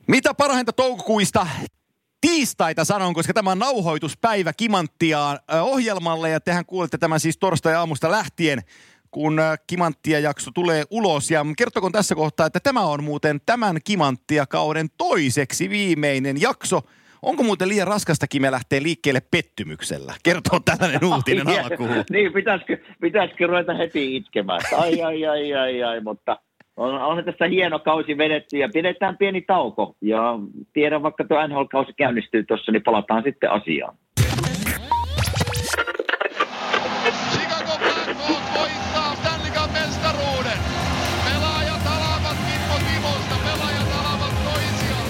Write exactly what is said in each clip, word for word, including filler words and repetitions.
Mitä parhainta toukokuista tiistaita sanon, koska tämä on nauhoituspäivä Kimanttiaan ohjelmalle ja tehän kuulette tämän siis torstai-aamusta lähtien, kun Kimanttia-jakso tulee ulos. Ja kertokoon tässä kohtaa, että tämä on muuten tämän Kimanttia-kauden toiseksi viimeinen jakso. Onko muuten liian raskastakin me lähtee liikkeelle pettymyksellä? Kertoo tällainen uutinen ai, alkuun. Niin, pitäisikö, pitäisikö ruveta heti itkemään? Ai, ai, ai, ai, ai, mutta on, on tässä hieno kausi vedetty ja pidetään pieni tauko. Ja tiedän, vaikka tuo N H L-kausi käynnistyy tuossa, niin palataan sitten asiaan. Chicago Blackhawks voittaa Stanley Cup -mestaruuden. Pelaajat alavat Kimmo Timosta, pelaajat alavat toisiaan.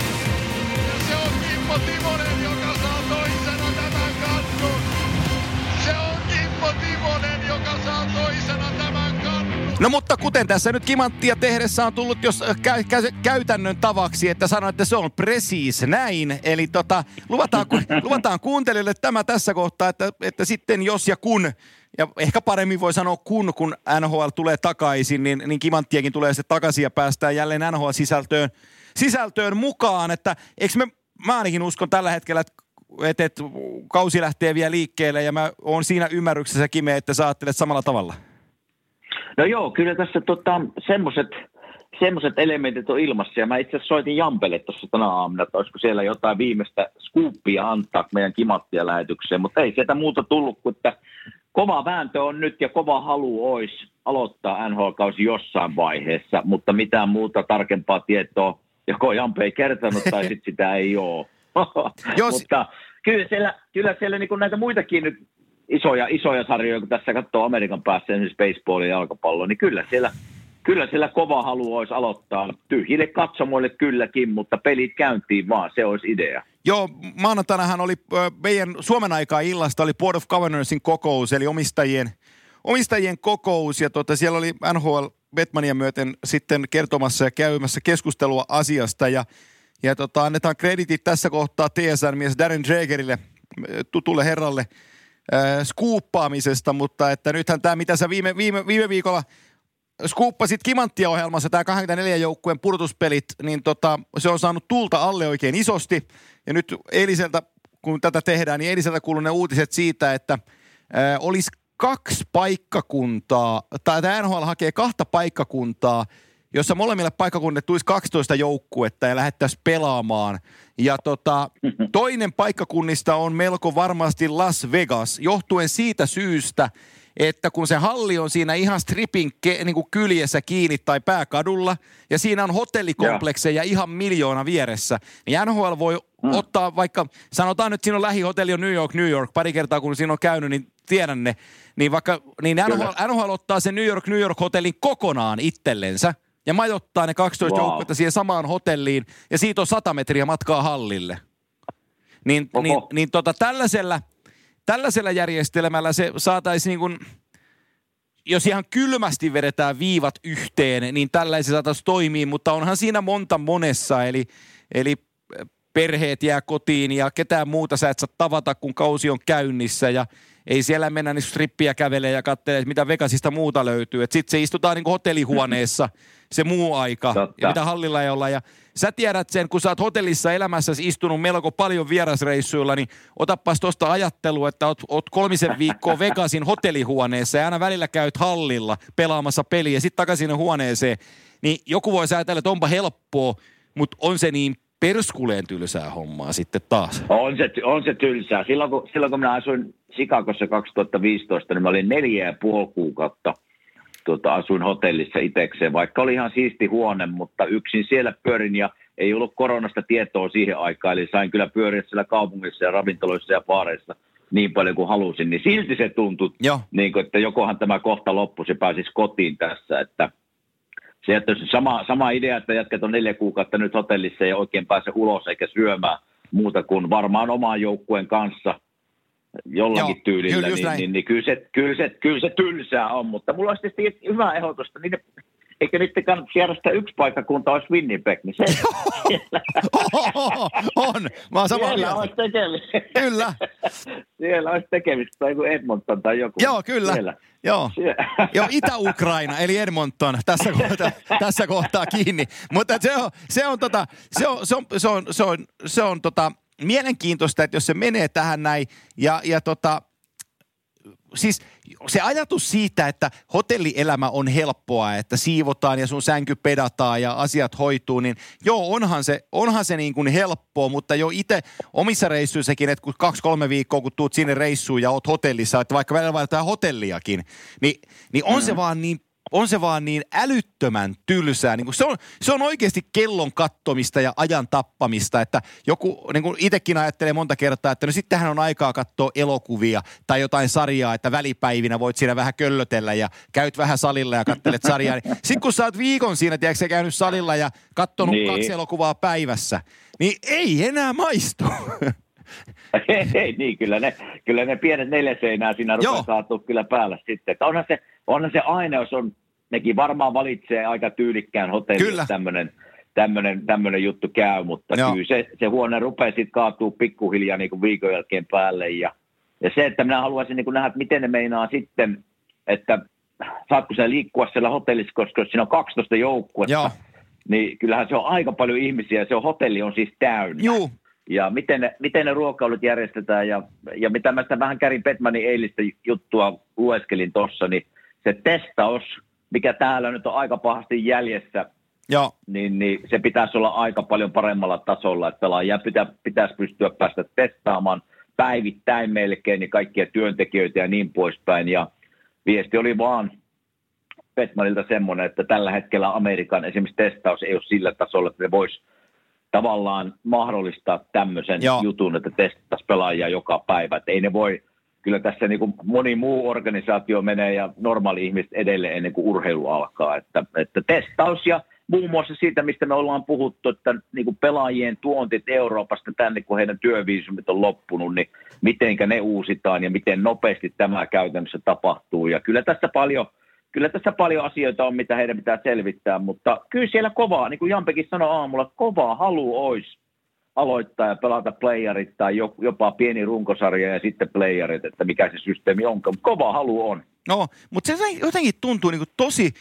Ja se on Kimmo Timonen, joka saa toisena tämän kannun. Se on Kimmo Timonen, joka saa toisena tämän kannun. No mutta kuten tässä nyt Kimanttia tehdessä on tullut jos kä- kä- käytännön tavaksi, että sanon, että se on presiis näin. Eli tota, luvataan, ku- luvataan kuuntelijoille tämä tässä kohtaa, että, että sitten jos ja kun, ja ehkä paremmin voi sanoa kun, kun N H L tulee takaisin, niin, niin Kimanttiakin tulee sitten takaisin ja päästään jälleen N H L-sisältöön sisältöön mukaan. Että eikö me, mä ainakin uskon tällä hetkellä, että et, et, kausi lähtee vielä liikkeelle ja mä oon siinä ymmärryksessä, Kime, että sä ajattelet samalla tavalla. No joo, kyllä tässä tota, semmoiset semmoiset elementit on ilmassa. Ja mä itse asiassa soitin Jampelle tuossa tänä aamuna, että olisiko siellä jotain viimeistä skuuppia antaa meidän Kimanttia-lähetykseen. Mutta ei sieltä muuta tullut, kun että kova vääntö on nyt ja kova halu olisi aloittaa N H L-kausi jossain vaiheessa. Mutta mitään muuta tarkempaa tietoa joko Jampe ei kertonut tai sitten sitä ei ole. Jos... Mutta kyllä siellä, kyllä siellä niin kuin näitä muitakin nyt isoja, isoja sarjoja, kun tässä katsoo Amerikan päässä esimerkiksi baseball ja jalkapallo, niin kyllä siellä, kyllä siellä kova halu olisi aloittaa. Tyhjille katsomoille kylläkin, mutta pelit käyntiin vaan, se olisi idea. Joo, maanantainahan oli meidän Suomen aikaa illasta oli Board of Governorsin kokous, eli omistajien, omistajien kokous, ja tota, siellä oli N H L Bettmania myöten sitten kertomassa ja käymässä keskustelua asiasta, ja, ja tota, annetaan kreditit tässä kohtaa T S N-mies Darren Dregerille, tutulle herralle, Äh, skuuppaamisesta, mutta että nythän tämä, mitä sä viime, viime, viime viikolla skuuppasit Kimanttia-ohjelmassa, tämä kaksikymmentäneljä joukkueen pudotuspelit, niin tota, se on saanut tulta alle oikein isosti. Ja nyt eiliseltä, kun tätä tehdään, niin eiliseltä kuuluu ne uutiset siitä, että äh, olisi kaksi paikkakuntaa, tai tämä N H L hakee kahta paikkakuntaa, jossa molemmille paikkakunnille tulisi kaksitoista joukkuetta ja lähdettäisiin pelaamaan. Ja tota, toinen paikkakunnista on melko varmasti Las Vegas, johtuen siitä syystä, että kun se halli on siinä ihan stripin ke, niin kuin kyljessä kiinni tai pääkadulla, ja siinä on hotellikomplekseja ja. ihan miljoona vieressä, niin N H L voi mm. ottaa vaikka, sanotaan nyt siinä on lähihotelli on New York, New York, pari kertaa kun siinä on käynyt, niin tiedän ne, niin vaikka, niin N H L, N H L ottaa sen New York, New York hotellin kokonaan itsellensä, ja majoittaa ne kaksitoista wow. joukkuetta siihen samaan hotelliin, ja siitä on sata metriä matkaa hallille. Niin, niin, niin tota, tällaisella, tällaisella järjestelmällä se saataisiin niin kuin, jos ihan kylmästi vedetään viivat yhteen, niin tällaisen saataisiin toimia, mutta onhan siinä monta monessa, eli, eli perheet jää kotiin ja ketään muuta sä et saa tavata, kun kausi on käynnissä, ja ei siellä mennä niin strippiä kävelee ja katselee, mitä Vegasista muuta löytyy. Sitten se istutaan niin kuin hotellihuoneessa se muu aika, ja mitä hallilla ei olla. Ja sä tiedät sen, kun sä oot hotellissa elämässäsi istunut melko paljon vierasreissuilla, niin otapas tuosta ajattelua, että oot, oot kolmisen viikkoa Vegasin hotellihuoneessa ja aina välillä käyt hallilla pelaamassa peliä ja sitten takaisin huoneeseen. Niin joku voi ajatella, että onpa helppoa, mutta on se niin perskuleen tylsää hommaa sitten taas. On se, on se tylsää. Silloin kun, silloin kun minä asuin Chicagossa kaksituhattaviisitoista, niin mä olin neljä ja puoli kuukautta tuota, asuin hotellissa itsekseen, vaikka oli ihan siisti huone, mutta yksin siellä pyörin ja ei ollut koronasta tietoa siihen aikaan, eli sain kyllä pyöriä siellä kaupungissa ja ravintoloissa ja baareissa niin paljon kuin halusin, niin silti se tuntui, niin kuin, että jokohan tämä kohta loppu, se pääsisi kotiin tässä, että se jättäisi sama, sama idea, että jatket on neljä kuukautta nyt hotellissa ja oikein pääse ulos eikä syömään muuta kuin varmaan oman joukkueen kanssa jollakin Joo, tyylillä, kyllä, niin, niin, niin kyllä, se, kyllä, se, kyllä se tylsää on, mutta mulla olisi tietysti hyvä ehdotusta, niin eikö niiden kannattaa järjestää yksi paikkakunta olisi Winnipeg, niin se on, mä oon samaa Siellä mieltä. olisi tekemistä. Kyllä. Siellä olisi tekemistä, tai joku Edmonton tai joku. Joo, kyllä. Siellä. Joo. Joo, Itä-Ukraina, eli Edmonton, tässä kohtaa, tässä kohtaa kiinni. Mutta se on, se on, tota, se on, se on, se on, se on, se on tota, mielenkiintoista, että jos se menee tähän näin, ja, ja tota, siis se ajatus siitä, että hotellielämä on helppoa, että siivotaan ja sun sänky pedataan ja asiat hoituu, niin joo, onhan se, onhan se niin kuin helppoa, mutta jo itse omissa reissuissakin, että kun kaksi-kolme viikkoa, kun tuut sinne reissuun ja oot hotellissa, että vaikka välillä vaihtaa hotelliakin, niin, niin on mm-hmm. se vaan niin on se vaan niin älyttömän tylsää. Niin kuin se, on, se on oikeasti kellon kattomista ja ajan tappamista, että joku, niin kuin itsekin ajattelee monta kertaa, että no sittenhän on aikaa katsoa elokuvia tai jotain sarjaa, että välipäivinä voit siinä vähän köllötellä ja käyt vähän salilla ja kattelet sarjaa. Niin sitten kun sä oot viikon siinä, tiedätkö, sä käynyt salilla ja katsonut niin. kaksi elokuvaa päivässä, niin ei enää maistu. Ei, niin, kyllä ne, kyllä ne pienet neljä seinää siinä rupeaa saatu kyllä päällä sitten. Että onhan se, onhan se aineus, on, nekin varmaan valitsee aika tyylikkään hotellin, tämmöinen tämmöinen tämmöinen juttu käy, mutta Joo. kyllä se, se huone rupeaa sitten kaatuu pikkuhiljaa niin kuin viikon jälkeen päälle. Ja, ja se, että minä haluaisin niin kuin nähdä, että miten ne meinaa sitten, että saatko sä liikkua siellä hotellissa, koska jos siinä on kaksitoista joukkuetta, Joo. niin kyllähän se on aika paljon ihmisiä, se on, hotelli on siis täynnä. Joo. Ja miten ne, miten ne ruokailut järjestetään ja, ja mitä mä sitä vähän Gary Bettmanin eilistä juttua lueskelin tuossa, niin se testaus, mikä täällä nyt on aika pahasti jäljessä, Joo. Niin, niin se pitäisi olla aika paljon paremmalla tasolla, että pelaajia pitä, pitäisi pystyä päästä testaamaan päivittäin melkein niin kaikkia työntekijöitä ja niin poispäin. Ja viesti oli vaan Bettmanilta semmoinen, että tällä hetkellä Amerikan esimerkiksi testaus ei ole sillä tasolla, että ne voisi tavallaan mahdollistaa tämmöisen Joo. jutun, että testattaisiin pelaajia joka päivä. Että ei ne voi, kyllä tässä niin kuin moni muu organisaatio menee ja normaali ihmiset edelleen ennen kuin urheilu alkaa. Että, että testaus ja muun muassa siitä, mistä me ollaan puhuttu, että niin kuin pelaajien tuontit Euroopasta tänne, kun heidän työviisumit on loppunut, niin mitenkä ne uusitaan ja miten nopeasti tämä käytännössä tapahtuu. Ja kyllä tässä paljon... Kyllä tässä paljon asioita on, mitä heidän pitää selvittää, mutta kyllä siellä kovaa, niin kuin Jampekin sanoi aamulla, kovaa halu olisi aloittaa ja pelata playerit tai jopa pieni runkosarja ja sitten playerit, että mikä se systeemi onkaan, mutta kova halu on. No, mutta se jotenkin tuntuu niin kuin tosi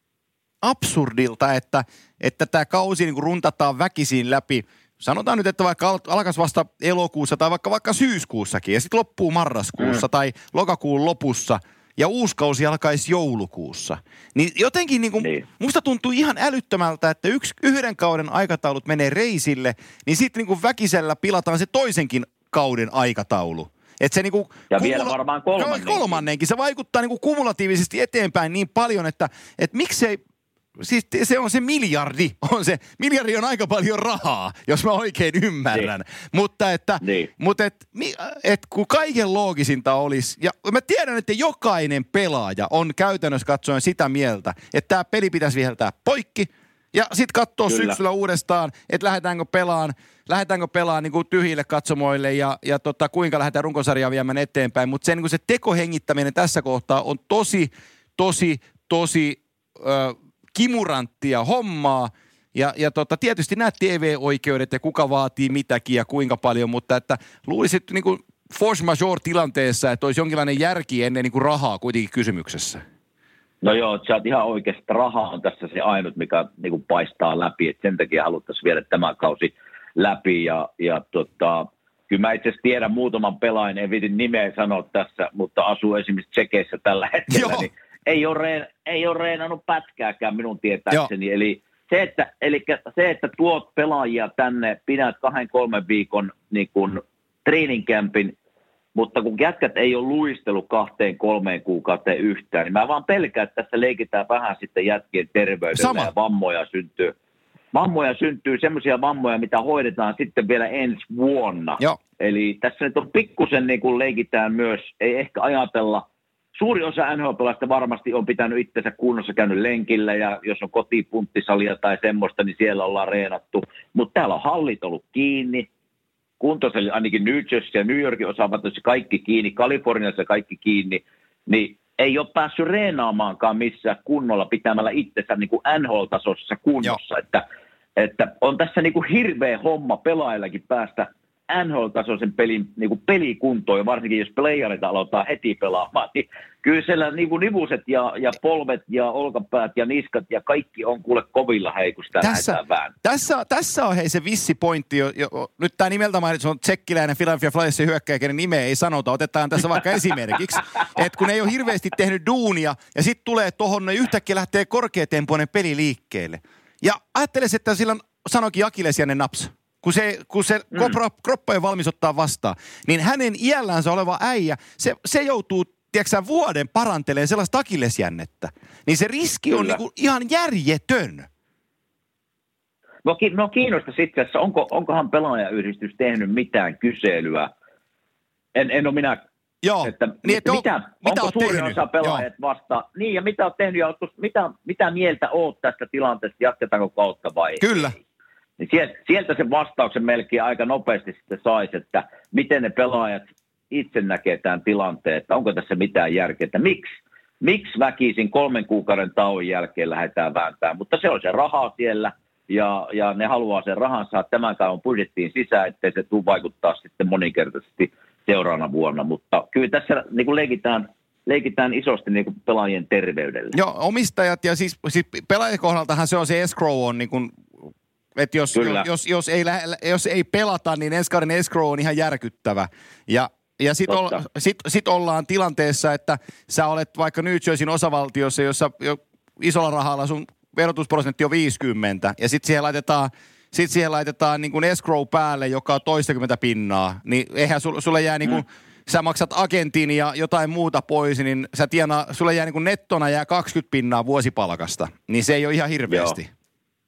absurdilta, että, että tämä kausi niin kuin runtataan väkisin läpi. Sanotaan nyt, että vaikka alkaisi vasta elokuussa tai vaikka, vaikka syyskuussakin ja sitten loppuu marraskuussa mm. tai lokakuun lopussa – ja uusi kausi alkaisi joulukuussa. Niin jotenkin niin kuin, niin. musta tuntuu ihan älyttömältä, että yksi, yhden kauden aikataulut menee reisille, niin sitten niin kuin väkisellä pilataan se toisenkin kauden aikataulu. Et se niin kuin ja kumula- vielä varmaan kolmannenkin. kolmannenkin. Se vaikuttaa niin kuin kumulatiivisesti eteenpäin niin paljon, että et miksei... Siis se on se miljardi, on se, miljardi on aika paljon rahaa, jos mä oikein ymmärrän. Niin. Mutta että, niin. mutta et, et kun kaiken loogisinta olisi, ja mä tiedän, että jokainen pelaaja on käytännössä katsoen sitä mieltä, että tämä peli pitäisi viheltää poikki, ja sitten katsoo Kyllä. syksyllä uudestaan, että lähdetäänkö pelaan, lähdetäänkö pelaan niin kuin tyhjille katsomoille, ja, ja tota, kuinka lähdetään runkosarjaa viemään eteenpäin. Mutta se, niin kuin se tekohengittäminen tässä kohtaa on tosi, tosi, tosi... Ö, kimuranttia hommaa, ja, ja tota, tietysti nämä T V-oikeudet ja kuka vaatii mitäkin ja kuinka paljon, mutta että luulisit niin kuin force majeure-tilanteessa, että olisi jonkinlainen järki ennen niin kuin rahaa kuitenkin kysymyksessä. No joo, sä oot ihan oikeasti, raha on tässä se ainut, mikä niin kuin paistaa läpi, että sen takia haluttaisiin viedä tämä kausi läpi, ja, ja tota, kyllä mä itse asiassa tiedän muutaman pelaajan, en viitin nimeä sanoa tässä, mutta asuu esimerkiksi Tsekeissä tällä hetkellä, joo. niin Ei ole, reen, ei ole reenannut pätkääkään minun tietääkseni. Joo. Eli se, että, eli se, että tuot pelaajia tänne, pidät kahden kolmen viikon niin kuin training campin, mutta kun jätkät ei ole luistellut kahteen kolmeen kuukauteen yhtään, niin mä vaan pelkään, että tässä leikitään vähän sitten jätkien terveydellä Sama. ja vammoja syntyy. Vammoja syntyy, semmoisia vammoja, mitä hoidetaan sitten vielä ensi vuonna. Joo. Eli tässä nyt on pikkusen niin kuin leikitään myös, ei ehkä ajatella. Suuri osa N H L-pelaajista varmasti on pitänyt itsensä kunnossa, käynyt lenkillä, ja jos on kotipunttisalia tai semmoista, niin siellä ollaan reenattu. Mutta täällä on hallit ollut kiinni. Kuntosali ainakin New Jersey ja New Yorkin osaavat kaikki kiinni, Kaliforniassa kaikki kiinni. Niin ei ole päässyt reenaamaankaan missään kunnolla pitämällä itsensä niin kuin N H L-tasoisessa kunnossa. Että että on tässä niinku hirveä homma pelaajillakin päästä N H L-tasoisen pelin niinku pelikuntoon, ja varsinkin jos playerit aloittaa heti pelaamaan, niin kyllä siellä niinku nivuset ja, ja polvet ja olkapäät ja niskat ja kaikki on kuule kovilla hei, kun sitä tässä, lähdetään vähän. Tässä, tässä on hei se vissi pointti, jo, jo, nyt tämä nimeltä mainitsi on tsekkiläinen Philadelphia Flyersin hyökkäjä, kenen nimeä ei sanota, otetaan tässä vaikka esimerkiksi, että kun ei ole hirveästi tehnyt duunia ja sitten tulee tuohon, ne yhtäkkiä lähtee korkeatempoinen peli liikkeelle. Ja ajattelisin, että sillä on, sanoikin Akilesianen naps. Kun se, kun se mm. kroppa ei valmis ottaa vastaan, niin hänen iällänsä oleva äijä, se, se joutuu, tiedätkö vuoden parantelemaan sellaista akillesjännettä. Niin se riski on niinku ihan järjetön. No, ki- no kiinnostaisi itse asiassa, onko, onkohan pelaajayhdistys tehnyt mitään kyselyä? En, en ole minä, Joo. että niin, et mitä, on, mitä onko suurin tehnyt? osa pelaajat vastaan? Niin, ja mitä olet tehnyt, ja mitä, mitä mieltä olet tästä tilanteesta, jatketaanko kautta vai Kyllä. ei? Niin sieltä, sieltä sen vastauksen melkein aika nopeasti sitten saisi, että miten ne pelaajat itse näkee tämän tilanteen, että onko tässä mitään järkeä, että miksi, miksi väkisin kolmen kuukauden tauon jälkeen lähdetään vääntämään, mutta se on se raha siellä ja, ja ne haluaa sen rahan saada tämän kauan budjettiin sisään, ettei se tule vaikuttaa sitten moninkertaisesti seuraavana vuonna, mutta kyllä tässä niin kuin leikitään, leikitään isosti niin kuin pelaajien terveydelle. Joo, omistajat ja siis, siis pelaajien kohdaltahan se on se escrow on niin kuin että jos, jos, jos, ei jos ei pelata, niin ensi kauden escrow on ihan järkyttävä. Ja, ja sitten ol, sit, sit ollaan tilanteessa, että sä olet vaikka New Jerseyn osavaltiossa, jossa jo isolla rahalla sun verotusprosentti on viisikymmentä. Ja sitten siihen laitetaan, sit siihen laitetaan niin kuin escrow päälle, joka on toistakymmentä pinnaa. Niin eihän sul, sulle jää niin kuin, mm. sä maksat agentin ja jotain muuta pois, niin sä tienaa, sulle jää niin kuin nettona jää kaksikymmentä pinnaa vuosipalkasta. Niin se ei ole ihan hirveästi. Joo.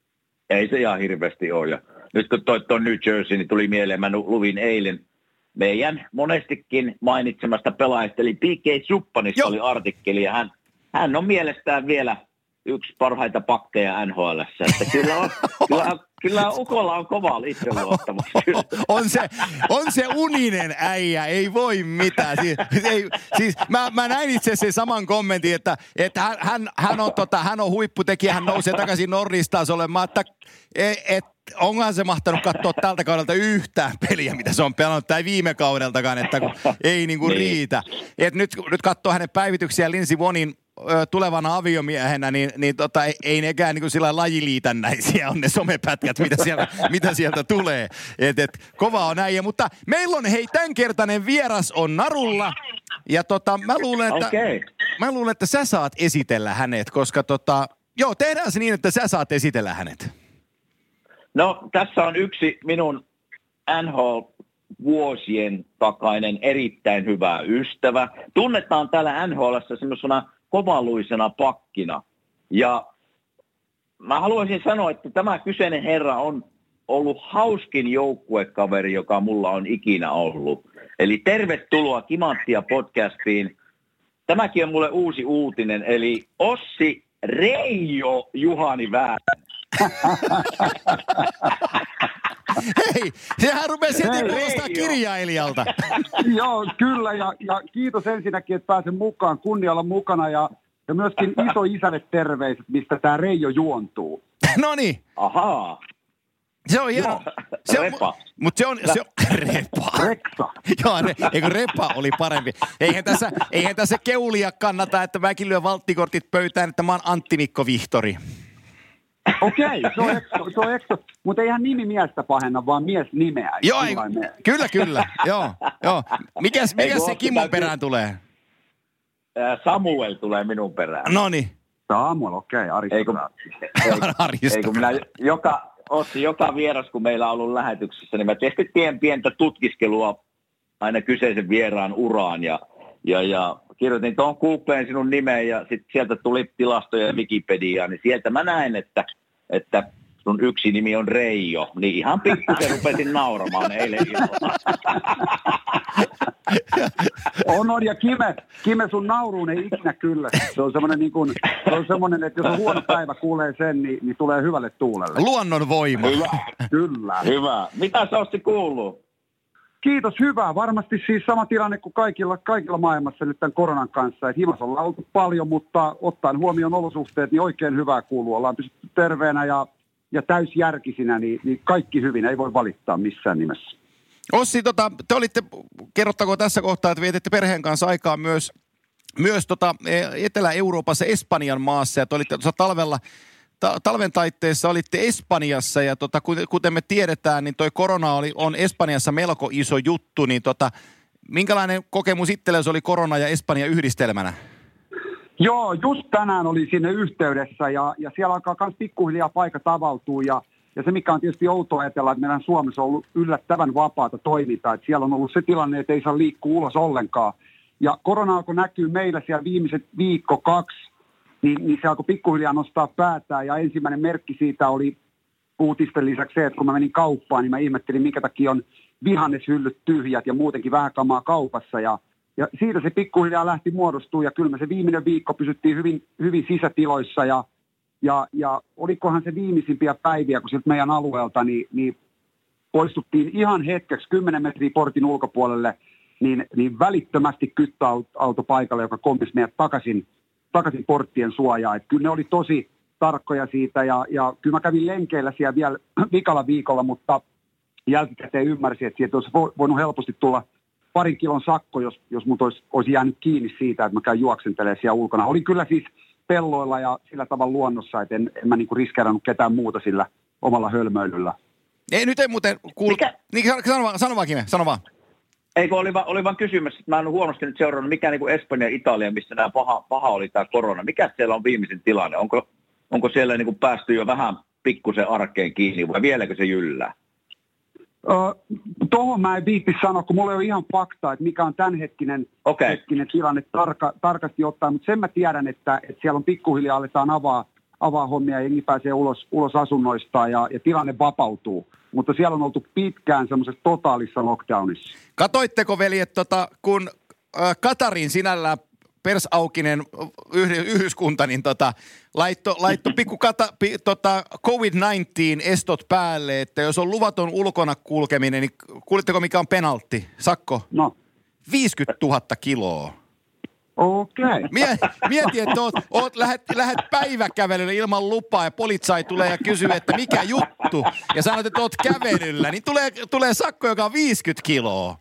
Ei se ihan hirveästi ole. Ja nyt kun toi tuon New Jersey, niin tuli mieleen, mä luvin eilen meidän monestikin mainitsemasta pelaajasta, eli P K Subbanista Joo. oli artikkeli, ja hän, hän on mielestään vielä yksi parhaita pakkeja N H L:ssä. Että kyllä, on, kyllä, kyllä Ukolla on kova itseluottamus. on, se, on se uninen äijä, ei voi mitään. Siis, ei, siis mä, mä näin itse sen saman kommentin, että, että hän, hän, hän, on, tota, hän on huipputekijä, hän nousee takaisin Norris-tasolle. Mä että et, et, onkohan se mahtanut katsoa tältä kaudelta yhtään peliä, mitä se on pelannut, tai viime kaudeltakaan, että ei niinku niin. riitä. Et nyt, nyt katsoo hänen päivityksiä Lindsey Vonnin tulevana aviomiehenä, niin, niin tota, ei, ei nekään niin sillä lajiliitännäisiä on ne somepätkät, mitä sieltä, mitä sieltä tulee. Et, et, kova on näin. Mutta meillä on, hei, tämänkertainen vieras on narulla. Ja tota, mä luulen, että, okay. mä luulen, että sä saat esitellä hänet, koska tota, joo, tehdään se niin, että sä saat esitellä hänet. No, tässä on yksi minun N H L-vuosien takainen erittäin hyvä ystävä. Tunnetaan täällä N H L:ssä semmoisena kovaluisena pakkina. Ja mä haluaisin sanoa, että tämä kyseinen herra on ollut hauskin joukkuekaveri, joka mulla on ikinä ollut. Eli tervetuloa Kimanttia podcastiin. Tämäkin on mulle uusi uutinen, eli Ossi Reijo Juhani Väänä. Hei, sehän rupesi heti kuulostaa kirjailijalta. Joo, kyllä, ja, ja kiitos ensinnäkin, että pääsen mukaan, kunnialla mukana, ja, ja myöskin iso isälle terveiset, mistä tämä Reijo juontuu. No niin. Ahaa. Se on hieno. Se on, repa. Mutta se on, se on repa. Reksa. Joo, re, eikö repa oli parempi. Eihän tässä, eihän tässä keulia kannata, että mäkin lyön valttikortit pöytään, että mä oon Antti Mikko Vihtori. Okei, se on ekso, se on ekso. Mutta eihän nimi miestä pahenna, vaan mies nimeä. Joo, ei, kyllä, kyllä. Joo, joo. Mikäs, mikäs se Kimon perään tulee? Samuel tulee minun perään. Noniin. Samuel, okei, okay, aristokraatti. Ei kun minä joka, Ossi, joka vieras, kun meillä on ollut lähetyksessä, niin mä tietysti teen pientä tutkiskelua aina kyseisen vieraan uraan ja, ja, ja kirjoitin tuohon Googleen sinun nimeen ja sitten sieltä tuli tilastoja ja Wikipediaa, niin sieltä mä näin, että, että sun yksi nimi on Reijo, niin ihan pikkusen rupesin nauramaan eilen illalla. On, on, ja Kime, Kime sun nauruun ei ikinä kyllä. Se on semmoinen, niin kuin, se on semmoinen, että jos on huono päivä, kuulee sen, niin, niin tulee hyvälle tuulelle. Luonnon voima. Hyvä. Kyllä. Hyvä. Mitä sä Ossi kuuluu? Kiitos, hyvä. Varmasti siis sama tilanne kuin kaikilla, kaikilla maailmassa nyt tämän koronan kanssa. Et himassa ollaan oltu paljon, mutta ottaen huomioon olosuhteet, niin oikein hyvää kuuluu. Ollaan pysytty terveenä ja ja täysjärkisinä, niin, niin kaikki hyvin, ei voi valittaa missään nimessä. Ossi, tota, te olitte, kerrottako tässä kohtaa, että vietitte perheen kanssa aikaa myös, myös tota, Etelä-Euroopassa, Espanjan maassa, ja te olitte tuossa talvella, ta, talven taitteessa olitte Espanjassa, ja tota, kuten me tiedetään, niin toi korona oli, on Espanjassa melko iso juttu, niin tota, minkälainen kokemus itsellesi oli korona ja Espanja yhdistelmänä? Joo, just tänään oli sinne yhteydessä, ja, ja siellä alkaa myös pikkuhiljaa paikka tavautua, ja Ja se, mikä on tietysti outoa ajatella, että meidän Suomessa on ollut yllättävän vapaata toimintaa. Että siellä on ollut se tilanne, että ei saa liikkua ulos ollenkaan. Ja korona alkoi näkyy meillä siellä viimeiset viikko, kaksi, niin, niin se alkoi pikkuhiljaa nostaa päätään. Ja ensimmäinen merkki siitä oli uutisten lisäksi se, että kun mä menin kauppaan, niin mä ihmettelin, minkä takia on vihanneshyllyt tyhjät ja muutenkin vähän kamaa kaupassa. Ja, ja siitä se pikkuhiljaa lähti muodostumaan. Ja kyllä me se viimeinen viikko pysyttiin hyvin, hyvin sisätiloissa ja Ja, ja olikohan se viimeisimpiä päiviä, kun sieltä meidän alueelta, niin, niin poistuttiin ihan hetkeksi kymmenen metriä portin ulkopuolelle, niin, niin välittömästi kyttäauto paikalle, joka kommisi meidät takaisin, takaisin porttien suojaa. Et kyllä ne oli tosi tarkkoja siitä, ja, ja kyllä mä kävin lenkeillä siellä vielä vikalla viikolla, mutta jälkikäteen ymmärsin, että siitä olisi voinut helposti tulla parin kilon sakko, jos, jos mut olisi, olisi jäänyt kiinni siitä, että mä käyn juoksentelemaan siellä ulkona. Oli kyllä siis pelloilla ja sillä tavalla luonnossa, että en, en mä niinku riskeerannut ketään muuta sillä omalla hölmöilyllä. Ei, nyt ei muuten kuulu... Niin, sano vaan, sano vaan, Kime, sano vaan. Eikö, oli, va, oli vaan kysymys, että mä en ole huonosti nyt seurannut, mikä niin kuin Espanja ja Italia, missä nämä paha, paha oli tämä korona. Mikä siellä on viimeisin tilanne? Onko, onko siellä niin kuin päästy jo vähän pikkusen arkeen kiinni vai vieläkö se jyllää? Uh, Tuohon mä en viitti sanoa, kun mulla ei ole ihan faktaa, että mikä on tämänhetkinen okay. hetkinen tilanne tarka, tarkasti ottaen, mutta sen mä tiedän, että, että siellä on pikkuhiljaa aletaan avaa, avaa hommia ja jengi pääsee ulos, ulos asunnoistaan ja, ja tilanne vapautuu. Mutta siellä on oltu pitkään semmoisessa totaalissa lockdownissa. Katoitteko, veljet, tota, kun äh, Katarin sinällään persaukinen yhdyskunta, niin tota, laitto, laitto pikku kata, pi, tota, covid yhdeksäntoista estot päälle, että jos on luvaton ulkona kulkeminen, niin kuulitteko mikä on penaltti? Sakko? No. viisikymmentätuhatta kiloa. Okei. Okay. Mieti, että oot, oot, lähet, lähet päiväkävelylle ilman lupaa ja politsai tulee ja kysyy, että mikä juttu. Ja sanot, että oot kävelyllä, niin tulee, tulee sakko, joka on viisikymmentä kiloa.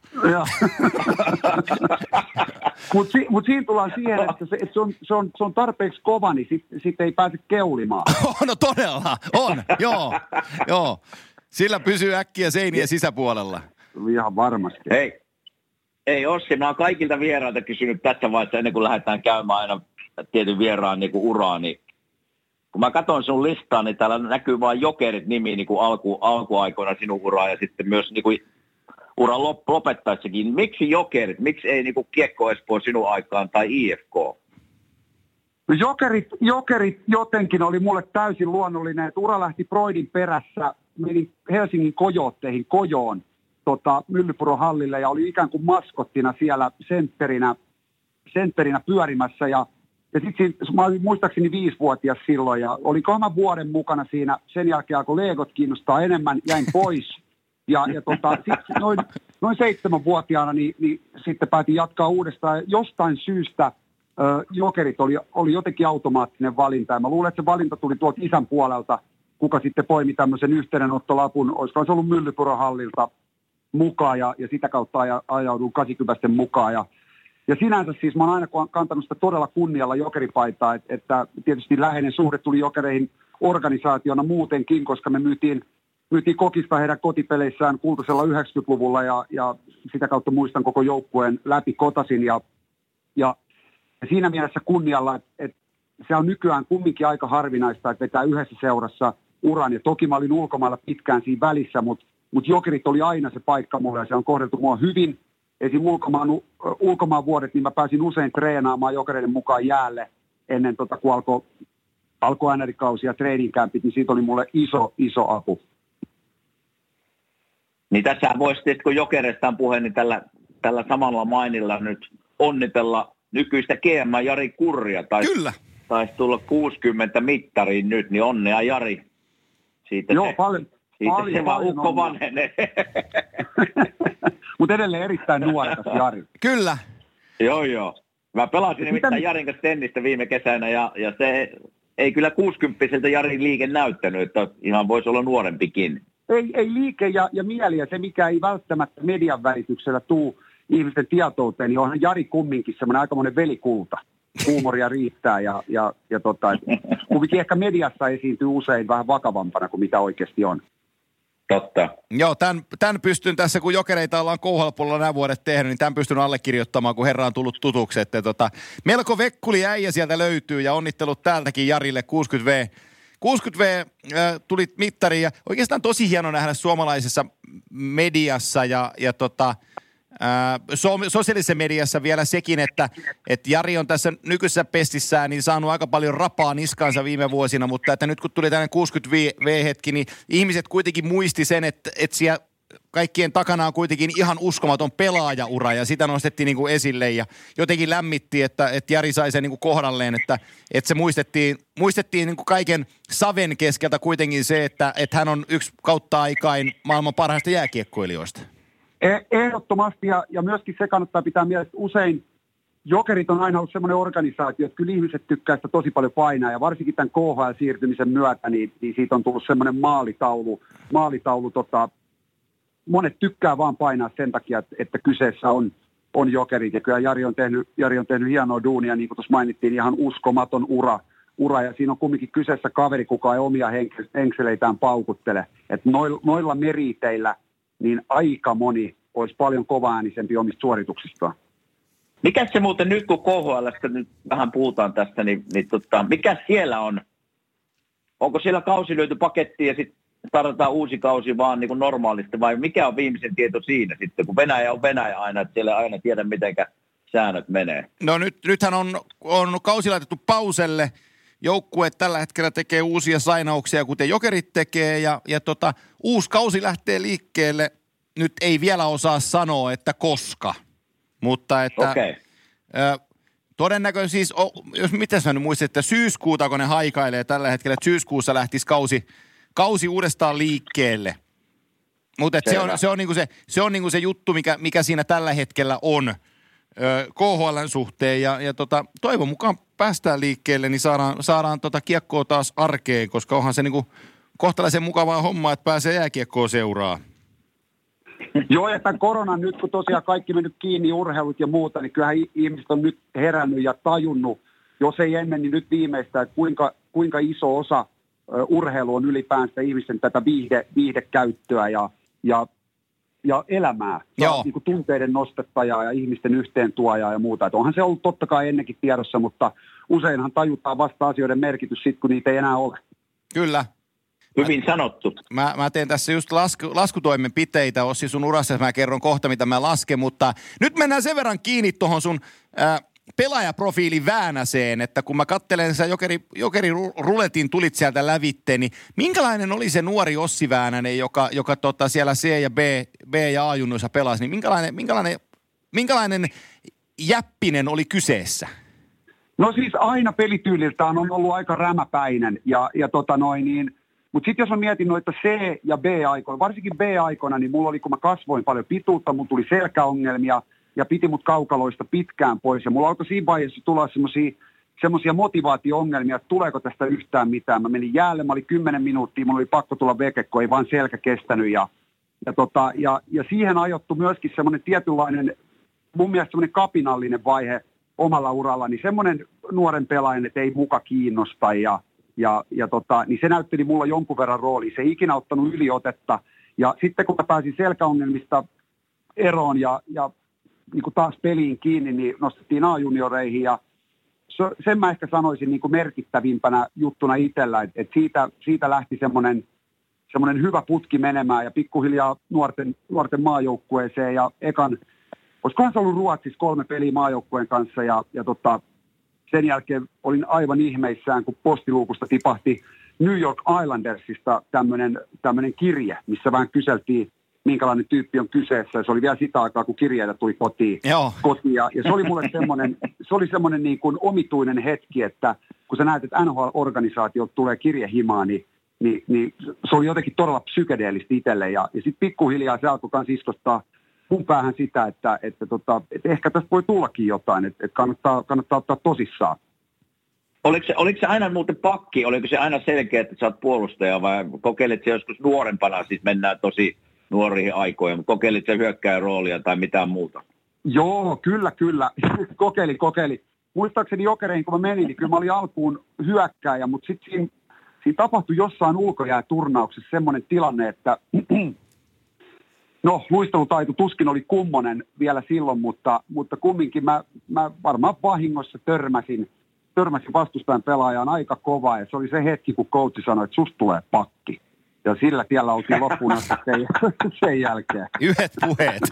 Mutta si, mut siinä tullaan siihen, että, se, että se, on, se, on, se on tarpeeksi kova, niin sitten sit ei pääse keulimaan. No todella, on, joo, joo. Sillä pysyy äkkiä seinien sisäpuolella. Ihan varmasti. Hei. Ei Ossi, mä oon kaikilta vierailta kysynyt tässä vaiheessa ennen kuin lähdetään käymään aina tietyn vieraan niin kuin uraa, niin kun mä katson sun listaa, niin täällä näkyy vain Jokerit nimi niin kuin alku, alkuaikoina sinun uraa ja sitten myös niin kuin uran lop, lopettaessakin. Miksi Jokerit? Miksi ei niin kuin Kiekko Espoo sinun aikaan tai I F K? No jokerit, jokerit jotenkin oli mulle täysin luonnollinen, että ura lähti Broidin perässä, meni Helsingin Kojootteihin Kojoon. Tota, Myllypuron hallille ja oli ikään kuin maskottina siellä sentterinä, sentterinä pyörimässä. Ja, ja sitten mä olin muistaakseni viisivuotias silloin ja olikohan mä vuoden mukana siinä. Sen jälkeen alkoi Legot kiinnostaa enemmän, jäin pois. Ja, ja tota, sit noin, noin seitsemänvuotiaana niin, niin sitten päätin jatkaa uudestaan. Jostain syystä ö, Jokerit oli, oli jotenkin automaattinen valinta. Ja mä luulen, että se valinta tuli tuolta isän puolelta, kuka sitten poimi tämmöisen yhteydenottolapun. Olisiko se ollut Myllypuron hallilta mukaan ja, ja sitä kautta aja, ajaudun kasikymmentä mukaan. Ja, ja sinänsä siis mä oon aina kantanut sitä todella kunnialla jokeripaitaa, että, että tietysti läheinen suhde tuli Jokereihin organisaationa muutenkin, koska me myytiin, myytiin Kokista heidän kotipeleissään kultaisella yhdeksänkymmentäluvulla ja, ja sitä kautta muistan koko joukkueen läpi kotasin. Ja, ja, ja siinä mielessä kunnialla, että, että se on nykyään kumminkin aika harvinaista, että vetää yhdessä seurassa uran. Ja toki mä olin ulkomailla pitkään siinä välissä, mutta Mutta Jokerit oli aina se paikka mulle ja se on kohdeltu mua hyvin. Esim. ulkomaan, ulkomaan vuodet, niin mä pääsin usein treenaamaan Jokereiden mukaan jäälle ennen tota, kun alkoi alko N R-kausi ja treeninkämpit, niin siitä oli mulle iso, iso apu. Niin tässä voisi, kun Jokereista on puhe, niin tällä, tällä samalla mainilla nyt onnitella nykyistä G M Jari Kurria. Taisi, Kyllä. Taisi tulla kuusikymmentä mittariin nyt, niin onnea Jari. Siitä Joo, se... paljon. Siitä Paljon, se vaan paljon ukko vanhenee. Mutta edelleen erittäin nuorekas Jari. Kyllä. Joo, joo. Mä pelasin Mitä nimittäin mi- Jarin kanssa tennistä viime kesänä ja, ja se, ei kyllä kuusikymppiseltä Jarin liike näyttänyt, että ihan voisi olla nuorempikin. Ei, ei liike ja, ja mieli ja se, mikä ei välttämättä median välityksellä tuu ihmisten tietouteen, niin onhan Jari kumminkin semmoinen aikamoinen velikulta. Huumoria riittää ja, ja, ja tota, kuitenkin ehkä mediassa esiintyy usein vähän vakavampana kuin mitä oikeasti on. Totta. Joo, tämän, tämän pystyn tässä, kun Jokereita ollaan Kouvola nämä vuodet tehnyt, niin tämän pystyn allekirjoittamaan, kun herra on tullut tutuksi. Että tota, melko vekkuli äijä sieltä löytyy ja onnittelut täältäkin Jarille kuusikymmentä vuotta. kuusikymmentä vuotta äh, tuli mittariin ja oikeastaan tosi hieno nähdä suomalaisessa mediassa ja, ja tota, äh, so, sosiaalisessa mediassa vielä sekin, että et Jari on tässä nykyisessä pestissään niin saanut aika paljon rapaa niskansa viime vuosina, mutta että nyt kun tuli tämmöinen kuusikymmentä vuotta-hetki, niin ihmiset kuitenkin muisti sen, että, että siellä kaikkien takana on kuitenkin ihan uskomaton pelaajaura ja sitä nostettiin niin kuin esille ja jotenkin lämmitti, että, että Jari sai sen niin kuin kohdalleen, että, että se muistettiin, muistettiin niin kuin kaiken saven keskeltä kuitenkin se, että, että hän on yksi kautta aikain maailman parhaista jääkiekkoilijoista. Ehdottomasti ja, ja myöskin se kannattaa pitää mielessä, usein Jokerit on aina ollut semmoinen organisaatio, että kyllä ihmiset tykkää sitä tosi paljon painaa ja varsinkin tämän K H L-siirtymisen myötä, niin, niin siitä on tullut semmoinen maalitaulu, maalitaulu tota, monet tykkää vaan painaa sen takia, että, että kyseessä on, on Jokerit. Ja kyllä Jari on tehnyt, Jari on tehnyt hienoa duunia, niin kuin tuossa mainittiin, ihan uskomaton ura. ura. Ja siinä on kumminkin kyseessä kaveri, kuka ei omia henkseleitään paukuttele. Että noilla, noilla meriteillä niin aika moni olisi paljon kovaäänisempi omista suorituksistaan. Mikä se muuten nyt, kun K H L:stä nyt vähän puhutaan tästä, niin, niin tota, mikä siellä on? Onko siellä kausi löyty pakettiin ja sitten tarvitaan uusi kausi vaan niin kuin normaalisti, vai mikä on viimeisen tieto siinä sitten, kun Venäjä on Venäjä aina, että siellä ei aina tiedä, mitenkä säännöt menee? No nyt, nythän on, on kausi laitettu pauselle. Joukkue tällä hetkellä tekee uusia sainauksia, kuten Jokerit tekee, ja, ja tota, uusi kausi lähtee liikkeelle. Nyt ei vielä osaa sanoa, että koska, mutta että... Okay. Ö, todennäköisesti siis, jos miten sä nyt muistat, että syyskuuta, kun ne haikailee tällä hetkellä, että syyskuussa lähtisi kausi Kausi uudestaan liikkeelle. Mutta se on, se on, niinku se, se, on niinku se juttu, mikä, mikä siinä tällä hetkellä on ö, K H L:n suhteen. Ja, ja tota, toivon mukaan päästään liikkeelle, niin saadaan, saadaan tota kiekkoa taas arkeen, koska onhan se niinku kohtalaisen mukavaa hommaa, että pääsee jääkiekkoa seuraa. Joo, ja tämän koronan nyt, kun tosiaan kaikki mennyt kiinni, urheilut ja muuta, niin kyllähän ihmiset on nyt herännyt ja tajunnut, jos ei ennen, niin nyt viimeistään, että kuinka, kuinka iso osa urheilu on ylipäänsä ihmisten tätä viihde, viihdekäyttöä ja, ja, ja elämää. Niin kuin tunteiden nostettajaa ja ihmisten yhteentuojaa ja muuta. Et onhan se ollut totta kai ennenkin tiedossa, mutta useinhan tajutaan vasta asioiden merkitys sitten, kun niitä ei enää ole. Kyllä. Hyvin mä, sanottu. Mä, mä teen tässä just lasku, laskutoimenpiteitä, Ossi sun urassa, mä kerron kohta, mitä mä lasken, mutta nyt mennään sen verran kiinni tuohon sun... Ää, pelaajaprofiili Väänäseen, että kun mä katselen sä jokeri, jokeri ruletin tulit sieltä lävitte, niin minkälainen oli se nuori Ossi Väänänen, joka, joka tota siellä C ja B, B ja A-junnuissa pelasi, niin minkälainen, minkälainen, minkälainen jäppinen oli kyseessä? No siis aina pelityyliltään on ollut aika rämäpäinen, ja, ja tota noin niin, mutta sitten jos mä mietin noita C- ja B-aikoina, varsinkin B-aikoina, niin mulla oli, kun mä kasvoin paljon pituutta, mulla tuli selkäongelmia, ja piti mut kaukaloista pitkään pois. Ja mulla alkoi siinä vaiheessa tulla semmoisia motivaatio-ongelmia, että tuleeko tästä yhtään mitään. Mä menin jäälle, mä olin kymmenen minuuttia, mulla oli pakko tulla veke, kun ei vaan selkä kestänyt. Ja, ja, tota, ja, ja siihen ajoittui myöskin semmoinen tietynlainen, mun mielestä semmoinen kapinallinen vaihe omalla uralla, niin semmoinen nuoren pelaajan, että ei muka kiinnosta. Ja, ja, ja tota, niin se näytteli mulla jonkun verran roolia. Se ei ikinä ottanut yliotetta. Ja sitten kun mä pääsin selkäongelmista eroon ja, ja niin kuin taas peliin kiinni, niin nostettiin A-junioreihin ja sen mä ehkä sanoisin niin kuin merkittävimpänä juttuna itsellä, että, että siitä, siitä lähti semmoinen, semmoinen hyvä putki menemään ja pikkuhiljaa nuorten, nuorten maajoukkueeseen ja ekan, olisikohan se ollut Ruotsissa kolme peliä maajoukkueen kanssa ja, ja tota, sen jälkeen olin aivan ihmeissään, kun postiluukusta tipahti New York Islandersista tämmöinen, tämmöinen kirje, missä vähän kyseltiin, minkälainen tyyppi on kyseessä. Ja se oli vielä sitä aikaa, kun kirjeitä tuli kotiin. kotiin. Ja, ja se oli mulle semmoinen, se oli semmoinen niin kuin omituinen hetki, että kun sä näet, että N H L-organisaatio tulee kirjehimaan, niin, niin, niin se oli jotenkin todella psykedeellistä itselle. Ja, ja sitten pikkuhiljaa se alkoi myös iskostaa mun päähän sitä, että, että, tota, että ehkä tästä voi tullakin jotain, että, että kannattaa, kannattaa ottaa tosissaan. Oliko se, oliko se aina muuten pakki, oliko se aina selkeä, että sä oot puolustaja vai kokeilit se joskus nuorempana, siis mennään tosi nuoriin aikoihin, mutta kokeilit se hyökkääjän roolia tai mitään muuta? Joo, kyllä, kyllä. kokeilin, kokeilin. Muistaakseni Jokereihin, kun mä menin, niin kyllä mä olin alkuun hyökkääjä, mutta sitten siinä, siinä tapahtui jossain ulkojääturnauksessa semmoinen tilanne, että no, luistelutaito tuskin oli kummonen vielä silloin, mutta, mutta kumminkin mä, mä varmaan vahingossa törmäsin, törmäsin vastustajan pelaajaan aika kovaa, ja se oli se hetki, kun coachi sanoi, että susta tulee pakki. Ja sillä tiellä oltiin loppuun asti sen, sen jälkeen. Yhdet puheet.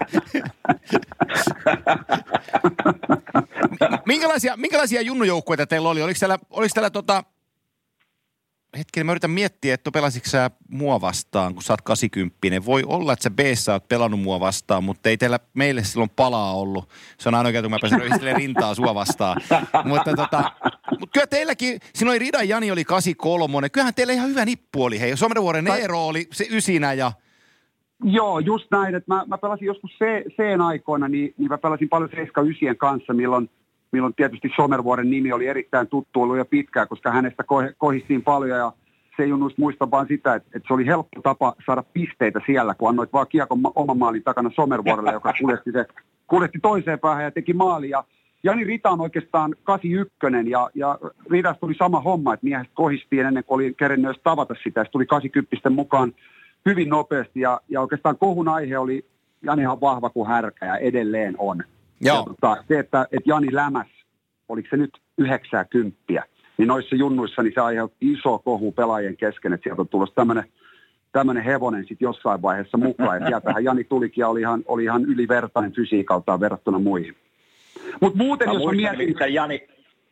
minkälaisia, minkälaisia junnujoukkueita teillä oli? Oliko teillä, oliko teillä tota... Hetken, mä yritän miettiä, että pelasitko sä mua vastaan, kun sä oot kahdeksankymmentä. Voi olla, että sä B-sä oot pelannut mua vastaan, mutta ei teillä meille silloin palaa ollut. Se on aina kun mä pääsin röyhistelemään rintaa sua vastaan. mutta tota, mut kyllä teilläkin, siinä oli Ridan Jani oli kahdeksankymmentäkolme. Kyllähän teillä ihan hyvä nippu oli. Hei, Somervuoren Eero oli se ysinä ja... Joo, just näin, että mä, mä pelasin joskus C-n aikoina, niin, niin mä pelasin paljon seitsemän yhdeksän kanssa, milloin milloin tietysti Somervuoren nimi oli erittäin tuttu ollut jo pitkään, koska hänestä kohistiin paljon ja se ei junnuista muista vaan sitä, että, että se oli helppo tapa saada pisteitä siellä, kun annoit vaan kiekon oman maalin takana Somervuorelle, joka kuljetti, se, kuljetti toiseen päähän ja teki maali. Ja Jani Rita on oikeastaan kahdeksankymmentä ja, ja Ridasta tuli sama homma, että miehet kohistiin ennen kuin oli kerennyt edes tavata sitä. Se tuli kahdeksankymmentä mukaan hyvin nopeasti ja, ja oikeastaan kohun aihe oli Janihan vahva kuin härkä ja edelleen on. Ja, tota, se, että, että Jani lämäs, oliko se nyt yhdeksänkymmentä, niin noissa junnuissa niin se aiheutti iso kohu pelaajien kesken, että sieltä on tulossa tämmöinen, tämmöinen hevonen sitten jossain vaiheessa mukaan. Ja sieltähän Jani tulikin ja oli ihan, oli ihan ylivertainen fysiikaltaan verrattuna muihin. Mutta muuten, mä jos mä mietin... Jani...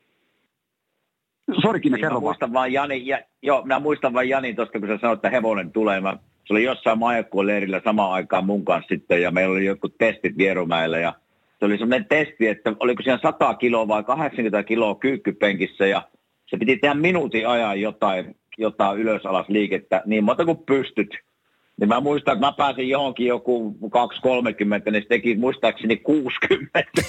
Sorikin, niin, kerro muistan vaan Jani, ja, joo, minä muistan vaan Jani tuosta, kun sä sanoit, että hevonen tulee. Mä, se oli jossain maajoukkueen leirillä samaan aikaan mun kanssa sitten, ja meillä oli jotkut testit Vierumäellä, ja se oli semmoinen testi, että oliko siinä sata kiloa vai kahdeksankymmentä kiloa kyykkypenkissä ja se piti tehdä minuutin ajan jotain, jotain ylös alas liikettä niin monta kuin pystyt. Niin mä muistan, että mä pääsin johonkin joku kaksi kolmekymmentä, niin se teki muistaakseni kuusikymmentä.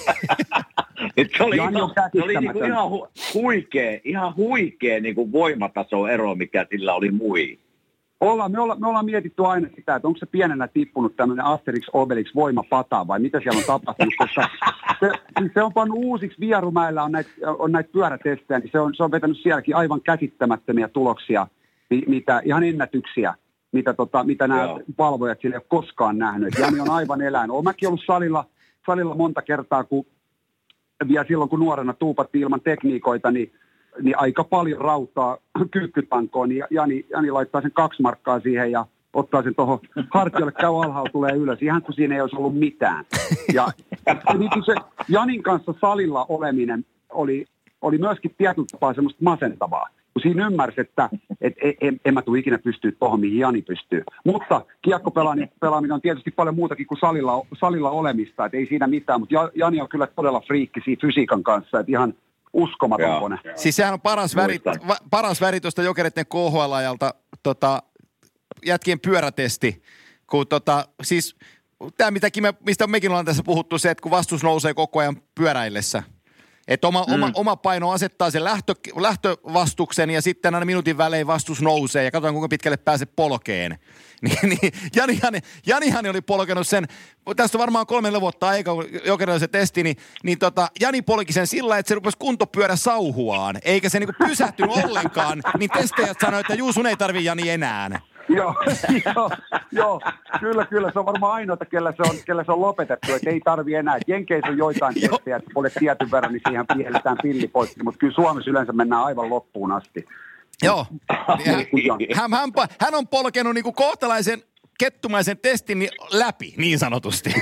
se oli, ihan, se oli niinku ihan hu, huikea, ihan huikea niinku voimatasoero, mikä sillä oli muihin. Ollaan, me, ollaan, me ollaan mietitty aina sitä, että onko se pienenä tippunut tämmöinen Asterix Obelix voimapata vai mitä siellä on tapahtunut, koska se, siis se on pannut uusiksi Vierumäellä on näitä, on näitä pyörätestejä, niin se on, se on vetänyt sielläkin aivan käsittämättömiä tuloksia, mitä, ihan ennätyksiä, mitä, tota, mitä nämä Joo. valvojat sille ei ole koskaan nähnyt. Jani on aivan eläin. Olen mäkin ollut salilla, salilla monta kertaa, kun vielä silloin kun nuorena tuupattiin ilman tekniikoita, niin niin aika paljon rautaa kyykkytankoon, niin Jani, Jani laittaa sen kaksi markkaa siihen ja ottaa sen tuohon hartiolle, käy alhaalla, tulee ylös, ihan kuin siinä ei olisi ollut mitään. Ja, ja niin se Janin kanssa salilla oleminen oli, oli myöskin tietyllä tapaa semmoista masentavaa, kun siinä ymmärsi, että et, et, en, en mä tule ikinä pystyä tuohon, mihin Jani pystyy. Mutta kiekkopelaaminen on tietysti paljon muutakin kuin salilla, salilla olemista, että ei siinä mitään, mutta Jani on kyllä todella friikki siinä fysiikan kanssa, että ihan uskomaton kone. Siis sehän on paras väri, va, paras väri tuosta Jokereiden K H L-ajalta tota, jätkien pyörätesti, kun tota, siis tämä mistä mekin ollaan tässä puhuttu, se, että kun vastus nousee koko ajan pyöräillessä, että oma, mm. oma, oma paino asettaa sen lähtö, lähtövastuksen ja sitten aina minuutin välein vastus nousee ja katsotaan kuinka pitkälle pääsee polkeen. Niin, niin Janihan, Janihan oli polkenut sen, tästä on varmaan kolme vuotta aikaa, kun Jokerilla se testi, niin, niin tota, Jani polki sen sillä, että se rupesi kuntopyörä sauhuaan, eikä se niinku pysähtynyt ollenkaan, niin testejät sanoi, että juu, sun ei tarvii Jani enää. Joo, joo, joo, kyllä, kyllä. Se on varmaan ainoata, kellä se on, kellä se on lopetettu, että ei tarvi enää. Jenkeissä on joitain testejä, että olet tietyn verran, niin siihen pielletään pilli pois, mutta kyllä Suomessa yleensä mennään aivan loppuun asti. Joo, hän, hän, hän on polkenut niin kuin kohtalaisen kettumaisen testin läpi, niin sanotusti.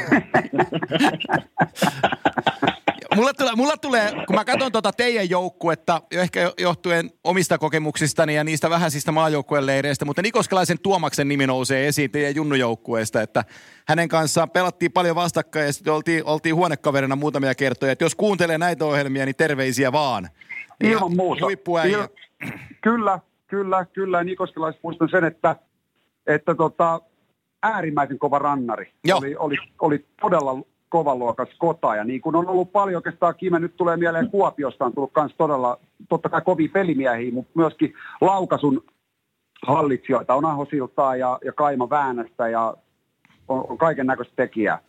Mulla tulee, mulla tulee, kun mä katson tuota teidän joukkuetta, ehkä johtuen omista kokemuksistani ja niistä vähäisistä maajoukkueen leireistä, mutta Nikoskelaisen Tuomaksen nimi nousee esiin teidän junnujoukkueesta, että hänen kanssaan pelattiin paljon vastakkain ja sitten oltiin, oltiin huonekaverina muutamia kertoja, että jos kuuntelee näitä ohjelmia, niin terveisiä vaan. Ilman muuta. Huippuäijä. Il- kyllä, kyllä, kyllä. Nikoskelaisessa muistan sen, että, että tota, äärimmäisen kova rannari. Oli, oli, oli todella kovan luokan skota. Ja niin kuin on ollut paljon oikeastaan, Kime, nyt tulee mieleen Kuopiosta, on tullut myös todella, totta kai kovia pelimiehiä, mutta myöskin laukaisun hallitsijoita on Aho Siltaa ja, ja Kaima Väänästä ja on, on kaiken näköistä tekijää.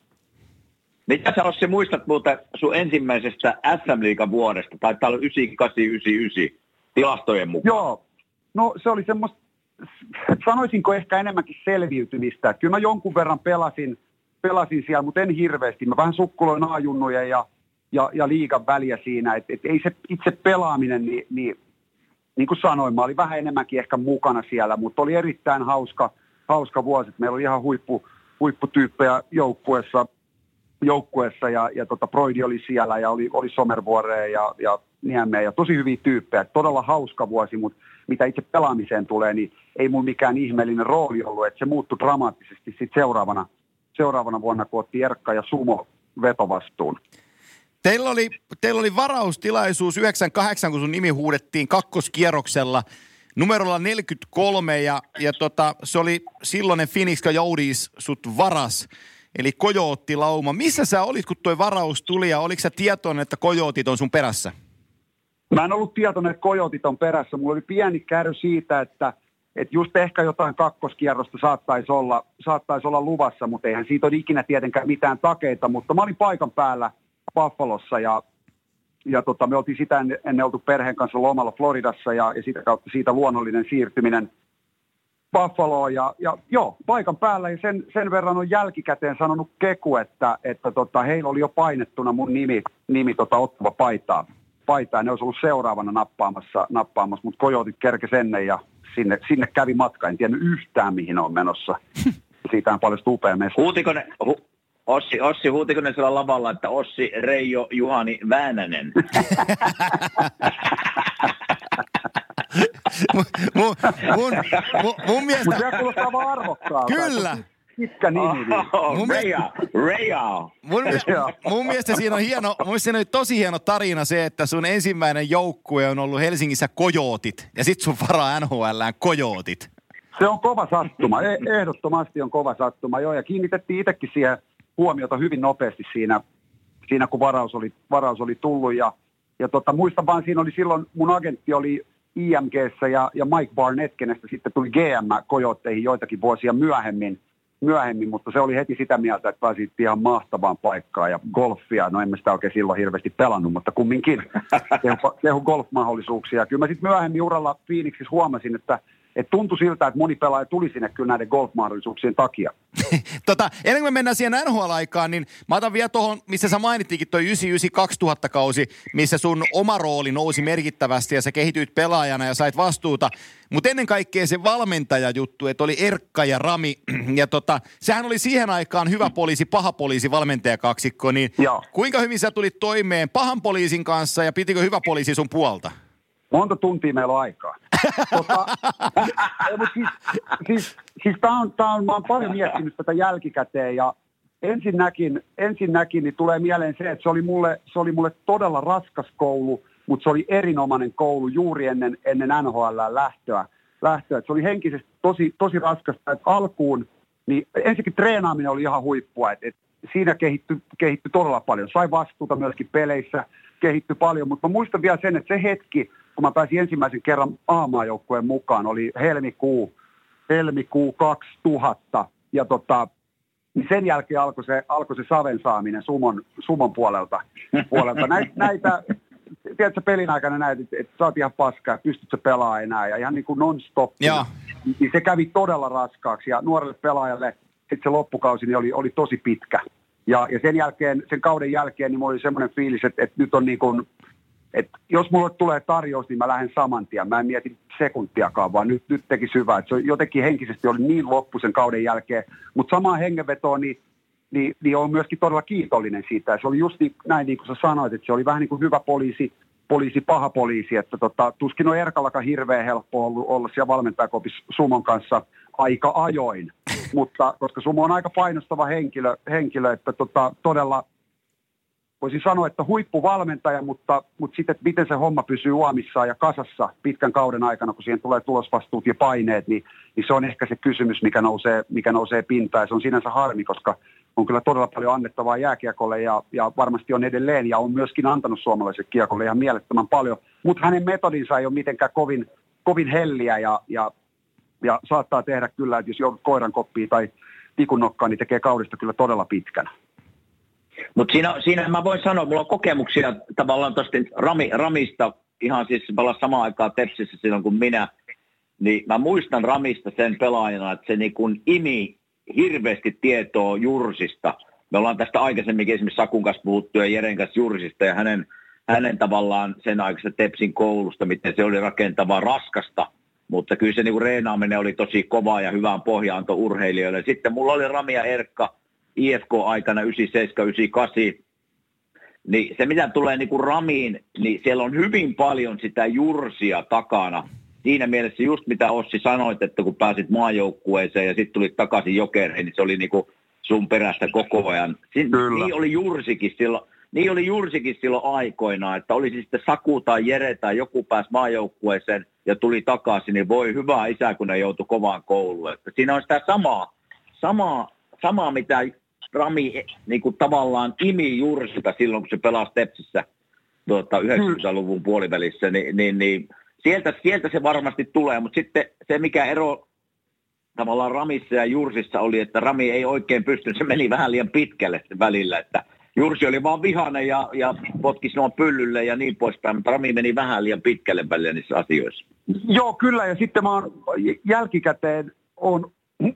Mitä sä Ossi muistat muuten sun ensimmäisestä S M-liigan vuodesta? Taitaa olla yhdeksänkymmentäkahdeksan yhdeksänkymmentäyhdeksän tilastojen mukaan. Joo, no se oli semmoista, sanoisinko ehkä enemmänkin selviytymistä. Kyllä mä jonkun verran pelasin, pelasin siellä, mutta en hirveästi. Mä vähän sukkuloin A-junnujen ja, ja, ja liigan väliä siinä. Et, et ei se itse pelaaminen, niin, niin, niin kuin sanoin, mä olin vähän enemmänkin ehkä mukana siellä, mutta oli erittäin hauska, hauska vuosi. Meillä oli ihan huippu, huipputyyppejä joukkueessa. joukkueessa ja, ja tota Broidi oli siellä ja oli, oli Somervuorea ja, ja Niemeä ja tosi hyviä tyyppejä. Todella hauska vuosi, mutta mitä itse pelaamiseen tulee, niin ei mun mikään ihmeellinen rooli ollut, että se muuttui dramaattisesti sitten seuraavana, seuraavana vuonna, kun otti Erkka ja Sumo vetovastuun. Teillä oli, teillä oli varaustilaisuus yhdeksänkymmentäkahdeksan, kun sun nimi huudettiin kakkoskierroksella numerolla neljäkymmentäkolme ja, ja tota, se oli silloinen Phoenix Coyotes sut varas. Eli Kojootti-lauma. Missä sä olit, kun toi varaus tuli ja oliko sä tietoinen, että Kojootit on sun perässä? Mä en ollut tietoinen, että Kojootit on perässä. Mulla oli pieni kärry siitä, että, että just ehkä jotain kakkoskierrosta saattaisi olla, saattaisi olla luvassa, mutta eihän siitä ole ikinä tietenkään mitään takeita. Mutta mä olin paikan päällä Buffalossa ja, ja tota, me oltiin sitä ennen, ennen oltu perheen kanssa lomalla Floridassa ja, ja sitä kautta siitä luonnollinen siirtyminen Buffaloa ja, ja joo, paikan päällä ja sen, sen verran on jälkikäteen sanonut Keku, että, että tota, heillä oli jo painettuna mun nimi, nimi tota, Ottava paitaa. Paitaa, ne olisi ollut seuraavana nappaamassa, nappaamassa mutta Kojootit kerkesi ennen ja sinne, sinne kävi matka. En tiennyt yhtään, mihin on menossa. Siitä on paljon upea mesta. Huutiko ne, hu, Ossi, Ossi, huutiko ne sillä lavalla, että Ossi, Reijo, Juhani, Väänänen? mun, mun, mun, mun, mun mielestä... Mutta se kuulostaa vaan arvokkaalta. Kyllä. Pitkä nimi. Oh, mun, Reija, Reija. Mun, mun mielestä siinä on hieno, mun mielestä siinä on tosi hieno tarina se, että sun ensimmäinen joukkue on ollut Helsingissä Kojootit ja sit sun varaa N H L:ään Kojootit. Se on kova sattuma. Ehdottomasti on kova sattuma. Joo, ja kiinnitettiin itsekin siihen huomiota hyvin nopeasti siinä, siinä kun varaus oli, varaus oli tullut. Ja, ja tota, muistan vaan, siinä oli silloin, mun agentti oli I M G:ssä ja, ja Mike Barnett, kenestä sitten tuli G M Kojotteihin joitakin vuosia myöhemmin, myöhemmin, mutta se oli heti sitä mieltä, että pääsit ihan mahtavaan paikkaan ja golfia. No emme sitä oikein silloin hirveästi pelannut, mutta kumminkin kehu, kehu golf-mahdollisuuksia. Kyllä mä sitten myöhemmin uralla Phoenixissa huomasin, että Et tuntui siltä, että moni pelaaja tuli sinne kyllä näiden golf-mahdollisuuksien takia. tota, ennen kuin me mennään siihen N H L-aikaan, niin mä otan vielä tuohon, missä sä mainittiinkin toi yhdeksänkymmentäyhdeksän kaksituhatta kausi, missä sun oma rooli nousi merkittävästi ja sä kehityit pelaajana ja sait vastuuta. Mutta ennen kaikkea se valmentajajuttu, että oli Erkka ja Rami, ja tota, sehän oli siihen aikaan hyvä poliisi, paha poliisi, valmentajakaksikko, niin Joo. Kuinka hyvin sä tulit toimeen pahan poliisin kanssa ja pitikö hyvä poliisi sun puolta? Monta tuntia meillä on aikaa. tota, siis, siis, siis tää on, tää on, mä oon paljon miettinyt tätä jälkikäteen ja ensinnäkin, ensinnäkin niin tulee mieleen se, että se oli mulle, se oli mulle todella raskas koulu, mutta se oli erinomainen koulu juuri ennen, ennen N H L lähtöä. lähtöä. Se oli henkisesti tosi, tosi raskasta, että alkuun, niin ensinnäkin treenaaminen oli ihan huippua, että, että siinä kehittyi, kehittyi todella paljon. Sai vastuuta myöskin peleissä, kehittyi paljon, mutta mä muistan vielä sen, että se hetki, kun mä pääsin ensimmäisen kerran A-maajoukkueen mukaan, oli helmikuu, helmikuu kaksituhatta, ja tota, niin sen jälkeen alkoi se, alkoi se saven saaminen Sumon, Sumon puolelta. puolelta. Näitä, näitä, tiedätkö pelin aikana näitä, että, että sä oot ihan paskaa, pystytkö pelaamaan enää, ja ihan niin kuin non-stop. Niin se kävi todella raskaaksi, ja nuorelle pelaajalle sitten se loppukausi niin oli, oli tosi pitkä. Ja, ja sen jälkeen, sen kauden jälkeen, niin mulla oli semmoinen fiilis, että, että nyt on niin kuin, että jos mulle tulee tarjous, niin mä lähden saman tien. Mä en mieti sekuntiakaan, vaan nyt, nyt tekisi hyvää. Että se jotenkin henkisesti oli niin loppu sen kauden jälkeen. Mutta samaan hengenvetoon, niin, niin, niin on myöskin todella kiitollinen siitä. Ja se oli just niin, näin niin kuin sä sanoit, että se oli vähän niin kuin hyvä poliisi, poliisi, paha poliisi. Että tota, tuskin on Erkallakaan hirveän helppo ollut olla siellä valmentajakopissa Sumon kanssa aika ajoin. Mutta koska Sumo on aika painostava henkilö, henkilö että tota, todella, voisin sanoa, että huippuvalmentaja, mutta, mutta sitten, että miten se homma pysyy uomissaan ja kasassa pitkän kauden aikana, kun siihen tulee tulosvastuut ja paineet, niin, niin se on ehkä se kysymys, mikä nousee, mikä nousee pintaan. Ja se on sinänsä harmi, koska on kyllä todella paljon annettavaa jääkiekolle ja, ja varmasti on edelleen ja on myöskin antanut suomalaiselle kiekolle ihan mielettömän paljon. Mutta hänen metodinsa ei ole mitenkään kovin, kovin helliä ja, ja, ja saattaa tehdä kyllä, että jos joudut koiran koppiin tai tikun nokkaan, niin tekee kaudesta kyllä todella pitkän. Mutta siinä, siinä mä voin sanoa, mulla on kokemuksia tavallaan tuosta Rami, Ramista, ihan siis palasi samaan aikaan Tepsissä silloin kuin minä, niin mä muistan Ramista sen pelaajana, että se niin kuin imi hirveästi tietoa Jursista. Me ollaan tästä aikaisemminkin esimerkiksi Sakun kanssa puhuttu ja Jeren kanssa Jursista ja hänen, hänen tavallaan sen aikaisesta Tepsin koulusta, miten se oli rakentavaa raskasta, mutta kyllä se niin kuin reenaaminen oli tosi kovaa ja hyvään pohjaan antoi urheilijoille. Sitten mulla oli Rami ja Erkka I F K-aikana yhdeksänkymmentäseitsemän yhdeksänkymmentäkahdeksan, niin se mitä tulee niin kuin Ramiin, niin siellä on hyvin paljon sitä Jursia takana. Siinä mielessä just mitä Ossi sanoit, että kun pääsit maajoukkueeseen ja sitten tulit takaisin Jokereihin, niin se oli niin kuin sun perästä koko ajan. Siin, niin oli Jursikin silloin, niin oli Jursikin silloin aikoinaan, että olisi sitten Saku tai Jere tai joku pääsi maajoukkueeseen ja tuli takaisin, niin voi hyvää isä, kun ne joutui kovaan kouluun. Että siinä on sitä samaa, samaa, samaa mitä Rami niin kuin tavallaan imi Jursilta silloin, kun se pelasi Tepsissä tuota, yhdeksänkymmentäluvun puolivälissä, niin, niin, niin sieltä, sieltä se varmasti tulee, mutta sitten se mikä ero tavallaan Ramissa ja Jursissa oli, että Rami ei oikein pystynyt, se meni vähän liian pitkälle välillä, että Jursi oli vaan vihainen ja, ja potki sinua pyllylle ja niin poispäin, mutta Rami meni vähän liian pitkälle välillä niissä asioissa. Joo, kyllä, ja sitten mä oon jälkikäteen on,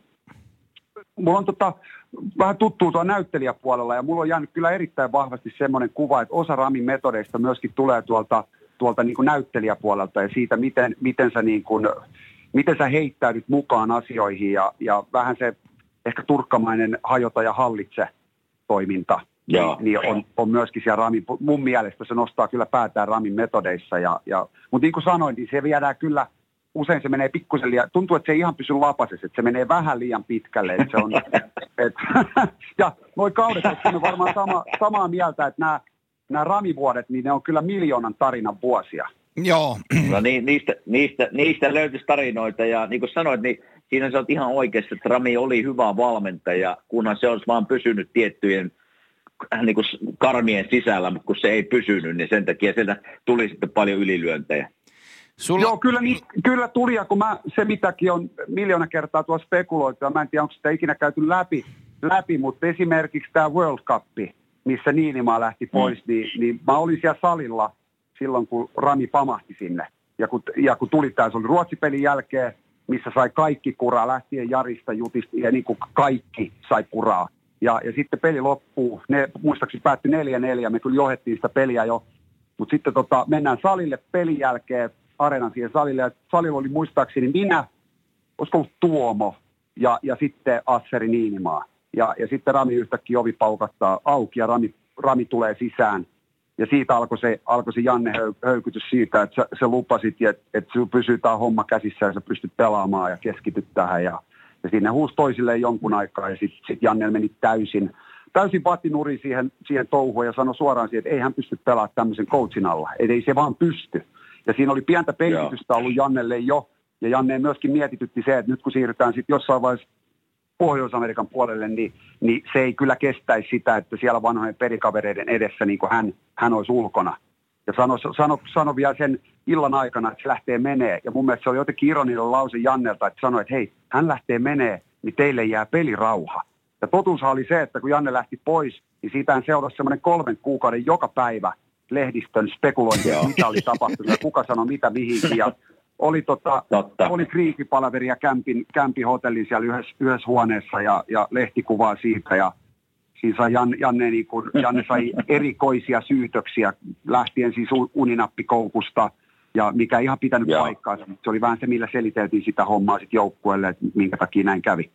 mulla on tota, vähän tuttuu tuo näyttelijäpuolella, ja mulla on jäänyt kyllä erittäin vahvasti semmoinen kuva, että osa Ramin metodeista myöskin tulee tuolta, tuolta niin kuin näyttelijäpuolelta, ja siitä, miten, miten, sä niin kuin, miten sä heittäydyt mukaan asioihin, ja, ja vähän se ehkä turkkamainen hajota ja hallitse toiminta. Joo, niin on, on myöskin siellä Ramin, mun mielestä se nostaa kyllä päätään Ramin metodeissa, ja, ja, mutta niin kuin sanoin, niin se viedään kyllä, usein se menee pikkusen liian, tuntuu, että se ei ihan pysy lapasessa, että se menee vähän liian pitkälle, että se on, et, ja noi kaudet on varmaan sama, samaa mieltä, että nämä, nämä Rami-vuodet, niin ne on kyllä miljoonan tarinan vuosia. Joo. No niin, niistä, niistä, niistä löytyisi tarinoita, ja niin kuin sanoit, niin siinä sä oot ihan oikeassa, että Rami oli hyvä valmentaja, kunhan se olisi vaan pysynyt tiettyjen niin kuin karmien sisällä, mutta kun se ei pysynyt, niin sen takia sieltä tuli sitten paljon ylilyöntejä. Sulla... Joo, kyllä, niin, kyllä tuli, ja kun mä, se mitäkin on miljoona kertaa tuossa spekuloitu, ja mä en tiedä, onko sitä ikinä käyty läpi, läpi mutta esimerkiksi tämä World Cup, missä Niinimaa lähti pois, mm. niin, niin mä olin siellä salilla silloin, kun Rami pamahti sinne, ja kun, ja kun tuli tämä, se oli Ruotsi-pelin jälkeen, missä sai kaikki kuraa, lähtien Jarista, Jutista, ja niin kuin kaikki sai kuraa. Ja, ja sitten peli loppuu, ne, muistaakseni päättyi neljä neljä, me kyllä johdettiin sitä peliä jo, mutta sitten tota, mennään salille pelin jälkeen, areenan siihen salille, ja salilla oli muistaakseni minä, olisiko ollut Tuomo, ja, ja sitten Asseri Niinimaa. Ja, ja sitten Rami yhtäkkiä ovi paukattaa auki, ja Rami, Rami tulee sisään, ja siitä alkoi se, alkoi se Janne höy, höykytys siitä, että sä, sä lupasit, että, että sun pysyy tää homma käsissä, ja sä pystyt pelaamaan, ja keskityt tähän, ja Ja siinä huusi toisilleen jonkun aikaa, ja sitten sit Jannel meni täysin, täysin vatinuri siihen, siihen touhuun ja sanoi suoraan siihen, että ei hän pysty pelaamaan tämmöisen coachin alla. Et ei se vaan pysty. Ja siinä oli pientä penkitystä ollut Jannelle jo, ja Janne myöskin mietitytti se, että nyt kun siirrytään sitten jossain vaiheessa Pohjois-Amerikan puolelle, niin, niin se ei kyllä kestäisi sitä, että siellä vanhojen perikavereiden edessä niin kuin hän, hän olisi ulkona. Ja sano, sano, sano vielä sen illan aikana, että se lähtee menee. Ja mun mielestä se oli jotenkin ironinen lause Jannelta, että sanoi, että hei, hän lähtee menee, niin teille jää pelirauha. Ja totuushan oli se, että kun Janne lähti pois, niin siitähän seurasi semmoinen kolmen kuukauden joka päivä lehdistön spekulointi, mitä oli tapahtunut ja kuka sanoi mitä mihinkin. Ja oli, tota, oli kriisipalaveri ja kämpin, kämpin hotelli siellä yhdessä, yhdessä huoneessa ja, ja lehtikuvaa siitä ja siinä sai Janne, Janne, niin kuin, Janne sai erikoisia syytöksiä lähtien siis uninappikoukusta ja mikä ei ihan pitänyt Joo. paikkaa. Se oli vähän se, millä seliteltiin sitä hommaa sitten joukkueelle, että minkä takia näin kävi.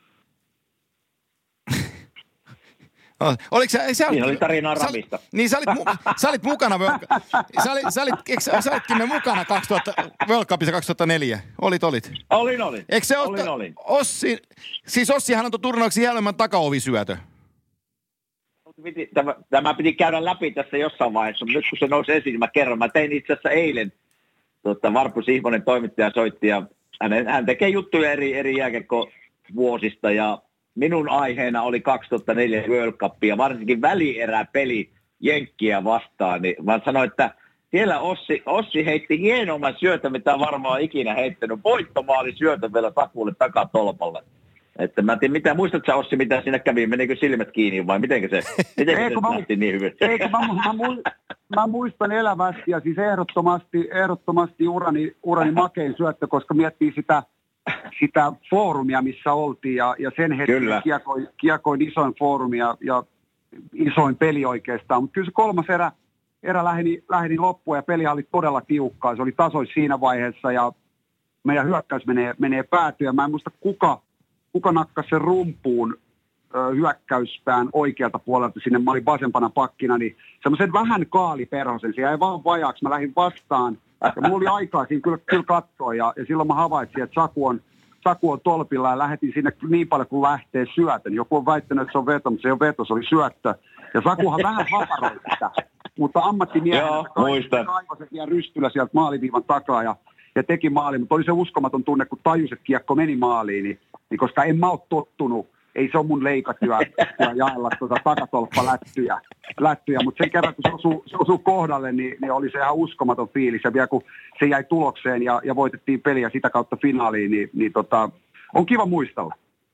Oliko sä, sä, Siinä oli tarinaa Ramista. Niin sä olit, mu, sä olit mukana, sä, olit, sä, olit, eikö, sä olitkin me mukana kaksituhatta, World Cupissa kaksituhattaneljä. Olit, olit. Olin, olin. Eikö se olin, olin. Ossi, siis Ossihan antoi turnauksen jälleen takaovisyötö. piti, tämä, tämä piti käydä läpi tässä jossain vaiheessa, mutta nyt kun se nousi esiin, niin mä kerron. Mä tein itse asiassa eilen, tota, Varpu Sihvonen toimittaja soitti, ja hän, hän tekee juttuja eri, eri jääkiekkovuosista, ja minun aiheena oli kaksituhattaneljä World Cup, ja varsinkin välieräpeli Jenkkiä vastaan, niin mä sanoin, että siellä Ossi, Ossi heitti hienomman syötön, mitä varmaan ikinä heittänyt. Voittomaali syötön vielä Sakulle takatolpalle. Että mä en tiedä, mitä, muistatko sä Ossi, mitä siinä kävi? Menikö silmät kiinni vai mitenkä se, mitenkä se nähti niin hyvin? Eikö, mä, mä, mä muistan elävästi ja siis ehdottomasti, ehdottomasti urani, urani makein syöttö, koska miettii sitä, sitä foorumia, missä oltiin ja, ja sen hetken kiekoin, kiekoin isoin foorumi ja, ja isoin peli oikeastaan. Mutta kyllä se kolmas erä, erä läheni, läheni loppua ja peli oli todella tiukkaa. Se oli tasois siinä vaiheessa ja meidän hyökkäys menee, menee päätyä. Mä en muista kuka, kuka nakkasi sen rumpuun ö, hyökkäyspään oikealta puolelta sinne. Mä olin vasempana pakkina, niin semmoisen vähän kaaliperhosen. Se jäi vaan vajaaksi. Mä lähdin vastaan ja mulla oli aikaa siinä kyllä, kyllä katsoa ja, ja silloin mä havaitsin, että Saku on Saku on tolpilla ja lähetin sinne niin paljon kuin lähtee syötön. Joku on väittänyt, että se on veto, mutta se ei ole veto, se oli syöttö. Ja Sakuhan vähän haparoi sitä, mutta ammattimiehenä kaivoi sen vielä rystyllä sieltä maaliviivan takaa ja, ja teki maali. Mutta oli se uskomaton tunne, kun tajus, että kiekko meni maaliin, niin, niin koska en mä ole tottunut, ei se ole mun leikatyö jaella tuota takatolppalättyjä, lättyjä, mutta sen kerran kun se osui, se osui kohdalle, niin, niin oli se ihan uskomaton fiilis. Ja vielä kun se jäi tulokseen ja, ja voitettiin peliä sitä kautta finaaliin, niin, niin tota, on kiva muistella.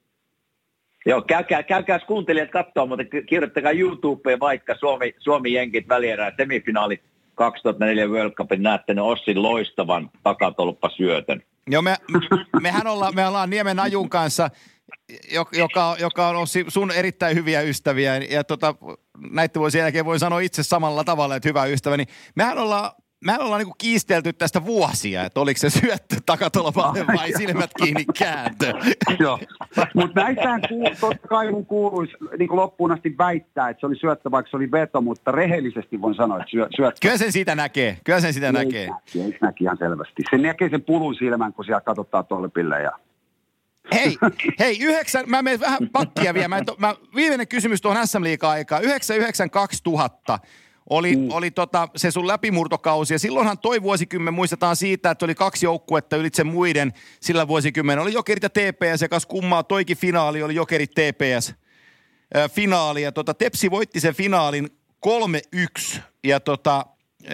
Joo, käykää, käykää kuuntelijat katsoa, mutta kirjoittakaa YouTubeen vaikka Suomi, Suomi-Jenkit välierää semifinaali kaksituhattaneljä World Cupin, näette ne Ossin loistavan takatolppasyötön. Joo, me, mehän ollaan, me ollaan Niemen Ajun kanssa, joka, joka on sun erittäin hyviä ystäviä, ja tota, näiden vuosien jälkeen voi sanoa itse samalla tavalla, että hyvä ystävä, niin mehän ollaan, mehän ollaan niinku kiistelty tästä vuosia, että oliko se syöttö takatolpalle vai silmät kiinni kääntö. Joo, mutta näistähän kuul- totta kai mun kuuluisi niin loppuun asti väittää, että se oli syöttö, vaikka se oli veto, mutta rehellisesti voin sanoa, että syö- syöttö. Kyllä sen sitä näkee, kyllä sen sitä näkee. Ei näki ihan selvästi. Se näkee sen pulun silmän, kun siellä katsotaan tolpille ja... Hei, hei, yhdeksän, mä menen vähän pakkia vielä. Mä, mä, viimeinen kysymys tuohon S M-liigan aikaan. yhdeksän yhdeksän kaksituhatta oli, mm. oli tota, se sun läpimurtokausi. Ja silloinhan toi vuosikymmen muistetaan siitä, että oli kaksi joukkuetta ylitse muiden sillä vuosikymmen. Oli Jokerit ja T P S ja kas kummaa toikin finaali oli Jokerit T P S äh, finaali. Ja tota, Tepsi voitti sen finaalin kolme yksi. Ja tota...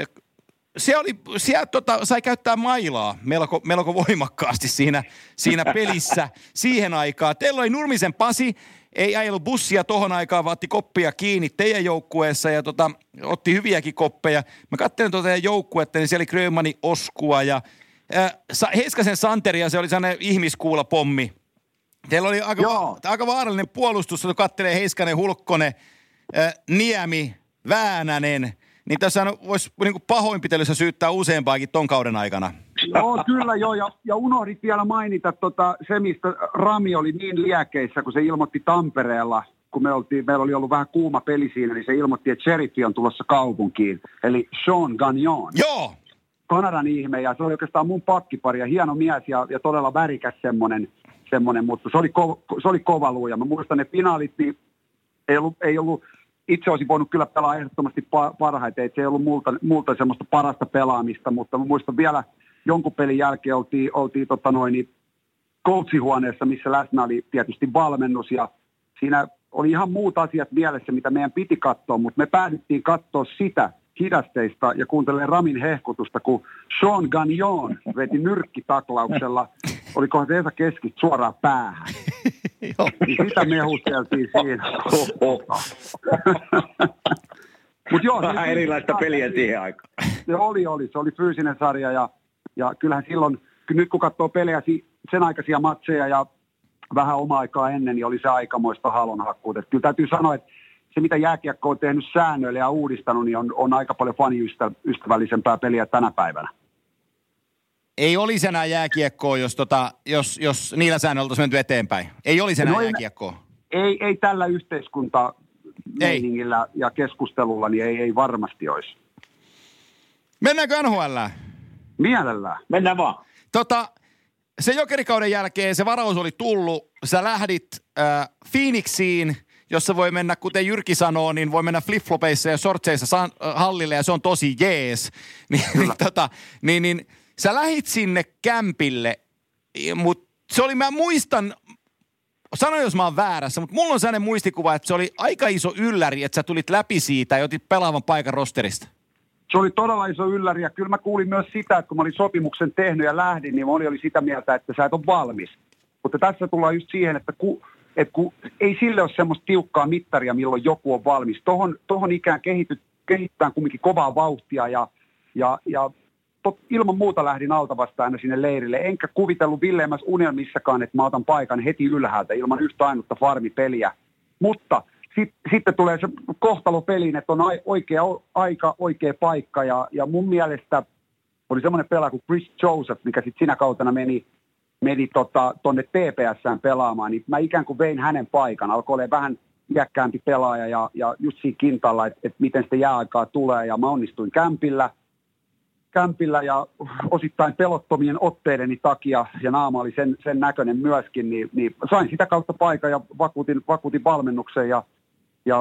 Se oli, siellä tota, sai käyttää mailaa melko, melko voimakkaasti siinä, siinä pelissä siihen aikaan. Teillä oli Nurmisen Pasi, ei ajellut bussia tohon aikaan, vaan otti koppia kiinni teidän joukkueessa ja tota, otti hyviäkin koppeja. Mä katselin tuota teidän joukkuetta, niin siellä oli Grönmani Oskua ja äh, Heiskasen Santeria, se oli sellainen ihmiskuulapommi. Teillä oli aika, va- aika vaarallinen puolustus, kun katselee Heiskanen, Hulkkonen, äh, Niemi, Väänänen. Niin tässä voisi niin pahoinpitelyssä syyttää useampaakin ton kauden aikana. Joo, kyllä joo. Ja, ja unohdit vielä mainita tota, se, mistä Rami oli niin liäkeissä, kun se ilmoitti Tampereella, kun me oltiin, meillä oli ollut vähän kuuma peli siinä, niin se ilmoitti, että Sheriffi on tulossa kaupunkiin. Eli Sean Gagnon. Joo! Kanadan ihme, ja se oli oikeastaan mun pakkipari, ja hieno mies, ja, ja todella värikäs semmoinen, semmoinen mutta se oli, ko, se oli kova luja. Mä muistan ne finaalit, niin ei ollut... Ei ollut itse olisin voinut kyllä pelaa ehdottomasti parhaiten, että se ei ollut multa, multa semmoista parasta pelaamista, mutta mä muistan vielä jonkun pelin jälkeen oltiin, oltiin tota noin, niin coachihuoneessa, missä läsnä oli tietysti valmennus ja siinä oli ihan muut asiat mielessä, mitä meidän piti katsoa, mutta me päädyttiin katsoa sitä hidasteista ja kuuntelee Ramin hehkutusta, kun Sean Gagnon veti nyrkkitaklauksella, olikohan se Esa keskistä suoraan päähän. Niin sitä mehusteltiin siinä. Mut joo, vähän se, erilaista peliä siihen aikaan. Se oli, oli. Se oli fyysinen sarja ja, ja kyllähän silloin, nyt kun katsoo pelejä, sen aikaisia matseja ja vähän omaa aikaa ennen, niin oli se aikamoista halonhakkuut. Kyllä täytyy sanoa, että se mitä jääkiekko on tehnyt säännöillä ja uudistanut, niin on, on aika paljon faniystävällisempää peliä tänä päivänä. Ei olisi enää jääkiekkoa, jos, tota, jos, jos niillä säännöillä olisi menty eteenpäin. Ei olisi enää no jääkiekkoa. Ei, ei tällä yhteiskuntameiningillä ja keskustelulla, niin ei, ei varmasti olisi. Mennäänkö N H L:ään? Mielellään. Mennään vaan. Tota, se Jokerikauden jälkeen se varaus oli tullut. Sä lähdit äh, Phoenixiin jossa voi mennä, kuten Jyrki sanoo, niin voi mennä flip-flopeissa ja shortseissa hallille ja se on tosi jees. Niin, niin, tota, niin, niin sä lähit sinne kämpille, mutta se oli, mä muistan, sano jos mä oon väärässä, mutta mulla on sellainen muistikuva, että se oli aika iso ylläri, että sä tulit läpi siitä ja otit pelaavan paikan rosterista. Se oli todella iso ylläri ja kyllä mä kuulin myös sitä, että kun mä olin sopimuksen tehnyt ja lähdin, niin moni oli sitä mieltä, että sä et ole valmis. Mutta tässä tullaan just siihen, että, ku, että ku, ei sille ole semmoista tiukkaa mittaria, milloin joku on valmis. Tohon, tohon ikään kehity, kehittää kumminkin kovaa vauhtia ja, ja, ja tot, ilman muuta lähdin alta vastaan aina sinne leirille. Enkä kuvitellut villeimmässä unelmissakaan, että mä otan paikan heti ylhäältä ilman yhtä ainutta farmipeliä. Mutta sitten, sitten tulee se kohtalopeliin, että on oikea aika, oikea paikka ja, ja mun mielestä oli semmoinen pelaaja kuin Chris Joseph, mikä sitten sinä kautena meni meni tota, tonne T P S:ään pelaamaan, niin mä ikään kuin vein hänen paikan. Alkoi olla vähän iäkkäämpi pelaaja ja, ja just siinä kintalla, että et miten sitä jääaikaa tulee. Ja mä onnistuin kämpillä, kämpillä ja osittain pelottomien otteideni takia, ja naama oli sen, sen näköinen myöskin, niin, niin sain sitä kautta paikan ja vakuutin, vakuutin valmennuksen. Ja, ja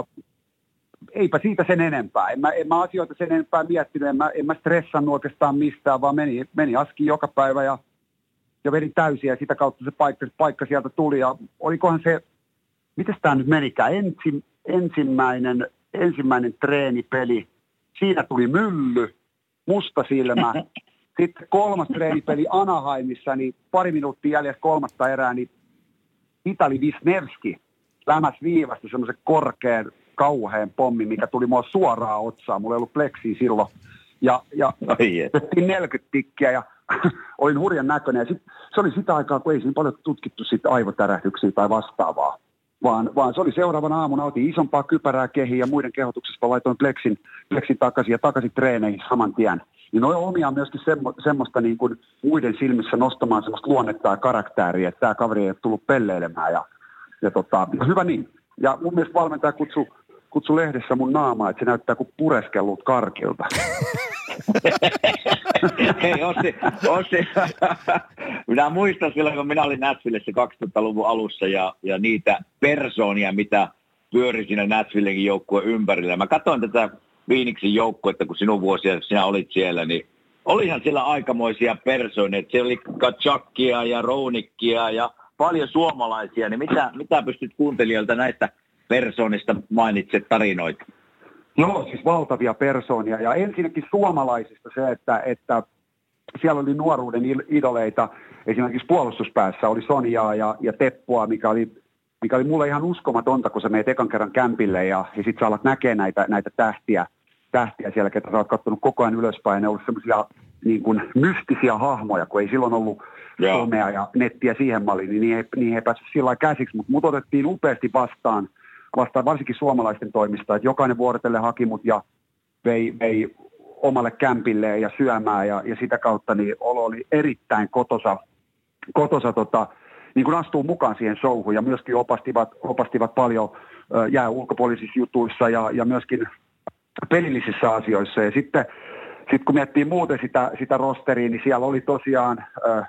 eipä siitä sen enempää. En mä, en mä asioita sen enempää miettinyt, en mä, en mä stressannut oikeastaan mistään, vaan meni, meni askiin joka päivä ja ja vedin täysiä ja sitä kautta se paikka, paikka sieltä tuli. Ja olikohan se, mitäs tämä nyt menikään, Ensi, ensimmäinen, ensimmäinen treenipeli, siinä tuli mylly, musta silmä. Sitten kolmas treenipeli Anaheimissa, niin pari minuuttia jäljessä kolmatta erää, niin Vitali Wisniewski lämäs viivasta semmoisen korkean, kauheen pommi, mikä tuli mua suoraan otsaan. Mulla ei ollut pleksiä silloin. Ja, ja tehtiin neljäkymmentä tikkiä ja olin hurjan näköinen. Ja sit, se oli sitä aikaa, kun ei siinä paljon tutkittu sit aivotärähdyksiä tai vastaavaa. Vaan, vaan se oli seuraavana aamuna, otin isompaa kypärää kehiin ja muiden kehotuksesta laitoin pleksin, pleksin takaisin ja takaisin treeneihin saman tien. Niin ne on omiaan myöskin semmo, semmoista niin kuin muiden silmissä nostamaan semmoista luonnetta ja karaktääriä, että tämä kaveri ei ole tullut pelleilemään. Ja, ja tota, hyvä niin. Ja mun mielestä valmentaja kutsui kutsu lehdessä mun naamaa, että se näyttää kuin pureskellut karkilta. Hei Ossi, Ossi. Minä muistan silloin, kun minä olin Nashvillessä kaksituhattaluvun alussa ja, ja niitä persoonia, mitä pyöri siinä Nashvillekin joukkueen ympärillä. Mä katsoin tätä Phoenixin joukkuetta, kun sinun vuosia sinä olit siellä, niin olihan siellä aikamoisia persoonia. Siellä oli Kachakia ja Rounikkia ja paljon suomalaisia. Niin mitä, mitä pystyt kuuntelijoilta näistä persoonista mainitset tarinoita? Joo, siis valtavia persoonia. Ja ensinnäkin suomalaisista se, että, että siellä oli nuoruuden idoleita. Esimerkiksi puolustuspäässä oli Sonjaa ja, ja Teppua, mikä oli, mikä oli mulle ihan uskomatonta, kun sä meet ekan kerran kämpille ja, ja sit sä alat näkee näitä, näitä tähtiä, tähtiä siellä, ketä sä oot kattonut koko ajan ylöspäin. Ne on ollut semmoisia niin kuin mystisiä hahmoja, kun ei silloin ollut Joo. somea ja nettiä siihen malliin, niin niihin ei, niihin ei päässyt sillä lailla käsiksi, mutta mut otettiin upeasti vastaan. vastaan varsinkin suomalaisten toimista, että jokainen vuorotelle haki mut ja vei, vei omalle kämpille ja syömään ja, ja sitä kautta niin olo oli erittäin kotosa, kotosa tota, niin kuin astuu mukaan siihen showhun ja myöskin opastivat, opastivat paljon ö, jää ulkopuolisissa jutuissa ja, ja myöskin pelillisissä asioissa ja sitten sit kun miettii muuten sitä, sitä rosteria, niin siellä oli tosiaan ö,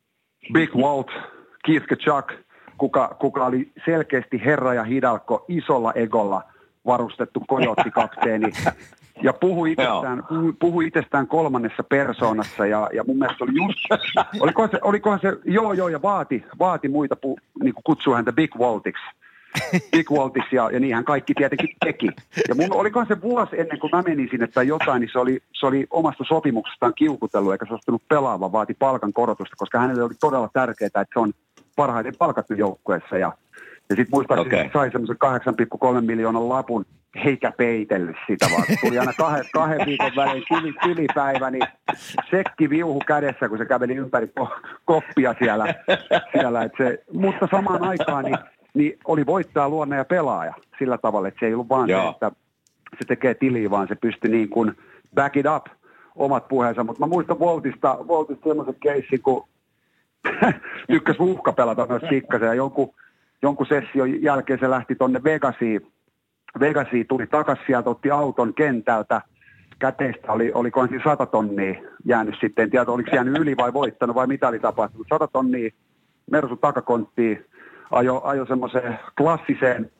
Big Walt, Keith Tkachuk, Kuka, kuka oli selkeästi herra ja hidalko, isolla egolla varustettu kojoottikapteeni ja puhui itsestään, puhui, puhui itsestään kolmannessa persoonassa ja, ja mun mielestä oli just, olikohan se, olikohan se joo joo ja vaati, vaati muita pu, niin kuin kutsua häntä Big Waltiksi. Big Waltiksi ja, ja niin hän kaikki tietenkin teki. Ja mun olikohan se vuosi ennen kuin mä menin sinne tai jotain, niin se oli, se oli omasta sopimuksestaan kiukutellut eikä suostunut pelaamaan, vaati palkan korotusta, koska hänelle oli todella tärkeää, että se on parhaiten palkattu joukkueessa ja, ja sitten muistaakseni okay. sai semmoisen kahdeksan pilkku kolme miljoonan lapun, eikä peitellyt sitä, vaan tuli aina kahden, kahden viikon välein tili, tilipäivä, niin sekki viuhu kädessä, kun se käveli ympäri koppia siellä. siellä että se, mutta samaan aikaan niin, niin oli voittaja, luonne ja pelaaja sillä tavalla, että se ei ollut vaan Joo. se, että se tekee tiliä, vaan se pystyi niin kuin back it up omat puheensa, mutta mä muistan Voltista, Voltista semmoisen keissin, kun tykkäsi uhka pelata myös pikkasen ja jonkun, jonkun session jälkeen se lähti tonne Vegasiin. Vegasiin tuli takaisin sieltä, otti auton kentältä. Käteistä oli, olikohan siinä sata tonnia jäänyt sitten. En tiedä, oliko jäänyt yli vai voittanut vai mitä oli tapahtunut. Sata tonnia Mersu takakonttiin ajo, ajo semmoiseen klassiseen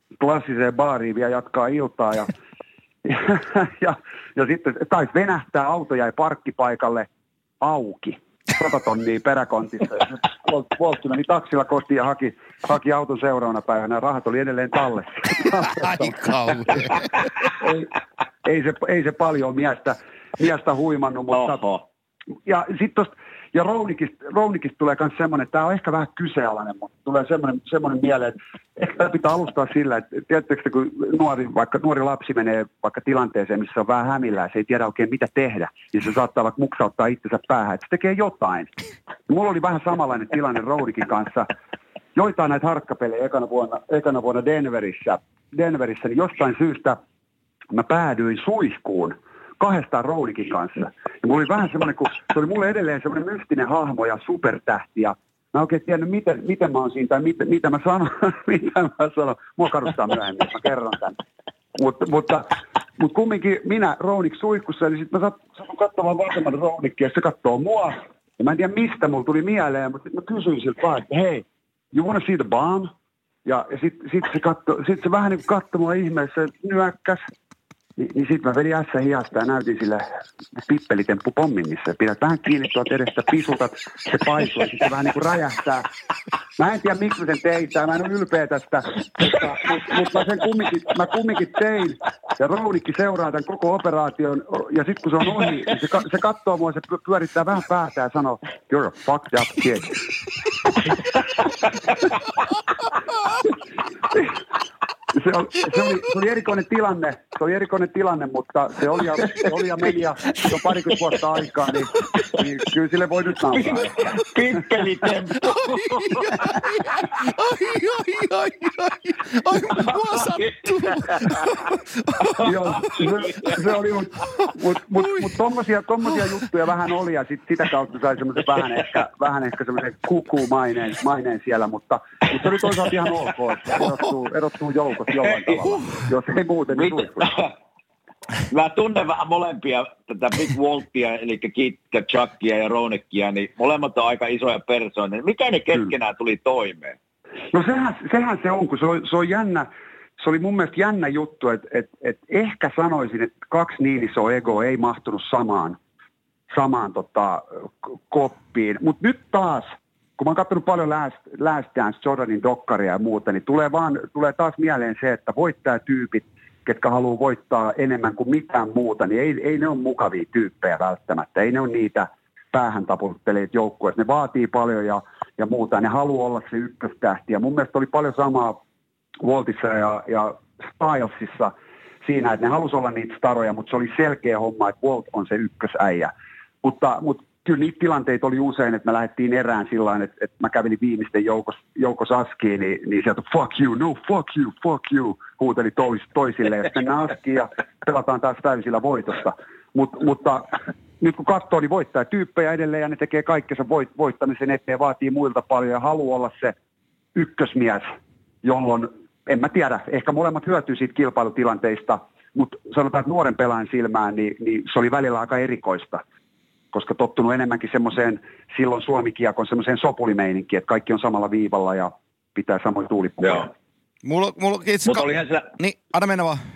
klassiseen baariin vielä jatkaa iltaa ja, ja, ja, ja sitten taisi venähtää, auto jäi parkkipaikalle auki. Sata tonnia peräkontissa. Voltti meni taksilla kotiin ja haki, haki auton seuraavana päivänä. Rahat oli edelleen tallessa. Ai kauhean. ei, ei, se, ei se paljon miestä, miestä huimannut, mutta... Oho. Ja sitten tosta, ja Rounikista, Rounikista tulee myös semmoinen, että tämä on ehkä vähän kyseenalainen, mutta tulee semmoinen, semmoinen mieleen, että ehkä tämä pitää alustaa sillä, että tiedättekö, kun nuori, vaikka nuori lapsi menee vaikka tilanteeseen, missä on vähän hämillään, se ei tiedä oikein mitä tehdä, niin se saattaa vaikka muksauttaa itsensä päähän, että se tekee jotain. Ja mulla oli vähän samanlainen tilanne Rounikin kanssa. Joitain näitä harkkapelejä ekana vuonna, ekana vuonna Denverissä, Denverissä, niin jostain syystä mä päädyin suihkuun kahdestaan Rounikin kanssa. Ja mulla oli vähän semmoinen, kun se oli mulle edelleen semmoinen mystinen hahmo ja supertähti. Ja mä oikein tiennyt, miten, miten mä oon siinä tai mit, mitä mä sanon. mitä mä sanon. Mua kaduttaa myöhemmin, mä kerron tämän. Mut, mutta, mutta kumminkin minä Rounik suihkussa, eli sitten mä satun katsomaan vasemman Rounikkia ja se katsoo mua. Ja mä en tiedä mistä mulla tuli mieleen, mutta sitten mä kysyin siltä vaan, että hei, you wanna see the bomb? Ja, ja sitten sit se, sit se vähän niin kuin katsoi mua ihmeessä, nyökkäs. Ni, niin sitten mä vedin ässä hiasta ja näytin sille pippelitemppu pommin, missä pidät vähän kiinni tuolta edestä, pisutat, se paisuu ja sitten vähän niin kuin räjähtää. Mä en tiedä, miksi mä sen tein, mä en ole ylpeä tästä, mutta, mutta, mutta mä sen kumminkin, mä kumminkin tein. Ja Rounikki seuraa tämän koko operaation ja sitten kun se on ohi, niin se, se katsoo mua, se pyörittää vähän päätä ja sanoo, you're a fucked up kid. Se oli, se, oli, se oli erikoinen tilanne, se oli erikoinen tilanne, mutta se oli ja, se oli ja meni ja jo parikymmentä vuotta aikaa, niin, niin kyllä sille voi nyt nauraa. Pippelitemppu. Ai, ai, ai, ai, ai, mua sattuu. Joo, se, se oli, mutta mut, mut, mut tommosia, tommosia juttuja vähän oli ja sit sitä kautta sai semmoisen vähän ehkä, vähän ehkä semmoisen kuku-maineen maineen siellä, mutta, mutta se oli toisaalta ihan ok, että erottuu, erottuu joukot jollain tavalla, jos ei muuten niin suihkuissa. Mä tunnen vähän molempia, tätä Big Waltia, eli Kittä, Chuckia ja Rounikkia, niin molemmat on aika isoja persoonia. Mitä ne keskenään tuli toimeen? No sehän, sehän se on, kun se on, se on jännä, se oli mun mielestä jännä juttu, että et, et ehkä sanoisin, että kaksi niin isoa egoa ei mahtunut samaan, samaan tota, koppiin. Mutta nyt taas, kun mä oon katsonut paljon Last, Last Dance, Jordanin dokkaria ja muuta, niin tulee, vaan, tulee taas mieleen se, että voittajatyypit, ketkä haluaa voittaa enemmän kuin mitään muuta, niin ei, ei ne ole mukavia tyyppejä välttämättä. Ei ne ole niitä päähän taputteleita joukkueita. Ne vaatii paljon ja, ja muuta. Ne haluaa olla se ykköstähti. Ja mun mielestä oli paljon samaa Waltissa ja, ja Stylesissa siinä, että ne halusi olla niitä staroja, mutta se oli selkeä homma, että Walt on se ykkösäijä. Mutta, mutta kyllä niitä tilanteita oli usein, että me lähdettiin erään sillä tavalla, että, että mä kävelin viimeisten joukos, joukos askiin, niin, niin sieltä fuck you, no fuck you, fuck you, huuteli tois, toisille, ja sitten mennään askiin ja pelataan taas täysillä voitosta. Mut, mutta nyt kun katsoo, niin voittaa tyyppejä edelleen, ja ne tekee kaikkensa voit, voittamisen eteen, vaatii muilta paljon, ja haluaa olla se ykkösmies, jolloin, en mä tiedä, ehkä molemmat hyötyy siitä kilpailutilanteista, mutta sanotaan, että nuoren pelaajan silmään, niin, niin se oli välillä aika erikoista. Koska tottunut enemmänkin semmoiseen silloin Suomi-kiekon semmoiseen sopulimeininkiin, että kaikki on samalla viivalla ja pitää samoin tuulipukeja. Joo. Mulla, mulla itse... Mutta olihan siellä... Niin, anna mennä vaan.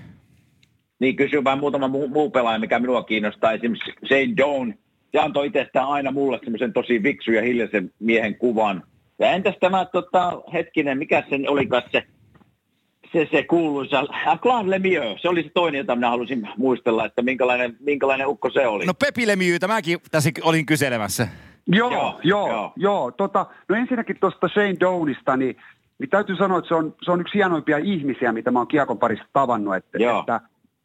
Niin, kysyn vain muutama muu, muu pelaaja, mikä minua kiinnostaa. Esimerkiksi Shane Doan, se antoi itsestään aina mulle semmoisen tosi viksu ja hiljaisen miehen kuvan. Ja entäs tämä tota, hetkinen, mikä sen olikaan se... Se, se kuuluisa, Claude Lemieux, se oli se toinen, jota minä halusin muistella, että minkälainen, minkälainen ukko se oli. No Pepi Lemieuxtä mäkin tässä olin kyselemässä. Joo, joo, joo. joo. joo tota, no ensinnäkin tuosta Shane Doanista, niin, niin täytyy sanoa, että se on, se on yksi hienoimpia ihmisiä, mitä mä oon kiekon parissa tavannut, että, että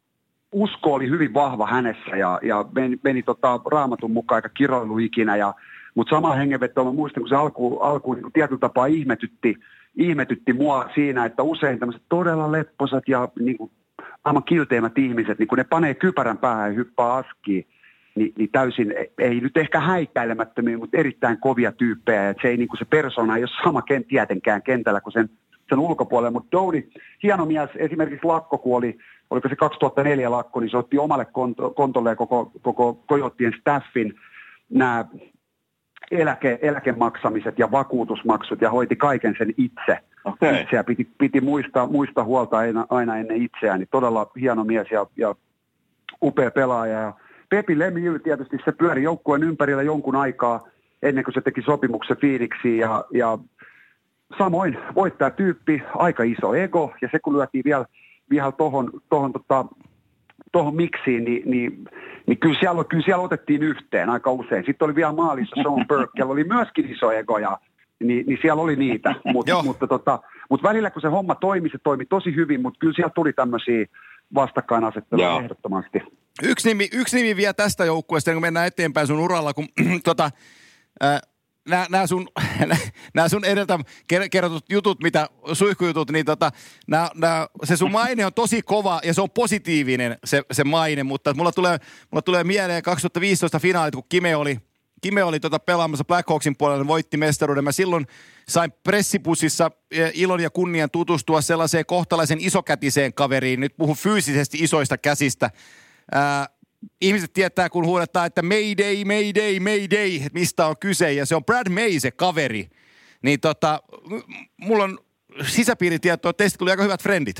usko oli hyvin vahva hänessä ja, ja meni, meni tota, Raamatun mukaan aika kiroilu ikinä, ja, mutta sama hengenveto, mä muistan, kun se alkuun alku, niin tietyllä tapaa ihmetytti, ihmetytti mua siinä, että usein tämmöiset todella lepposat ja niin kuin, aivan kilteimmät ihmiset, niin kun ne panee kypärän päähän ja hyppää askiin, niin, niin täysin, ei nyt ehkä häikäilemättömiä, mutta erittäin kovia tyyppejä. Että se ei niin kuin se persona ei ole sama kent, tietenkään kentällä kuin sen, sen ulkopuolella. Mutta Doudi, hieno mies, esimerkiksi lakko, kun oli, oliko se kaksituhattaneljä lakko, niin se otti omalle konto, kontolle koko, koko Coyottien staffin nämä Eläke, eläkemaksamiset ja vakuutusmaksut ja hoiti kaiken sen itse. Okay. itseä. Piti, piti muistaa, muistaa huolta aina, aina ennen itseään. Niin todella hieno mies ja, ja upea pelaaja. Ja Pepi Lemieux tietysti se pyöri joukkueen ympärillä jonkun aikaa ennen kuin se teki sopimuksen Phoenixiin. Ja, ja samoin voittaja tyyppi, aika iso ego. Ja se kun lyötiin vielä, vielä tohon, tohon tota, tuohon miksiin, niin, niin, niin kyllä, siellä, kyllä siellä otettiin yhteen aika usein. Sitten oli vielä maalissa Sean Burke, jolla oli myöskin iso ego, ja, niin, niin siellä oli niitä. Mut, mutta, tota, mutta välillä kun se homma toimi, se toimi tosi hyvin, mutta kyllä siellä tuli tämmöisiä vastakkainasetteluja ehdottomasti. Yksi nimi, yksi nimi vielä tästä joukkueesta, kun mennään eteenpäin sun uralla, kun tota, äh, Nämä sun, nää sun edeltä kerrotut jutut, mitä suihkujutut, niin tota, nää, nää, se sun maine on tosi kova ja se on positiivinen se, se maine, mutta mulla tulee, mulla tulee mieleen kaksituhattaviisitoista finaalit, kun Kime oli, Kime oli tota pelaamassa Blackhawksin puolella, voitti mestaruuden. Mä silloin sain pressipussissa ilon ja kunnian tutustua sellaiseen kohtalaisen isokätiseen kaveriin, nyt puhun fyysisesti isoista käsistä. Ää, Ihmiset tietää, kun huudetaan, että Mayday, Mayday, Mayday, että mistä on kyse. Ja se on Brad May, se kaveri. Niin tota, mulla on sisäpiiritietoa, että teistä tuli aika hyvät frendit.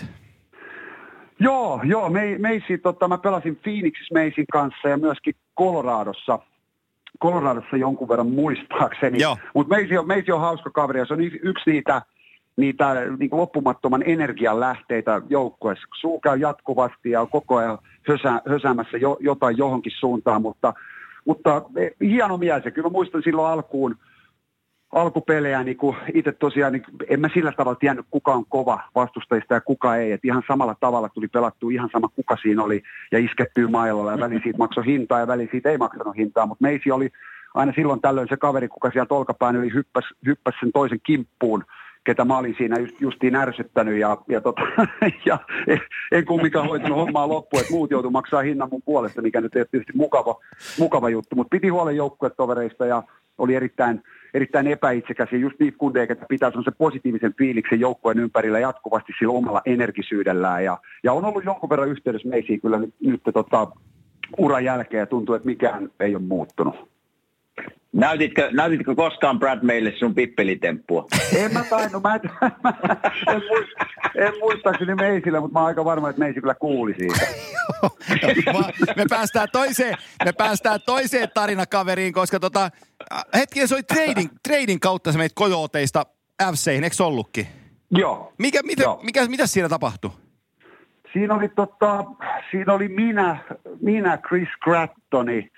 Joo, joo. Meisi, tota, mä pelasin Phoenixissa Meisin kanssa ja myöskin Coloradossa. Coloradossa jonkun verran muistaakseni. Mutta Meisi on, Meisi on hauska kaveri ja se on yksi niitä, niitä niin kuin loppumattoman energian lähteitä joukkueessa. Suu käy jatkuvasti ja on koko ajan hösä, hösäämässä jo, jotain johonkin suuntaan, mutta, mutta hieno mies. Ja kyllä mä muistan silloin alkuun, alkupelejä, niin kuin itse tosiaan, niin en mä sillä tavalla tiennyt, kuka on kova vastustajista ja kuka ei. Et ihan samalla tavalla tuli pelattua ihan sama, kuka siinä oli ja iskettyy mailalla ja väliin siitä maksoi hintaa ja väliin siitä ei maksanut hintaa, mutta Meisi oli aina silloin tällöin se kaveri, kuka sieltä olkapään yli hyppäsi, hyppäsi sen toisen kimppuun, ketä mä olin siinä just, justiin ärsyttänyt ja, ja, tota, ja en, en kumminkaan hoitanut hommaa loppuun, että muut joutuu maksaa hinnan mun puolesta, mikä nyt ei ole tietysti mukava, mukava juttu, mutta piti huolen joukkuetovereista ja oli erittäin, erittäin epäitsekäs ja just niitä kundeja, että pitää se positiivisen fiiliksen joukkueen ympärillä jatkuvasti sillä omalla energisyydellään ja, ja on ollut jonkun verran yhteydessä Meisiin kyllä nyt, nyt tota, uran jälkeen ja tuntuu, että mikään ei ole muuttunut. Näytitkö, näytitkö koskaan Brad Maylle sun pippelitemppua? En mä tainnut, mä, en, mä en, muista, en muistaakseni Meisillä, mutta mä oon aika varma, että Meisi kyllä kuuli siitä. me, päästään toiseen, me päästään toiseen tarinakaveriin, koska tota, hetken se oli trading, trading kautta se meitä Coyoteista F C:hin, eikö ollutkin? Joo. Mikä, mitä, Joo. Mikä, mitä siinä tapahtui? Siinä oli, tota, siinä oli minä, minä Chris Grattoni,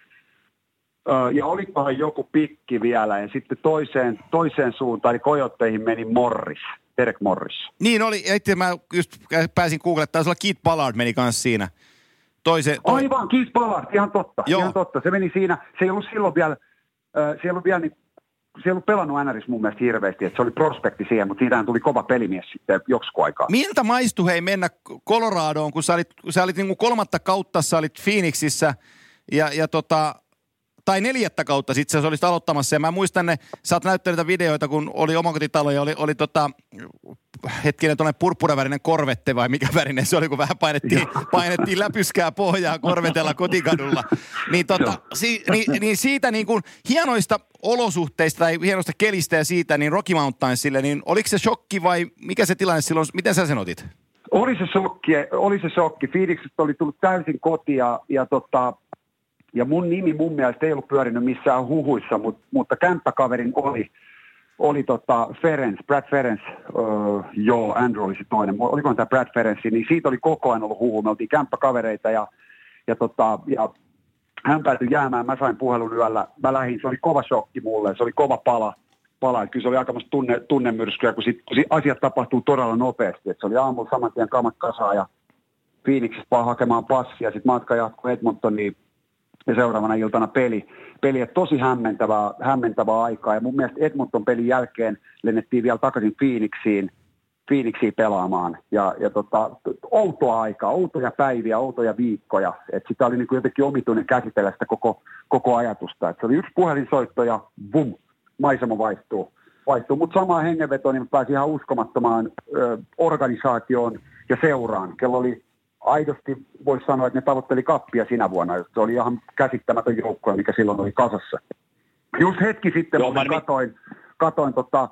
ja olikohan joku pikki vielä, ja sitten toiseen, toiseen suuntaan, eli Coyoteihin meni Morris, Derek Morris. Niin oli, ja mä just pääsin googlettamaan, taisi olla Keith Ballard meni kanssa siinä. Toise, toi... Aivan, Keith Ballard, ihan totta, Joo. ihan totta. Se meni siinä, se ei ollut silloin vielä, äh, se ei ollut vielä niin, se ei ollut pelannut N R:ssä mun mielestä hirveästi, että se oli prospekti siihen, mutta siitähän tuli kova pelimies sitten joksikin aikaa. Miltä maistui hei mennä Coloradoon, kun sä olit, sä olit niin kuin kolmatta kautta, sä olit Phoenixissä, ja, ja tota... tai neljättä kautta sitten sä olisit aloittamassa. Ja mä muistan ne, sä oot näyttänyt niitä videoita, kun oli omakotitalo ja oli, oli tota, hetkinen tuollainen purppuravärinen korvette vai mikä värinen se oli, kun vähän painettiin, painettiin läpyskää pohjaa korvetella kotikadulla. Niin, tota, si, niin, niin siitä niin kuin hienoista olosuhteista tai hienoista kelistä ja siitä, niin Rocky Mountainsille, niin oliko se shokki vai mikä se tilanne silloin, miten sä sen otit? Oli se shokki, oli se shokki. Phoenixista oli tullut täysin kotia ja tota... Ja mun nimi mun mielestä ei ollut pyörinyt missään huhuissa, mutta, mutta kämppäkaverin oli, oli tota Ferenc, Brad Ferenc, öö, joo, Andrew oli se toinen, olikohan tämä Brad Ferenc, niin siitä oli koko ajan ollut huhu. Me oltiin kämppäkavereita ja, ja, tota, ja hän päätyi jäämään, mä sain puhelun yöllä, mä lähdin, se oli kova shokki mulle, se oli kova pala, pala. Kyllä se oli aikamoista tunne, tunnemyrskyä, kun, sit, kun sit asiat tapahtuu todella nopeasti, että se oli aamulla saman tien kamat kasaan ja Phoenixista vaan hakemaan passia, sitten matka jatkui Edmontoniin. Ja seuraavana iltana peli. Peli on tosi hämmentävää, hämmentävää aikaa. Ja mun mielestä Edmonton pelin jälkeen lennettiin vielä takaisin Phoenixiin, Phoenixiin pelaamaan. Ja, ja tota, outoa aikaa, outoja päiviä, outoja viikkoja. Et sitä oli niin kuin jotenkin omituinen käsitellä sitä koko, koko ajatusta. Et se oli yksi puhelinsoitto ja bum, maisema vaihtuu. vaihtuu. Mutta samaan hengenvetoon niin pääsin ihan uskomattomaan ö, organisaatioon ja seuraan. Kello oli... Aidosti voisi sanoa, että ne tavoitteli kappia sinä vuonna. Se oli ihan käsittämätön joukko, mikä silloin oli kasassa. Just hetki sitten, kun katoin, katoin tota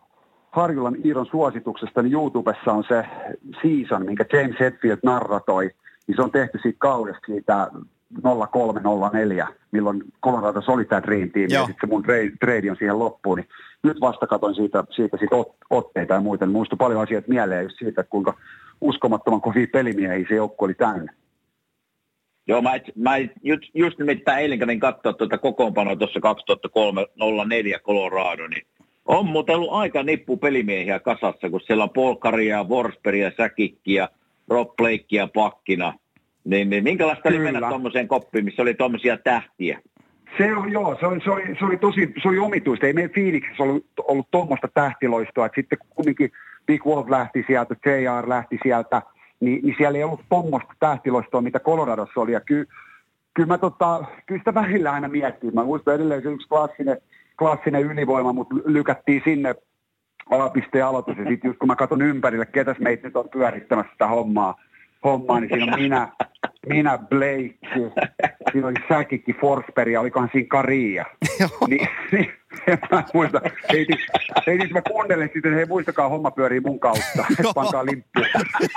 Harjulan Iiron suosituksesta, niin YouTubessa on se season, minkä James Hetfield narratoi, niin se on tehty siitä kaudesta siitä nolla kolme nolla neljä, milloin Coloradossa oli tämä Dream Team, ja sitten se mun trade on siihen loppuun, niin nyt vasta katsoin siitä, siitä sit ot, otteita ja muita, niin muistui paljon asioita mieleen just siitä, että kuinka uskomattoman kovia pelimiehiä se joukko oli täynnä. Joo, mä, et, mä et, just, just nimittäin eilen kävin katsoa tuota kokoonpanoa tuossa kaksituhattakolme nolla neljä Colorado, niin on muuten ollut aika nippu pelimiehiä kasassa, kun siellä on Paul Kariaa, Forsbergia, Säkikkiä, Rob Blakea pakkina. Niin, niin minkälaista oli mennä tuommoiseen koppiin, missä oli tuommoisia tähtiä? Se on, joo, se oli, se oli, se oli tosi, se oli omituista. Ei meidän Phoenixissa ollut, ollut tuommoista tähtiloistoa, että sitten kumminkin Big Wolf lähti sieltä, J R lähti sieltä, niin, niin siellä ei ollut tuommoista tähtiloistoa, mitä Coloradossa oli. Ja ky, kyllä, mä, tota, kyllä sitä välillä aina miettii. Mä muistan edelleen se yksi klassinen, klassinen ylivoima, mutta lykättiin sinne A-pisteen aloitus. Ja sitten just kun mä katson ympärille, ketäs meitä nyt on pyörittämässä sitä hommaa, hommaa niin siinä on minä, minä Blake, siinä oli Säkikki, Forsberg ja olikohan siinä Karia. Niin, niin mä muistan, heitin, heitin mä kuunnellen sitten, hei muistakaa, homma pyörii mun kautta, että pankaa limppuja.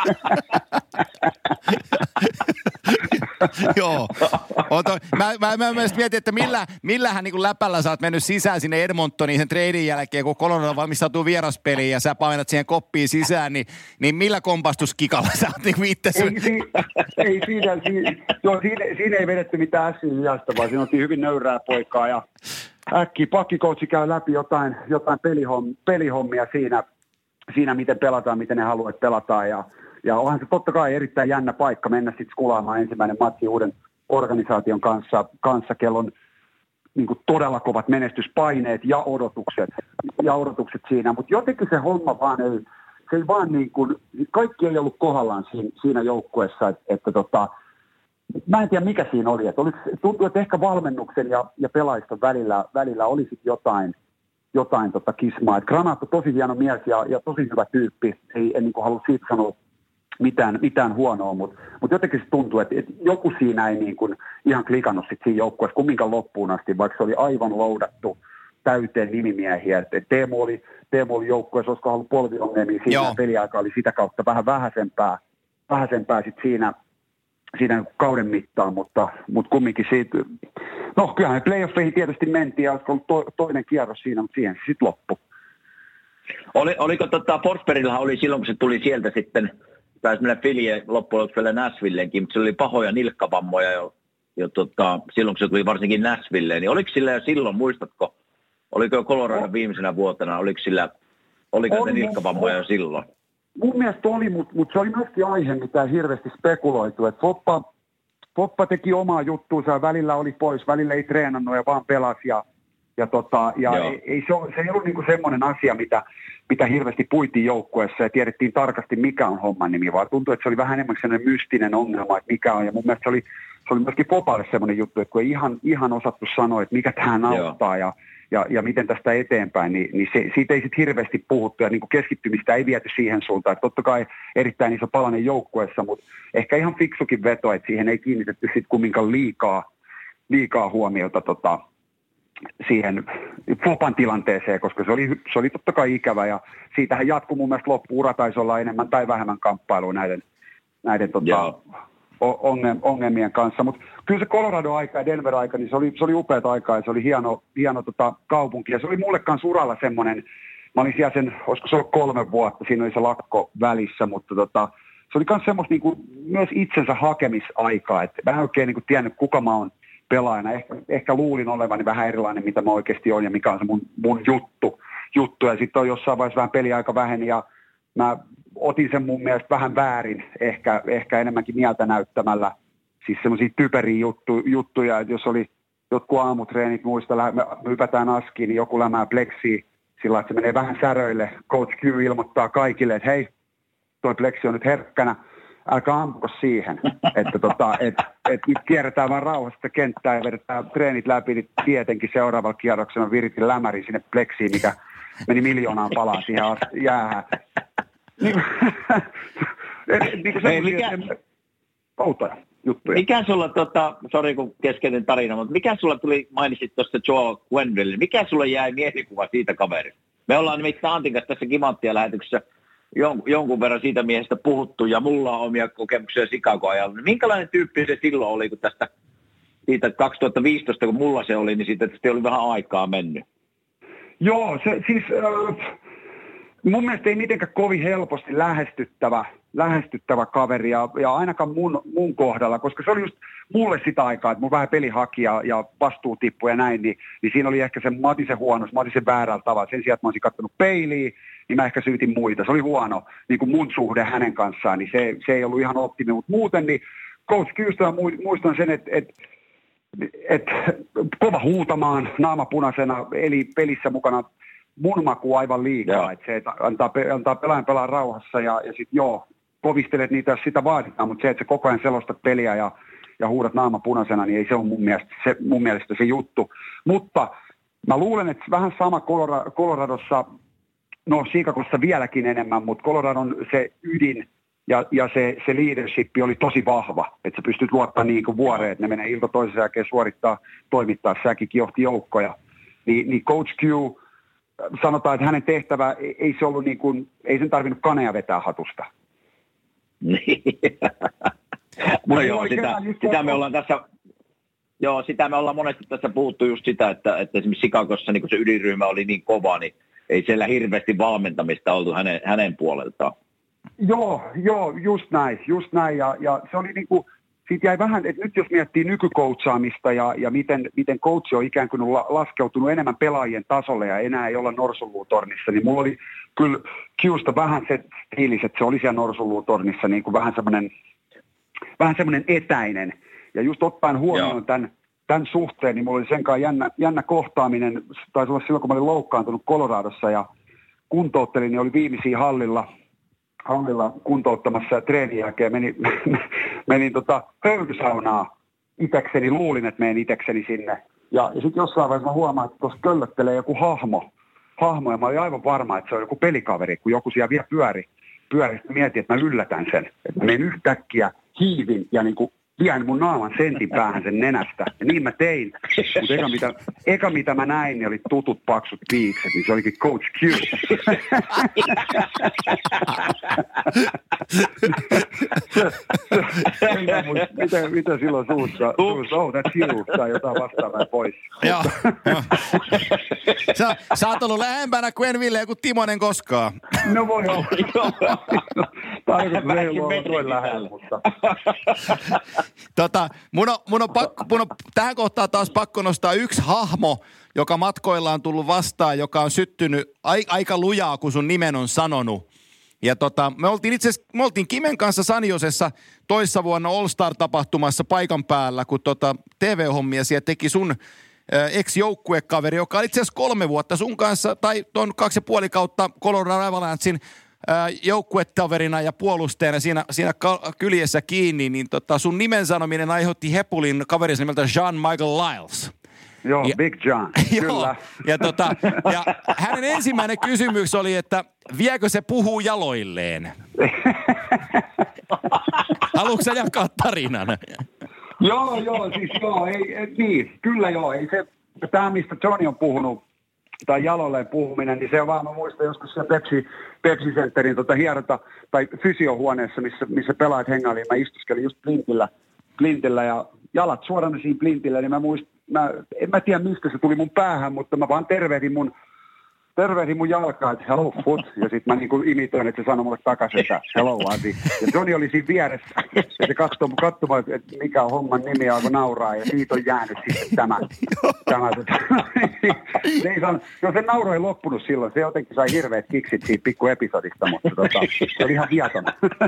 Joo. Oto, mä, mä, mä myös mietin, että millä, millähän niin kuin läpällä sä oot mennyt sisään sinne Edmontoniin sen treidin jälkeen, kun Colorado valmistautuu vieraspeliin ja sä painat siihen koppiin sisään, niin, niin millä kompastuskikalla sä oot niin itse sun... Ei, si, ei siinä, siinä, joo, siinä, siinä ei vedetty mitään ässiä vaan siinä oltiin hyvin nöyrää poikaa ja äkkiä pakkikoutsi käy läpi jotain, jotain pelihommia, pelihommia siinä, siinä, miten pelataan, miten ne haluaa, että pelataan ja Ja onhan se totta kai erittäin jännä paikka mennä sitten skulaamaan ensimmäinen matsi uuden organisaation kanssa, kanssa kello on niin kuin todella kovat menestyspaineet ja odotukset, ja odotukset siinä. Mutta jotenkin se homma vaan ei, se ei vaan niin kuin, kaikki ei ollut kohdallaan siinä, siinä joukkueessa, että, että tota, mä en tiedä mikä siinä oli. Että olis, tuntuu, että ehkä valmennuksen ja, ja pelaajiston välillä, välillä oli sitten jotain, jotain tota kismaa. Et Granaatto tosi hieno mies ja, ja tosi hyvä tyyppi, ei, en niin kuin halua siitä sanoa mitään, mitään huonoa, mutta mut jotenkin se tuntuu, että, että joku siinä ei niin kuin ihan klikannut sit siinä joukkueessa kumminkaan loppuun asti, vaikka se oli aivan loudattu täyteen nimimiehiä. Et, et Teemu oli, Teemu oli joukkueessa, olisiko ollut polviongelmia siinä, ja peliaika oli sitä kautta vähän vähäisempää, vähäisempää sit siinä, siinä kauden mittaan, mutta, mutta kumminkin siitä, no kyllähän playoffeihin tietysti mentiin ja olisiko ollut to, toinen kierros siinä, mutta siihen se sitten loppui. Oli, oliko tota, Forsbergillahan oli silloin, kun se tuli sieltä sitten, pääsi mennä Phillyyn loppujen lopuksi vielä Nashvilleenkin, mutta se oli pahoja nilkkavammoja jo, jo tota, silloin, kun se tuli varsinkin Nashvilleen. Niin oliko sillä jo silloin, muistatko, oliko jo Coloradon viimeisenä vuotena, oliko sillä, oliko se nilkkavammoja jo silloin? Mun mielestä oli, mutta mut se oli myöskin aihe, mitä hirveästi spekuloitu. Että Foppa, Foppa teki omaa juttuunsa, välillä oli pois, välillä ei treenannut ja vaan pelasi. Ja, ja, tota, ja ei, ei, se, se ei ollut niinku semmoinen asia, mitä, mitä hirveästi puitiin joukkueessa ja tiedettiin tarkasti, mikä on homman nimi, vaan tuntui, että se oli vähän enemmän sellainen mystinen ongelma, että mikä on. Ja mun mielestä se oli, se oli myöskin Fopalle semmoinen juttu, että kun ei ihan, ihan osattu sanoa, että mikä tähän auttaa ja Ja, ja miten tästä eteenpäin, niin, niin se, siitä ei sitten hirveästi puhuttu ja niin kuin keskittymistä ei viety siihen suuntaan. Että totta kai erittäin iso palanen joukkueessa, mutta ehkä ihan fiksukin veto, että siihen ei kiinnitetty sitten kumminkaan liikaa, liikaa huomiota tota, siihen Fopan tilanteeseen, koska se oli, se oli totta kai ikävä ja siitähän jatkuu mun mielestä loppu-ura taisi olla enemmän tai vähemmän kamppailua näiden, näiden tota, ongelmien kanssa, mutta kyllä se Colorado-aika ja Denver-aika, niin se oli, se oli upeata aikaa ja se oli hieno, hieno tota, kaupunki ja se oli mulle kanssa uralla semmoinen, mä olin siellä sen, olisiko se ollut kolme vuotta, siinä oli se lakko välissä, mutta tota, se oli myös semmoista niin kuin, myös itsensä hakemisaikaa, että mä en oikein niin kuin tiennyt, kuka mä oon pelaajana, ehkä, ehkä luulin olevani vähän erilainen, mitä mä oikeasti on ja mikä on se mun, mun juttu, juttu. Ja sitten on jossain vaiheessa vähän peliaika väheni ja mä otin sen mun mielestä vähän väärin, ehkä, ehkä enemmänkin mieltä näyttämällä, siis semmoisia typeriä juttu, juttuja, että jos oli jotkut aamutreenit, muista, me hypätään askiin, niin joku lämää pleksiä sillä, että se menee vähän säröille, Coach Q ilmoittaa kaikille, että hei, toi pleksi on nyt herkkänä, älkää ampuko siihen, että tota, et, et nyt kierretään vaan rauhassa kenttää ja vedetään treenit läpi, niin tietenkin seuraavalla kierroksella viritin lämärin sinne pleksiin, mikä meni miljoonaan palaan siihen jäähän. Niin, niin Ei, mikä, outoja juttuja. Mikä sulla, tota, sori kun keskeinen tarina, mutta mikä sulla tuli, mainitsit tuosta Joel Quenneville, mikä sulla jäi mielikuva siitä kaverista? Me ollaan nimittäin Antin kanssa tässä Kimanttia-lähetyksessä jon, jonkun verran siitä miehestä puhuttu, ja mulla on omia kokemuksia Chicago-ajalla. Minkälainen tyyppi se silloin oli, kun tästä siitä kaksituhattaviisitoista, kun mulla se oli, niin siitä tästä oli vähän aikaa mennyt. Joo, se siis äh, mun mielestä ei mitenkään kovin helposti lähestyttävä, lähestyttävä kaveri, ja, ja ainakaan mun, mun kohdalla, koska se oli just mulle sitä aikaa, että mun vähän peli haki ja, ja vastuu tippui ja näin, niin, niin siinä oli ehkä se Matisen huonos, Matisen väärällä tavalla. Sen sijaan, että mä olisin katsonut peiliin, niin mä ehkä syytin muita. Se oli huono, niin kuin mun suhde hänen kanssaan, niin se, se ei ollut ihan optimi, mutta muuten niin Coach Q:stä muistan sen, että et, et, kova huutamaan, naama punaisena, eli pelissä mukana mun maku aivan liikaa, että se että antaa, antaa pelaajan pelaa rauhassa ja, ja sitten joo, kovistelet niitä, jos sitä vaaditaan, mutta se, että se koko ajan selostat peliä ja, ja huudat naama punaisena, niin ei se ole mun mielestä se, mun mielestä se juttu. Mutta mä luulen, että vähän sama Colorado, Coloradossa, no Chicagossa vieläkin enemmän, mutta Coloradon se ydin ja, ja se, se leadership oli tosi vahva, että sä pystyt luottamaan niin kuin vuoreen, että ne menee ilta toisen jälkeen suorittaa, toimittaa, säkikin johti joukkoja. Ni, niin Coach Q, sanotaan, että hänen tehtävä ei se ollut niin kuin, ei sen tarvinnut kaneja vetää hatusta. Niin. No joo, sitä, sitä me ollaan tässä, joo, sitä me ollaan monesti tässä puhuttu just sitä, että, että esimerkiksi Chicagossa niin kun se ydinryhmä oli niin kova, niin ei siellä hirveästi valmentamista oltu hänen, hänen puoleltaan. Joo, joo, just näin, just näin, ja, ja se oli niin kuin, siitä jäi vähän, että nyt jos miettii nykykoutsaamista ja, ja miten, miten coach on ikään kuin laskeutunut enemmän pelaajien tasolle ja enää ei olla norsunluutornissa, niin mulla oli kyllä Qsta vähän se fiilis, että se oli siellä norsunluutornissa niin kuin vähän semmoinen vähän semmoinen etäinen. Ja just ottaen huomioon tämän, tämän suhteen, niin mulla oli senkaan jännä, jännä kohtaaminen. Taisi olla silloin, kun mä olin loukkaantunut Coloradossa ja kuntouttelin, niin oli viimeisiä hallilla, hallilla kuntouttamassa ja treenin jälkeen menin, menin tota höyrysaunaa itekseni. Luulin, että menen itekseni sinne. Ja, ja sitten jossain vaiheessa mä huomaan, että tuossa köllöttelee joku hahmo. hahmo. Ja mä olin aivan varma, että se on joku pelikaveri, kun joku siellä vielä pyöri. pyöri. Mietin, että mä yllätän sen. Että mä menen yhtäkkiä hiivin ja niin kuin vien mun naaman sentin päähän sen nenästä. Ja niin mä tein. Mutta eka mitä, eka mitä mä näin, niin oli tutut paksut piikset, niin se olikin Coach Q. mitä, mitä silloin suussa? suussa? Oh, that's you. Tai jotain vastaavaa pois. Joo. Sä, sä oot ollut lähempänä Gwen Ville kuin Timonen koskaan. No voi olla. Tarkoitus ei ollut noin lähellä, mutta... Tota, mun on, mun on pakko, mun on tähän kohtaan taas pakko nostaa yksi hahmo, joka matkoilla on tullut vastaan, joka on syttynyt ai, aika lujaa, kun sun nimen on sanonut. Ja tota, me oltiin itse asiassa, me oltiin Kimen kanssa Saniosessa toissa vuonna All-Star-tapahtumassa paikan päällä, kun tota T V-hommia siellä teki sun äh, ex-joukkuekaveri, joka oli itse asiassa kolme vuotta sun kanssa, tai ton kaksi ja puoli kautta Colorado Avalanchein joukkuetaverina ja puolustajana siinä, siinä kyljessä kiinni, niin tota sun nimen sanominen aiheutti hepulin kaverissa nimeltä John Michael Lyles. Joo, ja, Big John, joo, kyllä. Ja, tota, ja hänen ensimmäinen kysymys oli, että viekö se puhuu jaloilleen? Haluatko sä jakaa tarinan? Joo, joo, siis joo, ei, ei, niin, kyllä joo, ei se, tämä mistä Johnny on puhunut, tai jaloilleen puhuminen, niin se on vaan, mä muistan joskus se Pepsi, Pepsi Centerin tota hierota, tai fysiohuoneessa, missä, missä pelaajat hengailiin, mä istuskelin just plintillä, plintillä ja jalat suorana siinä plintillä, niin mä muistan, mä, en mä tiedä mistä se tuli mun päähän, mutta mä vaan tervehdin mun, tervehdin mun jalkaa, että hello foot, ja sitten mä niinku imitoin, että se sanoi mulle takaisin, että hello Adi. Ja Johnny oli siinä vieressä, ja se katsoi katsomaan, että mikä on homman nimi, ja alkoi nauraa, ja siitä on jäänyt sitten tämä. tämä se ei saanut, no se nauro ei loppunut silloin, se jotenkin sai hirveät kiksit siitä pikku episodista, mutta tota, se oli ihan vieton.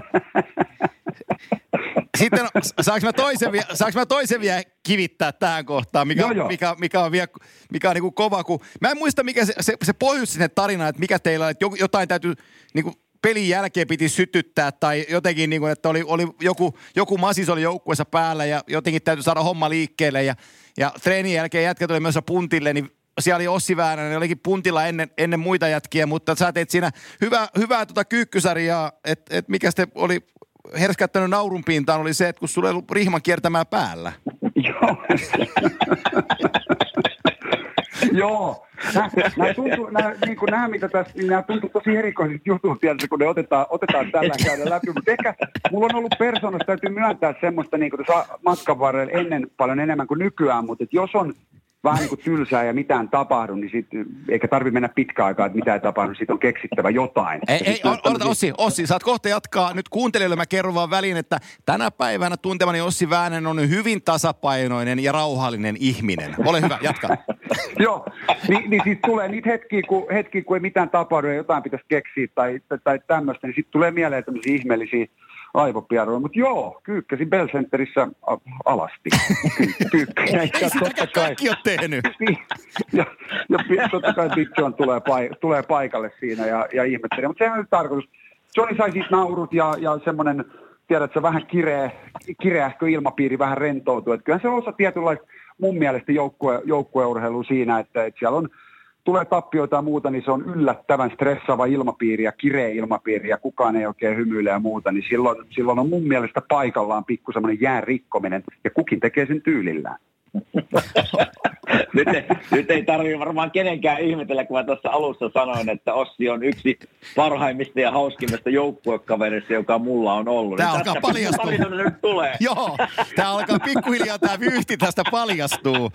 Sitten saanko mä toisen, saanko mä toisen vielä kivittää tähän kohtaan, mikä, joo, joo. mikä, mikä on vielä mikä on niin kuin kova, kun mä en muista mikä se, se, se pohjus sinne tarinaan, että mikä teillä on, että jotain täytyy niin kuin pelin jälkeen piti sytyttää tai jotenkin niin kuin, että oli, oli joku, joku masis oli joukkueessa päällä ja jotenkin täytyy saada homma liikkeelle ja, ja treenin jälkeen jätkät oli myös puntille, niin siellä oli Ossi Väänänen, olikin puntilla ennen, ennen muita jätkiä, mutta sä teit siinä hyvää, hyvää tota kyykkysarjaa, että et mikä sitten oli herskättänyt naurun pintaan oli se, että kun sulla ei ollut rihman kiertämään päällä. Joo. Joo. Nämä tuntuu, nämä, niin kuin nämä, mitä tässä, niin nämä tuntuu tosi erikoisilta jutut, tietysti, kun ne otetaan, otetaan tällä käydä läpi. Mutta ehkä mulla on ollut persoonasta, täytyy myöntää semmoista niin kuin tässä matkan varrella ennen paljon enemmän kuin nykyään, mutta jos on vähän niin kuin tylsää ja mitään tapahdu, niin sit, eikä tarvitse mennä pitkä aikaa, että mitään tapahdu, sitten on keksittävä jotain. Ei, ei odota Ossi, Ossi, saat kohta jatkaa. Nyt kuuntelijoille mä kerron vaan väliin, että tänä päivänä tuntemani Ossi Väänänen on hyvin tasapainoinen ja rauhallinen ihminen. Ole hyvä, jatka. Joo, Ni, niin siis tulee niitä hetkiä, kun, hetkiä, kun ei mitään tapahdu ja jotain pitäisi keksiä tai, tai, tai tämmöistä, niin sitten tulee mieleen tämmöisiä ihmeellisiä aivopieroja. Mutta joo, kyykkäsin Bell Centerissä alasti. Kyykkäsin. Ei sitäkään kaikki ole tehnyt. ja, ja totta kai Big John tulee, pai- tulee paikalle siinä ja, ja ihmettelee. Mutta sehän on tarkoitus. Johnny sai siitä naurut ja, ja semmoinen, tiedätkö, vähän kireä, kireähkö ilmapiiri vähän rentoutuu. Että kyllähän se on osa tietynlaista mun mielestä joukkue, joukkueurheilua siinä, että, että siellä on tulee tappioita ja muuta, niin se on yllättävän stressaava ilmapiiri ja kireä ilmapiiri ja kukaan ei oikein hymyile ja muuta, niin silloin, silloin on mun mielestä paikallaan pikku semmoinen jään rikkominen ja kukin tekee sen tyylillään. nyt, ei, nyt ei tarvitse varmaan kenenkään ihmetellä, kun mä tuossa alussa sanoin, että Ossi on yksi parhaimmista ja hauskimmista joukkuekaverista, joka mulla on ollut. Tämä alkaa paljastua. Nyt tulee. Joo, tämä alkaa pikkuhiljaa, tämä vyyhti tästä paljastuu.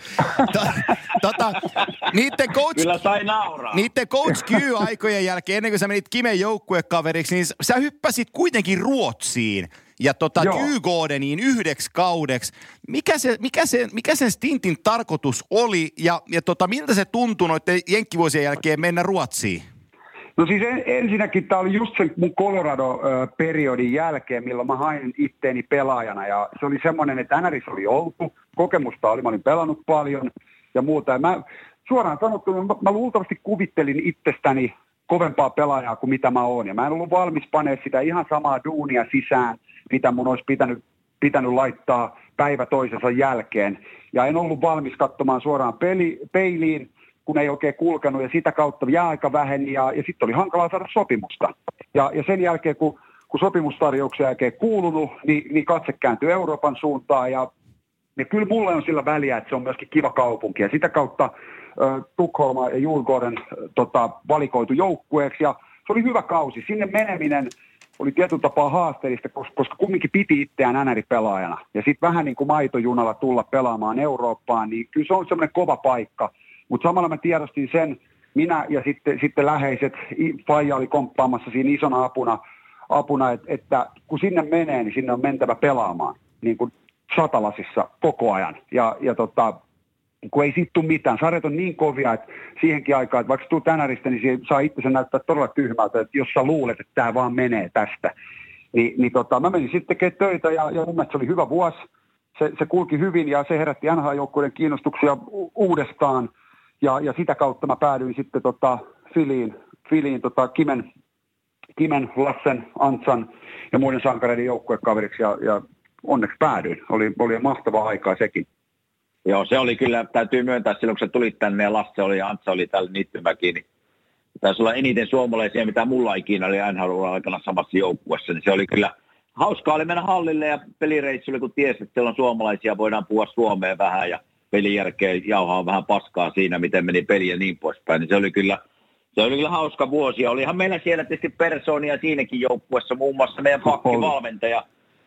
Tota, niiden coach, Kyllä sai nauraa. Niiden Coach Q-aikojen jälkeen, ennen kuin sä menit Kimen joukkuekaveriksi, niin sä hyppäsit kuitenkin Ruotsiin. Ja tota Q-Gordoniin yhdeksi kaudeksi. Mikä, se, mikä, se, mikä sen stintin tarkoitus oli ja, ja tota, miltä se tuntui noiden jenkkivuosien jälkeen mennä Ruotsiin? No siis en, ensinnäkin tämä oli just sen mun Colorado-periodin jälkeen, milloin mä hain itteeni pelaajana. Ja se oli semmoinen, että N R:ssä oli oltu, kokemusta oli, mä olin pelannut paljon ja muuta. Ja mä suoraan sanottuna, mä, mä luultavasti kuvittelin itsestäni kovempaa pelaajaa kuin mitä mä oon. Ja mä en ollut valmis panee sitä ihan samaa duunia sisään, mitä mun olisi pitänyt, pitänyt laittaa päivä toisensa jälkeen. Ja en ollut valmis katsomaan suoraan peli, peiliin, kun ei oikein kulkenut, ja sitä kautta jääaika väheni, ja, ja sitten oli hankalaa saada sopimusta. Ja, ja sen jälkeen, kun, kun sopimustarjouksen jälkeen kuulunut, niin, niin katse kääntyi Euroopan suuntaan, ja, ja kyllä mulle on sillä väliä, että se on myöskin kiva kaupunki, ja sitä kautta äh, Tukholma ja Djurgården äh, tota, valikoitu joukkueeksi, ja se oli hyvä kausi. Sinne meneminen oli tietyllä tapaa haasteellista, koska, koska kumminkin piti itseään N R-pelaajana. Ja sitten vähän niin kuin maitojunalla tulla pelaamaan Eurooppaan, niin kyllä se on semmoinen kova paikka. Mutta samalla mä tiedostin sen, minä ja sitten, sitten läheiset, Faija oli komppaamassa siinä isona apuna, apuna että, että kun sinne menee, niin sinne on mentävä pelaamaan, niin kuin satalasissa koko ajan. Ja, ja tota, kun ei siitä tule mitään. Sarjat on niin kovia, että siihenkin aikaan, että vaikka tulet tänäristä, niin siihen saa itse näyttää todella tyhmältä, että jos sä luulet, että tämä vaan menee tästä. Ni, niin tota, mä menin sitten tekemään töitä ja, ja mun mielestä se oli hyvä vuosi. Se, se kulki hyvin ja se herätti N H L-joukkueiden kiinnostuksia u- uudestaan. Ja, ja sitä kautta mä päädyin sitten tota Filiin, Filiin tota Kimen, Kimen, Lassen, Antsan ja muiden sankareiden joukkuekaveriksi ja, ja onneksi päädyin. Oli, oli mahtavaa aikaa sekin. Joo, se oli kyllä, täytyy myöntää silloin, kun sä tulit tänne ja Lasse oli ja Antsa oli täällä Niittymäki, niin taisi olla eniten suomalaisia, mitä mulla ikinä oli N H L-aikana samassa joukkueessa, niin se oli kyllä hauskaa oli mennä hallille ja pelireissulle, kun tiesi, että siellä on suomalaisia, voidaan puhua suomeen vähän ja pelin jälkeen jauhaa vähän paskaa siinä, miten meni peli ja niin poispäin, niin se oli kyllä, se oli kyllä hauska vuosi. Olihan meillä siellä tietysti persoonia siinäkin joukkueessa, muun muassa meidän pakkivalmentaja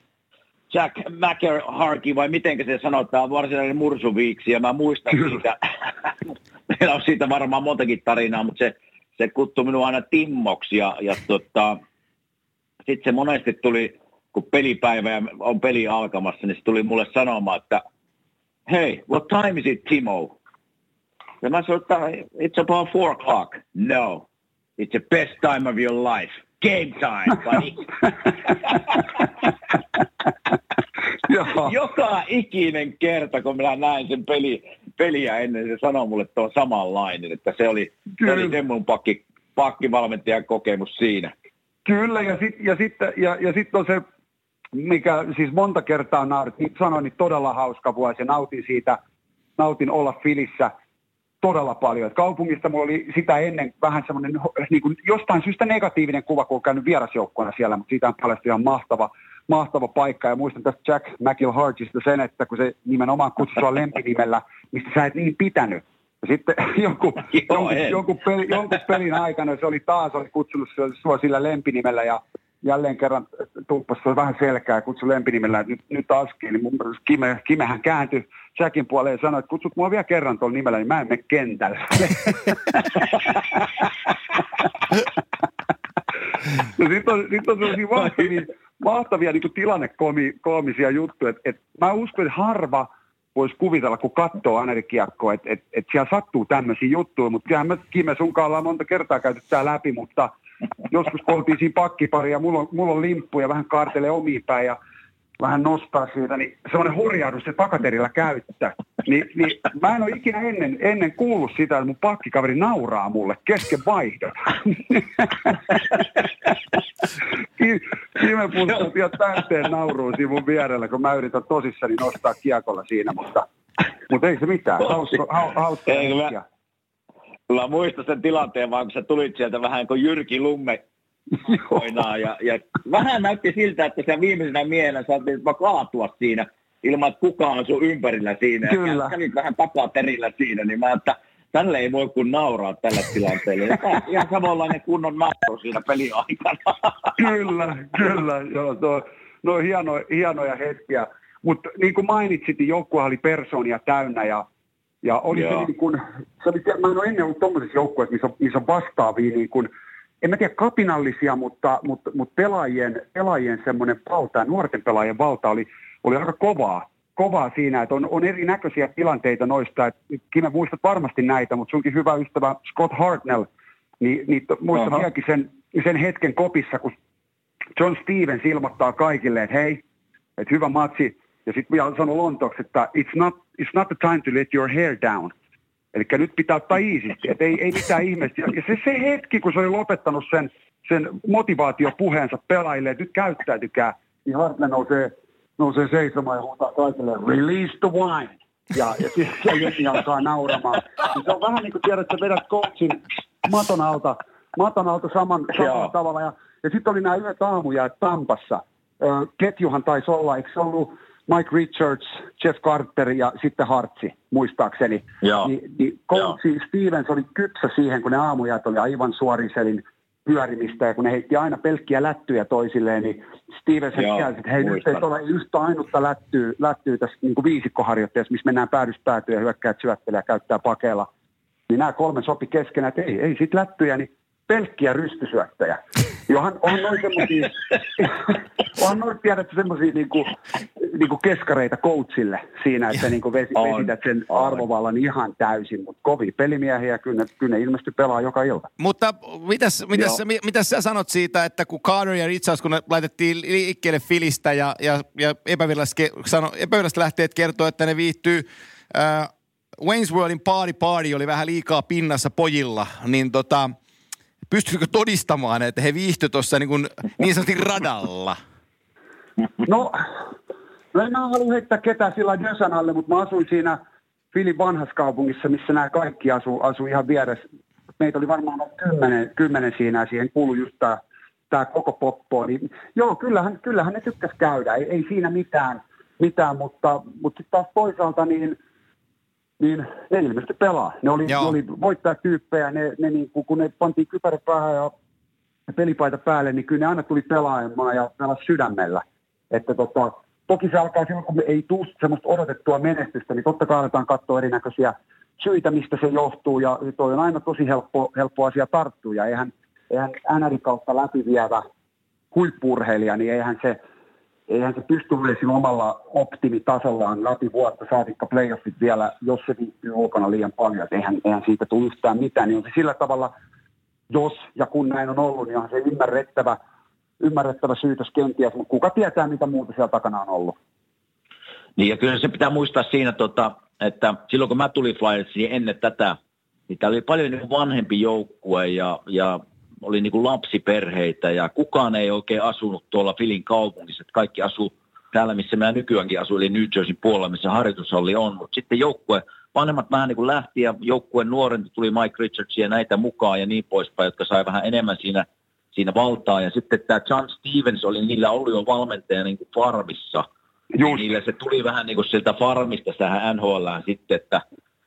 Jack McHarkey, vai miten se sanotaan, varsinainen mursuviiksi, ja mä muistan siitä, meillä on siitä varmaan montakin tarinaa, mutta se, se kutsui minua aina Timmoksi, ja, ja tota, sitten se monesti tuli, kun pelipäivä ja on peli alkamassa, niin se tuli mulle sanomaan, että hey, what time is it, Timo? Ja mä sanoin, että it's about four o'clock. No, it's the best time of your life. Game time, buddy. Joka ikinen kerta, kun minä näin sen peli, peliä ennen, se sanoi mulle tuon samanlainen, että se oli, se oli sen mun pakki, pakkivalmentajan kokemus siinä. Kyllä, ja sitten ja sit, ja, ja sit on se, mikä siis monta kertaa naurit, niin sanoin, niin todella hauska vuosi, ja nautin siitä, nautin olla Filissä todella paljon. Et kaupungista mulla oli sitä ennen vähän semmoinen niin kuin jostain syystä negatiivinen kuva, kun on käynyt vierasjoukkoina siellä, mutta siitä on paljastui ihan mahtava, mahtava paikka. Ja muistan tästä Jack McIlhargista sen, että kun se nimenomaan kutsui sua lempinimellä, mistä sä et niin pitänyt, Ja sitten joku, jonkun, jonkun, peli, jonkun pelin aikana se oli taas oli kutsunut sua sillä lempinimellä ja jälleen kerran tuppasi vähän selkää ja kutsui lempinimellä, että nyt, nyt Aski, niin mun Kime, Kimehän kääntyi Jackin puoleen ja sanoi, että kutsut mua vielä kerran tuolla nimellä, niin mä en mene kentällä. No sitten on, sit on sellaisia mahtavia, mahtavia niin kuin tilannekoomisia juttuja, että, että mä uskon, että harva voisi kuvitella, kun katsoo Aneri-kiekkoa, että, että, että siellä sattuu tämmöisiä juttuja, mutta kyllähän me Kime sunkaan ollaan monta kertaa käyty tää läpi, mutta joskus kun oltiin siinä pakkipari ja mulla on, mulla on limppu ja vähän kaartelee omiin päin ja vähän nostaa siitä, niin semmoinen hurjahdus se takaterillä käyttää. Ni, niin mä en ole ikinä ennen, ennen kuullut sitä, että mun pakkikaveri nauraa mulle kesken vaihdon. Kime pustaa vielä täyteen nauruun siinä mun vierellä, kun mä yritän tosissani nostaa kiekolla siinä, mutta, mutta ei se mitään. Hauska, hauska hetkiä. Mä muistan sen tilanteen vaan, kun sä tulit sieltä vähän kuin Jyrki Lumme ja, ja vähän näytti siltä, että sä viimeisenä miehenä saatiin kaatua siinä ilman, että kukaan on sun ympärillä siinä. Kyllä. Ja kävit vähän takaterillä siinä, niin mä että tälle ei voi kun nauraa tällä tilanteella. Ja ihan samanlainen kunnon nauru siinä peliaikana. Kyllä, kyllä. Joo, tuo, no hieno, hienoja hetkiä. Mutta niin kuin mainitsit, niin joukkue oli persoonia täynnä ja Ja oli se niin kuin, se oli, mä en ole ennen ollut tuollaisessa joukkueessa, missä, missä on vastaavia, niin kuin, en mä tiedä kapinallisia, mutta, mutta, mutta pelaajien, pelaajien semmoinen valta ja nuorten pelaajien valta oli, oli aika kovaa, kovaa siinä, että on, on erinäköisiä tilanteita noista, että Kime muistat varmasti näitä, mutta sunkin hyvä ystävä Scott Hartnell, niin, niin muistan vieläkin sen, sen hetken kopissa, kun John Stevens ilmoittaa kaikille, että hei, että hyvä matsi. Ja sitten vielä sanoi Lontooksi, että it's not, it's not the time to let your hair down. Eli nyt pitää ottaa iisisti, että ei, ei mitään ihmeistä. Ja se, se hetki, kun se oli lopettanut sen, sen motivaatiopuheensa pelaajille, että nyt käyttäytykää, niin Hartman nousee, nousee seisomaan ja huutaa kaikille, release the wine. Ja, ja sitten Jenni alkaa nauramaan. Ja se on vähän niin kuin tiedät, että vedät coachin maton alta, maton alta saman, samalla tavalla. Ja, ja sitten oli nämä yhdet aamuja Tampassa. Ketjuhan taisi olla, eikö se ollut Mike Richards, Jeff Carter ja sitten Hartsi, muistaakseni. Ni, niin coachi Stevens oli kypsä siihen, kun ne aamujat oli aivan suoriselin pyörimistä, ja kun ne heitti aina pelkkiä lättyjä toisilleen, niin Stevens käsi, että hei, nyt ei ole yhtä ainutta lättyä, lättyä tässä niin kuin viisikkoharjoitteessa, missä mennään päädyspäätyä ja hyökkäät syöttelee ja käyttää pakeilla. Niin nämä kolme sopi keskenään, että ei, ei sit lättyjä, niin pelkkiä rystysyöttäjä. Johan on noin semmoisia, onhan noin tiedätkö semmoisia niinku, niinku keskareita coachille siinä, että niinku vesi, vesität sen arvovallan ihan täysin, mutta kovia pelimiehiä, kyllä, kyllä ne ilmeisesti pelaa joka ilta. Mutta mitäs, mitäs, mitäs sä sanot siitä, että kun Carter ja Richards, kun ne laitettiin liikkeelle Filistä ja, ja, ja epäviralliset lähteet kertoo, että ne viihtyy, äh, Wayne's Worldin Party Party oli vähän liikaa pinnassa pojilla, niin tota... Pystyykö todistamaan, että he viihtyivät tuossa niin, niin sanotusti radalla? No, no en mä halua heittää ketään sillä Dösan alle, mutta mä asuin siinä Filin vanhassa kaupungissa, missä nämä kaikki asu, asu ihan vieressä. Meitä oli varmaan kymmenen, kymmenen siinä ja siihen kuului just tää, tää koko poppo. Niin, joo, kyllähän, kyllähän ne tykkäs käydä, ei, ei siinä mitään, mitään mutta, mutta sitten taas toisaalta niin... niin ne ilmeisesti pelaa. Ne oli, ne oli voittajatyyppejä, ne, ne niin, kun ne pantiin kypärä päähän ja pelipaita päälle, niin kyllä ne aina tuli pelaamaan ja pelasi sydämellä. Että tota, toki se alkaa silloin, kun me ei tule semmoista odotettua menestystä, niin totta kai aletaan katsoa erinäköisiä syitä, mistä se johtuu, ja toi on aina tosi helppo, helppo asia tarttua, ja eihän, eihän N R I kautta läpivievä huippu-urheilija, niin eihän se Eihän se pysty olemaan omalla optimitasollaan läpi vuotta, saatikka playoffit vielä, jos se viittyy ulkona liian paljon. Eihän, eihän siitä tule yhtään mitään. Niin on se sillä tavalla, jos ja kun näin on ollut, niin on se ymmärrettävä, ymmärrettävä syytös kenties. Mutta kuka tietää, mitä muuta siellä takana on ollut. Niin ja kyllä se pitää muistaa siinä, tota, että silloin kun mä tulin Flyersiin ennen tätä, niin tää oli paljon niin vanhempi joukkue ja... ja oli niin kuin lapsiperheitä ja kukaan ei oikein asunut tuolla Filin kaupungissa. Että kaikki asuu täällä, missä mä nykyäänkin asuin, eli New Jerseyn puolella, missä harjoitushalli on. Mutta sitten joukkue, vanhemmat vähän niin kuin lähti ja joukkueen nuorempi tuli Mike Richardsia ja näitä mukaan ja niin poispäin, jotka sai vähän enemmän siinä, siinä valtaa. Ja sitten tämä John Stevens oli niillä ollut jo valmentaja niin kuin farmissa. Niillä se tuli vähän niin kuin sieltä farmista tähän N H L:ään sitten, että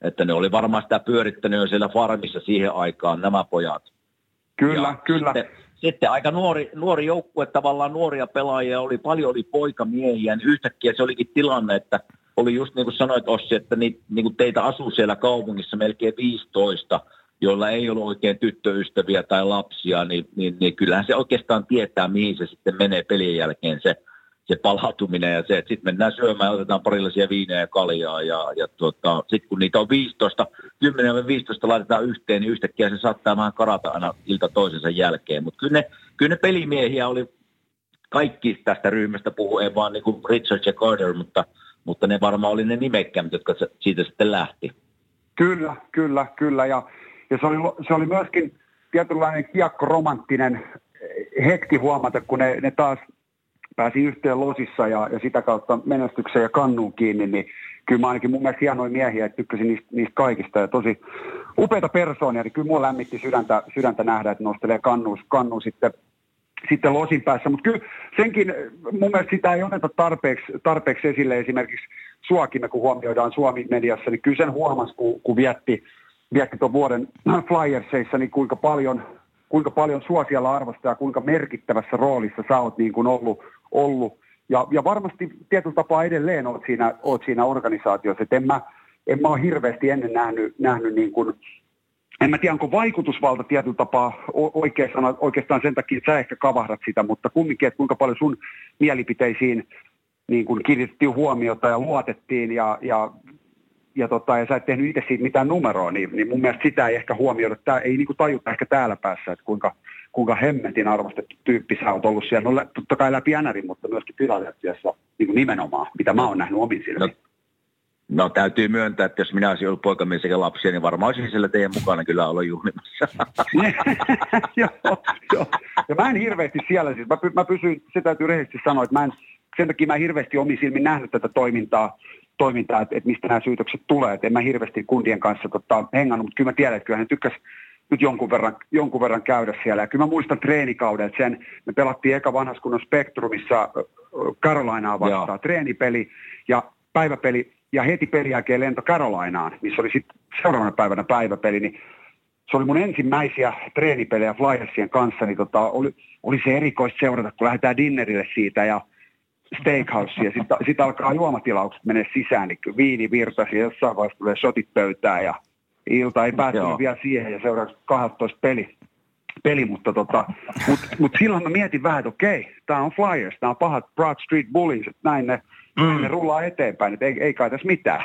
että ne oli varmaan sitä pyörittänyt jo siellä farmissa siihen aikaan, nämä pojat. Kyllä, ja kyllä. Sitten, sitten aika nuori, nuori joukkue, tavallaan nuoria pelaajia, oli paljon oli poikamiehiä, niin yhtäkkiä se olikin tilanne, että oli just niin kuin sanoit Ossi, että ni, niin kuin teitä asuu siellä kaupungissa melkein viisitoista, joilla ei ollut oikein tyttöystäviä tai lapsia, niin, niin, niin kyllähän se oikeastaan tietää, mihin se sitten menee pelien jälkeen se, se palautuminen ja se, että sitten mennään syömään ja otetaan parilaisia viinejä ja kaljaa ja, ja tuota, sitten kun niitä on viisitoista, kymmenen ja viisitoista laitetaan yhteen, niin yhtäkkiä se saattaa vähän karata aina ilta toisensa jälkeen, mutta kyllä ne, kyllä ne pelimiehiä oli kaikki tästä ryhmästä puhuu, ei vaan niin kuin Richard ja Carter, mutta, mutta ne varmaan oli ne nimekkämät, jotka siitä sitten lähti. Kyllä, kyllä, kyllä ja, ja se, oli, se oli myöskin tietynlainen kiekkoromanttinen hetki huomata, kun ne, ne taas pääsi yhteen losissa ja, ja sitä kautta menestykseen ja kannuun kiinni, niin kyllä mä ainakin mun mielestä hienoja miehiä, että tykkäsin niistä, niistä kaikista ja tosi upeita persoonia, niin kyllä mua lämmitti sydäntä, sydäntä nähdä, että nostelee kannuun, kannuun sitten, sitten losin päässä, mutta kyllä senkin mun mielestä sitä ei oteta tarpeeksi, tarpeeksi esille esimerkiksi suakin, kun huomioidaan Suomi-mediassa, niin kyllä sen huomasi, kun, kun vietti, vietti tuon vuoden Flyersseissa, niin kuinka paljon kuinka paljon sua siellä arvostaa ja kuinka merkittävässä roolissa sä oot niin kuin ollut, ollut. Ja, ja varmasti tietyllä tapaa edelleen oot siinä, oot siinä organisaatiossa. Et en mä, en mä ole hirveästi ennen nähnyt, nähnyt niin kuin, en mä tiedä onko vaikutusvalta tietyllä tapaa oikeastaan, oikeastaan sen takia, että sä ehkä kavahdat sitä, mutta kumminkin, että kuinka paljon sun mielipiteisiin niin kuin kiinnitettiin huomiota ja luotettiin ja, ja Ja, tota, ja sä et tehnyt itse siitä mitään numeroa, niin, niin mun mielestä sitä ei ehkä huomioida. Tää ei niinku tajuta ehkä täällä päässä, että kuinka, kuinka hemmetin arvostettu tyyppi sä oot ollut siellä. No totta kai läpi N R:n, mutta myöskin Philadelphiassa niin nimenomaan, mitä mä oon nähnyt omin silmiin. No, no täytyy myöntää, että jos minä olisin ollut poikamies sekä lapsia, niin varmaan olisin siellä teidän mukana kyllä olla juhlimassa. joo, joo. Ja mä en hirveästi siellä, siis mä, py, mä pysyin, se täytyy rehellisesti sanoa, että mä en, sen takia mä en hirveästi omin silmin nähnyt tätä toimintaa, toimintaa, että, että mistä nämä syytökset tulee. Että en mä hirveästi kundien kanssa tota, hengannut, mutta kyllä mä tiedän, että kyllä hän tykkäsi nyt jonkun verran, jonkun verran käydä siellä. Ja kyllä mä muistan treenikauden, että sen me pelattiin eka vanhassa kunnon Spektrumissa Carolinaa vastaan, Joo. treenipeli ja päiväpeli ja heti pelin jälkeen lento Carolinaan, missä oli sitten seuraavana päivänä päiväpeli, niin se oli mun ensimmäisiä treenipelejä Flyersien kanssa, niin tota, oli, oli se erikoista seurata, kun lähdetään dinnerille siitä ja steakhouse, ja sitten sit alkaa juomatilaukset menee sisään, niin viini virtasi, ja jossain vaiheessa tulee shotit pöytään, ja ilta ei päässyt vielä siihen, ja seuraavaksi kaksitoista peli, peli mutta tota, mut, mut silloin mä mietin vähän, että okei, tää on Flyers, tää on pahat Broad Street Bullies, että näin ne, mm. ne rullaa eteenpäin, että ei, ei kai tässä mitään.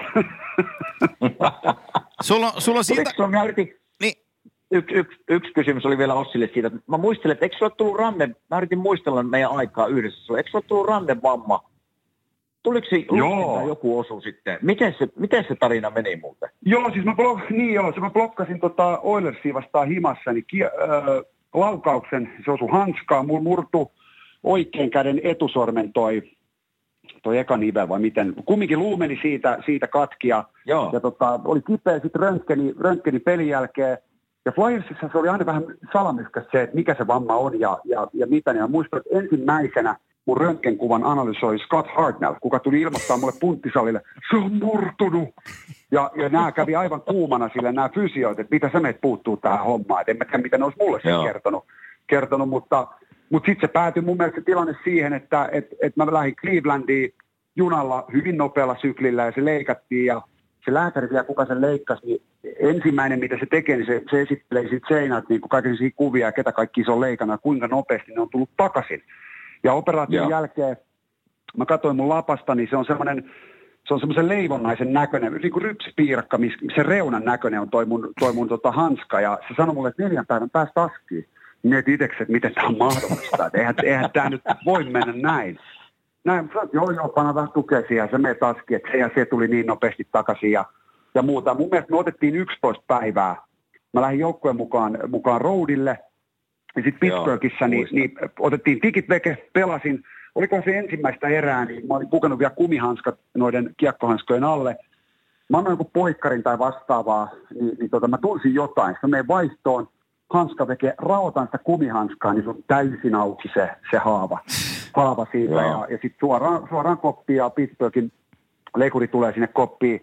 sulla, sulla siitä... Niin. Yksi, yksi, yksi kysymys oli vielä Ossille siitä. Mä muistelen, että eikö sulla tullut ranne, mä yritin muistella meidän aikaa yhdessä, eikö sulla tullut rannevamma? Tuliko se joku osu sitten? Miten se, miten se tarina meni muuten? Joo, siis mä, blok, niin joo, mä blokkasin tota Oilersia vastaan himassa, niin ki, äh, laukauksen, se osui hanskaan, mulla murtu oikein käden etusormen toi, toi eka nivel vai miten. Kumminkin luu meni siitä, siitä katkia, joo. Ja tota, oli kipeä sitten röntgeni, röntgeni pelin jälkeen. Ja Flyersissa se oli aina vähän salamyskäs se, että mikä se vamma on ja, ja, ja mitä. Ja muistan, että ensimmäisenä mun röntgenkuvan analysoi Scott Hartnell, kuka tuli ilmoittaa mulle punttisalille, se on murtunut. Ja, ja nämä kävi aivan kuumana sille, nämä fysioit, että mitä sä meet puuttuu tähän hommaan. Et en mä tiedä, mitä ne olisi mulle sen kertonut, kertonut. Mutta, mutta sitten se päätyi mun mielestä tilanne siihen, että et, et mä lähdin Clevelandiin junalla hyvin nopealla syklillä ja se leikattiin ja se lääkäri vielä, kuka sen leikkasi, niin ensimmäinen, mitä se tekee, niin se, se esittelee siitä seinältä niin kaikenlaisia kuvia ja ketä kaikki se on leikannut ja kuinka nopeasti ne on tullut takaisin. Ja operaation Joo. jälkeen mä katsoin mun lapasta, niin se on semmoinen, se on semmoisen leivonnaisen näköinen, niin kuin rypsipiirakka, missä reunan näköinen on toi mun, toi mun tota hanska. Ja se sanoi mulle, että neljän päivän päästä askiin. Mietin itseksi, että miten tämä on mahdollista. Että eihän, eihän tämä nyt voi mennä näin. Näin, joo, joo, panna vähän tukea siihen, se menee taski, että se ja se tuli niin nopeasti takaisin ja, ja muuta. Mun mielestä me otettiin yksitoista päivää. Mä lähdin joukkueen mukaan, mukaan roadille, ja sitten Pittsburghissa niin, niin otettiin tikit veke, pelasin. Olikohan se ensimmäistä erää, niin mä olin pukannut vielä kumihanskat noiden kiekkohanskojen alle. Mä annoin joku poikkarin tai vastaavaa, niin, niin tota, mä tunsin jotain. Sitten mä menen vaihtoon, hanska veke, raotan sitä kumihanskaa, niin se on täysin auki se, se haava. haava siitä ja, ja sitten suoraan, suoraan koppiin ja Pittsburghin leikuri tulee sinne koppiin,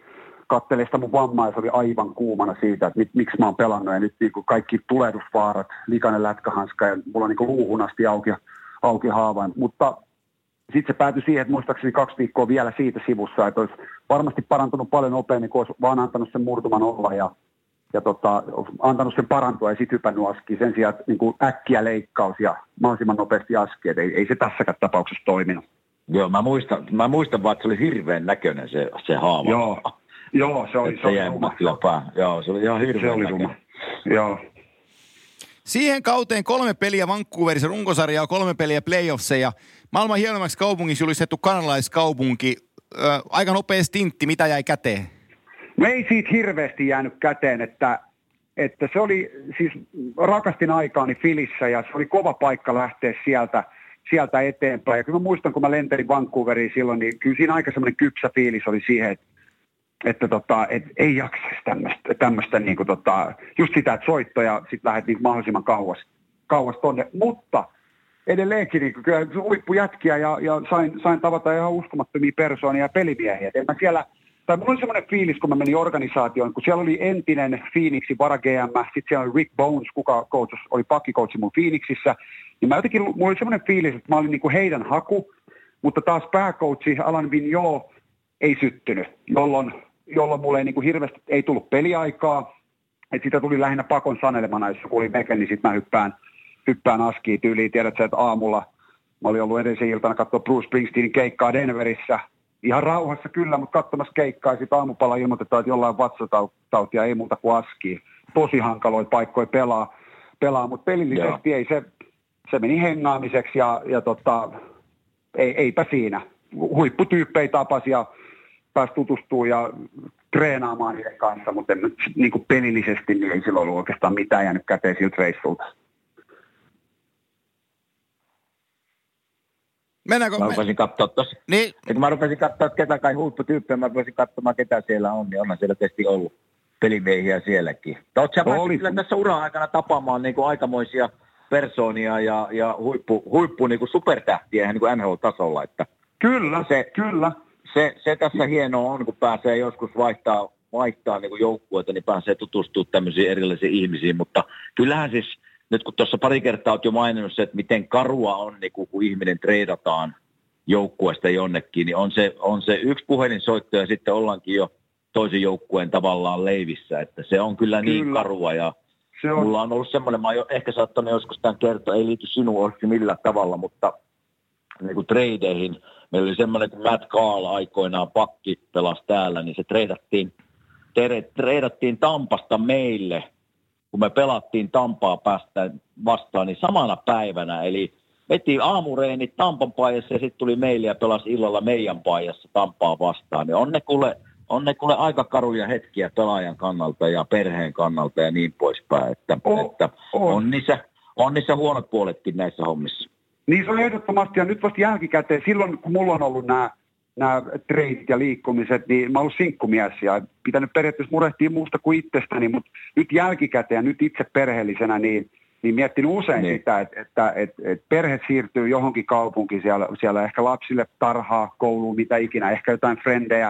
katselin sitä mun vammaa ja se oli aivan kuumana siitä, että mit, miksi mä oon pelannut ja nyt niin kuin kaikki tulehdusvaarat, likainen lätkähanska ja mulla on niin kuin luuhun asti auki, auki haavain. Mutta sitten se päätyi siihen, että muistaakseni kaksi viikkoa vielä siitä sivussa, että olisi varmasti parantunut paljon nopeammin, kun olisi vaan antanut sen murtuman olla ja, ja tota, antanut sen parantua ja sitten hypännyt askiin. Sen sijaan niin kuin äkkiä leikkaus ja mahdollisimman nopeasti aski, että ei, ei se tässäkään tapauksessa toiminut. Joo, mä muistan, mä muistan vaan, että se oli hirveän näköinen se, se haava. Joo, joo se oli, se oli ruma. Joo, se oli ihan hirveän se oli ruma. Joo. Siihen kauteen kolme peliä Vancouverissa runkosarjaa, kolme peliä playoffseja. Maailman hienommaksi kaupungissa julistettu kanadalaiskaupunki. Ö, aika nopea stintti, mitä jäi käteen? No ei siitä hirveästi jäänyt käteen, että, että se oli, siis rakastin aikaani Filissä ja se oli kova paikka lähteä sieltä, sieltä eteenpäin. Ja kyllä mä muistan, kun mä lentelin Vancouveriin silloin, niin kyllä siinä aika semmoinen kypsä fiilis oli siihen, että että tota, et ei jaksaisi tämmöistä, tämmöistä niinku tota, just sitä, että soittoja sit lähdet niinku mahdollisimman kauas, kauas tonne. Mutta edelleenkin niinku, kyllä huippujätkiä ja, ja sain, sain tavata ihan uskomattomia persoonia ja pelimiehiä. Et en mä siellä, tai mulla oli semmoinen fiilis, kun mä menin organisaatioon, kun siellä oli entinen Phoenixin vara-G M, sitten siellä oli Rick Bones, kuka coachus, oli pakkikoutsi mun Phoenixissä, niin mä jotenkin, mulla oli semmoinen fiilis, että mä olin niinku heidän haku, mutta taas pääcoachi Alain Vigneault ei syttynyt, jolloin jolloin mulle ei niin kuin hirveästi ei tullut peliaikaa. Että sitä tuli lähinnä pakon sanelemana, jos joku oli veke, niin sitten mä hyppään, hyppään askiin tyyliin. Tiedätkö, että aamulla mä olin ollut edellisen iltana katsoa Bruce Springsteenin keikkaa Denverissä. Ihan rauhassa kyllä, mutta katsomassa keikkaa ja sitten aamupala ilmoitetaan, että jollain vatsatautia ei muuta kuin askiin. Tosi hankaloita paikkoja pelaa, pelaa mutta pelillisesti Joo. ei se, se meni hengaamiseksi ja, ja tota, ei, eipä siinä. Huipputyyppejä tapasi ja pääsi tutustumaan ja treenaamaan niiden kanssa, mutta en, niin kuin pelillisesti niin ei sillä ollut oikeastaan mitään jäänyt käteen siltä reissulta. Mennäänkö? Mä rupesin katsoa tuossa. Niin. Kun mä rupesin katsoa, että ketä kai huipputyyppejä, mä rupesin katsomaan, ketä siellä on, niin onhan siellä tietysti ollut pelimiehiä sielläkin. Oletko sä päässyt kyllä tässä uran aikana tapaamaan niin kuin aikamoisia persoonia ja, ja huippu, huippu niin kuin supertähtiä ihan niin kuin N H L-tasolla? Että kyllä, se, kyllä. Se, se tässä hienoa on, kun pääsee joskus vaihtaa, vaihtaa niin kuin joukkueita, niin pääsee tutustumaan tämmöisiin erilaisiin ihmisiin, mutta kyllähän siis, nyt kun tuossa pari kertaa olet jo maininnut se, että miten karua on, niin kun ihminen treidataan joukkueesta jonnekin, niin on se, on se yksi puhelinsoitto ja sitten ollaankin jo toisen joukkueen tavallaan leivissä, että se on kyllä, kyllä. niin karua ja se on. Mulla on ollut semmoinen, mä oon ehkä saattanut joskus tämän kertoa, ei liity sinuun olisi millään tavalla, mutta niin kuin treideihin, meillä oli semmoinen, kun Matt Caul aikoinaan pakki pelasi täällä, niin se treidattiin, treidattiin Tampasta meille, kun me pelattiin Tampaa päästä vastaan, niin samana päivänä, eli veti aamureenit Tampan paijassa ja sitten tuli meille ja pelasi illalla meidän paijassa Tampaa vastaan, niin on ne kuule, on ne kuule aika karuja hetkiä pelaajan kannalta ja perheen kannalta ja niin poispäin, että, oh, että oh. On, niissä, on niissä huonot puoletkin näissä hommissa. Niin se on ehdottomasti, ja nyt vasta jälkikäteen, silloin kun mulla on ollut nämä, nämä trendit ja liikkumiset, niin mä oon ollut sinkkumies ja pitänyt periaatteessa murehtia muusta kuin itsestäni, mutta nyt jälkikäteen ja nyt itse perheellisenä, niin, niin miettinyt usein niin. sitä, että, että, että, että perhe siirtyy johonkin kaupunkiin, siellä, siellä ehkä lapsille tarhaa, kouluun, mitä ikinä, ehkä jotain frendejä,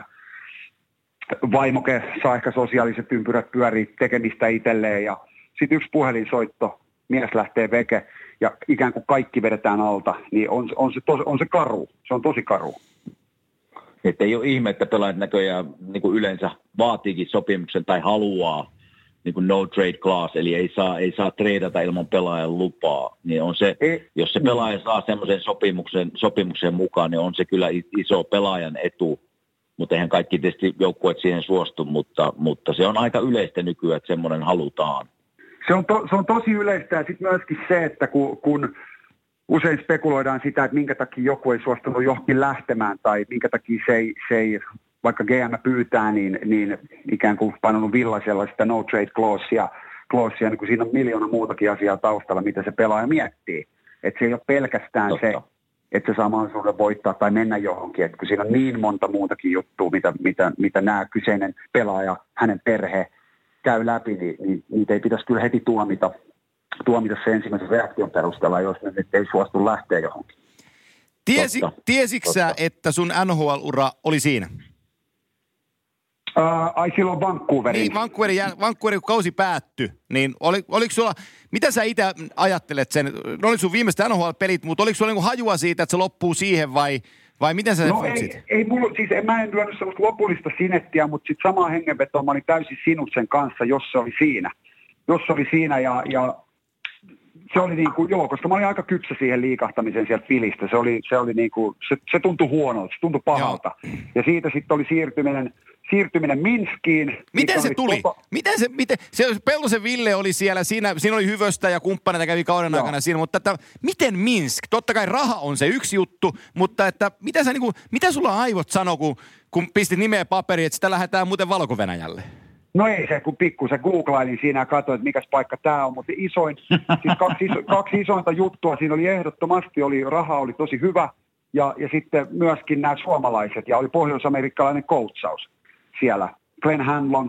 vaimoke saa ehkä sosiaaliset ympyrät pyörii tekemistä itselleen ja sitten yksi puhelinsoitto, mies lähtee veke. Ja ikään kuin kaikki vedetään alta, niin on, on, se, tos, on se karu. Se on tosi karu. Että ei ole ihme, että pelaajat näköjään niin kuin yleensä vaatiikin sopimuksen tai haluaa niin kuin no trade clause, eli ei saa, ei saa treidata ilman pelaajan lupaa. Niin on se, ei, jos se pelaaja saa semmoisen sopimuksen, sopimuksen mukaan, niin on se kyllä iso pelaajan etu. Mutta eihän kaikki tietysti joukkueet siihen suostu, mutta, mutta se on aika yleistä nykyään, että semmoinen halutaan. Se on, to, se on tosi yleistä ja sitten myöskin se, että kun, kun usein spekuloidaan sitä, että minkä takia joku ei suostunut johonkin lähtemään tai minkä takia se ei, se ei vaikka G M pyytää, niin, niin ikään kuin painanut villaisella sitä no trade clausea, clausea niin kun siinä on miljoona muutakin asiaa taustalla, mitä se pelaaja miettii. Että se ei ole pelkästään Totta. se, että se saa mahdollisuuden voittaa tai mennä johonkin, että kun siinä on niin monta muutakin juttua, mitä, mitä, mitä nämä kyseinen pelaaja, hänen perhe käy läpi, niin, niin niitä ei pitäisi kyllä heti tuomita, tuomita se ensimmäisen reaktion perusteella, jos ne nyt ei suostu lähteä johonkin. Tiesi, tiesitkö sä, että sun N H L-ura oli siinä? Uh, ai silloin Vancouverin. Niin, Vancouverin, Vancouverin kausi päättyi, niin oli, oliko sulla, mitä sä itse ajattelet sen, ne oli sun viimeiset N H L-pelit, mutta oliko sulla niinku hajua siitä, että se loppuu siihen vai, vai miten sä no sen ei, ei mulla, siis en, mä en lyönyt sellaista lopullista sinettiä, mutta sitten samaa hengenvetoa mä olin täysin sinut sen kanssa, jos se oli siinä. Jos se oli siinä ja, ja se oli niin kuin, joo, koska mä olin aika kypsä siihen liikahtamiseen sieltä Filistä. Se oli, se oli niin kuin, se, se tuntui huonolta, se tuntui pahalta. Joo. Ja siitä sitten oli siirtyminen, siirtyminen Minskiin. Miten se tuli? Tota... Miten se, miten, se Peltosen Ville oli siellä, siinä, siinä oli Hyvöstä ja kumppaneita kävi kauden joo. aikana siinä, mutta että, miten Minsk? Totta kai raha on se yksi juttu, mutta että mitä, sä, niin kuin, mitä sulla aivot sanoo, kun, kun pistit nimeä paperiin, että sitä lähdetään muuten Valko-Venäjälle? No ei se, kun pikkusen googlailin siinä ja katsoin, että mikäs paikka tämä on, mutta isoin, siis kaksi, iso, kaksi isointa juttua siinä oli ehdottomasti, oli, raha oli tosi hyvä ja, ja sitten myöskin nämä suomalaiset ja oli pohjois-amerikkalainen coachaus siellä. Glenn Hanlon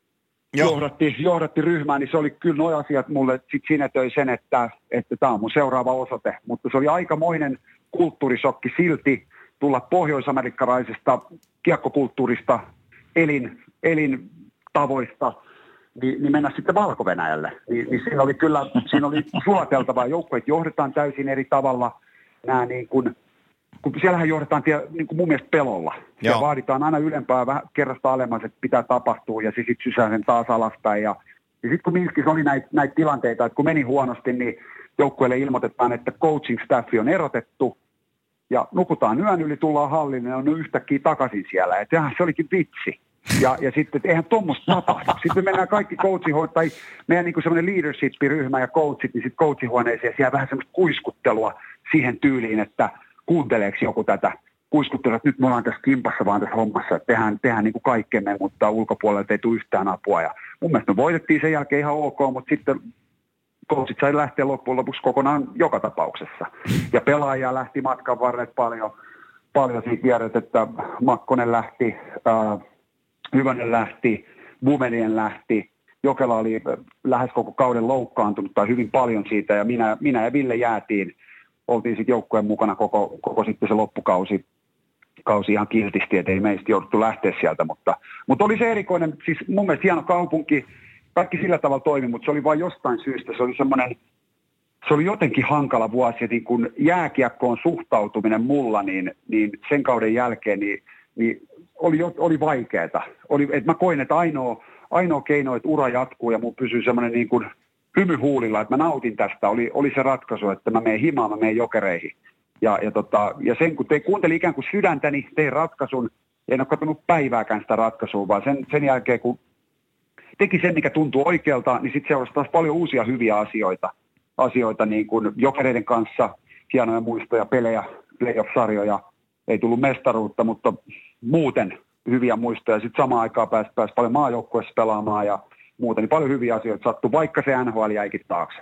johdatti, johdatti ryhmää, niin se oli kyllä nuo asiat mulle sit sinetöi sen, että että tämä on mun seuraava osoite, mutta se oli aikamoinen kulttuurisokki silti tulla pohjois-amerikkalaisesta kiekkokulttuurista elin, elin tavoista, niin, niin mennä sitten Valko-Venäjälle. Niin, niin siinä oli kyllä, siinä oli sulateltavaa. Joukkueet johdetaan täysin eri tavalla. Nämä niin kuin, kun siellähän johdetaan tie, niin kuin mun mielestä pelolla. Joo. Ja vaaditaan aina ylempää vähän kerrasta alemmas, että pitää tapahtua ja sitten sysää sen taas alaspäin. Ja, ja sitten kun Minskissä oli näitä näit tilanteita, että kun meni huonosti, niin joukkueelle ilmoitetaan, että coaching staffi on erotettu ja nukutaan yön yli, tullaan halliin ja on yhtäkkiä takaisin siellä. Että se olikin vitsi. Ja, ja sitten, että eihän tuommoista tapahdu. Sitten me mennään kaikki coachihuoneet, tai meidän niin kuin semmoinen leadership-ryhmä ja coachit, niin sitten coachihuoneeseen siellä vähän semmoista kuiskuttelua siihen tyyliin, että kuunteleeko joku tätä kuiskuttelua, että nyt me ollaan tässä kimpassa vaan tässä hommassa, että tehdään, tehdään niin kuin kaikkemme, mutta ulkopuolelta ei tule yhtään apua. Ja mun mielestä me voitettiin sen jälkeen ihan ok, mutta sitten coachit sai lähteä loppujen lopuksi kokonaan joka tapauksessa. Ja pelaajia lähti matkan varret paljon, paljon siitä tiedät, että Makkonen lähti, ää, Hyvänen lähti, Bumenien lähti, Jokela oli lähes koko kauden loukkaantunut tai hyvin paljon siitä ja minä, minä ja Ville jäätiin, oltiin sitten joukkueen mukana koko, koko sitten se loppukausi kausi ihan kiltisti, että ei meistä jouduttu lähteä sieltä, mutta, mutta oli se erikoinen, siis mun mielestä hieno kaupunki, kaikki sillä tavalla toimi, mutta se oli vain jostain syystä, se oli semmoinen, se oli jotenkin hankala vuosi, että niin kun jääkiekkoon suhtautuminen mulla, niin, niin sen kauden jälkeen, niin, niin Oli, oli vaikeeta. Oli, että mä koin, että ainoa, ainoa keino, että ura jatkuu ja mun pysyy semmoinen niin kuin hymy huulilla, että mä nautin tästä, oli, oli se ratkaisu, että mä menen himaan, mä menen Jokereihin. Ja, ja, tota, ja sen, kun te kuuntelin ikään kuin sydäntäni, tein ratkaisun, en ole katsonut päivääkään sitä ratkaisua, vaan sen, sen jälkeen, kun teki sen, mikä tuntui oikealta, niin sitten seurasi taas paljon uusia hyviä asioita, asioita niin kuin Jokereiden kanssa, hienoja muistoja, pelejä, playoff-sarjoja, ei tullut mestaruutta, mutta muuten hyviä muistoja. Sitten samaan aikaan pääsi, pääsi paljon maajoukkueessa pelaamaan ja muuta, niin paljon hyviä asioita sattui, vaikka se N H L jäikin taakse.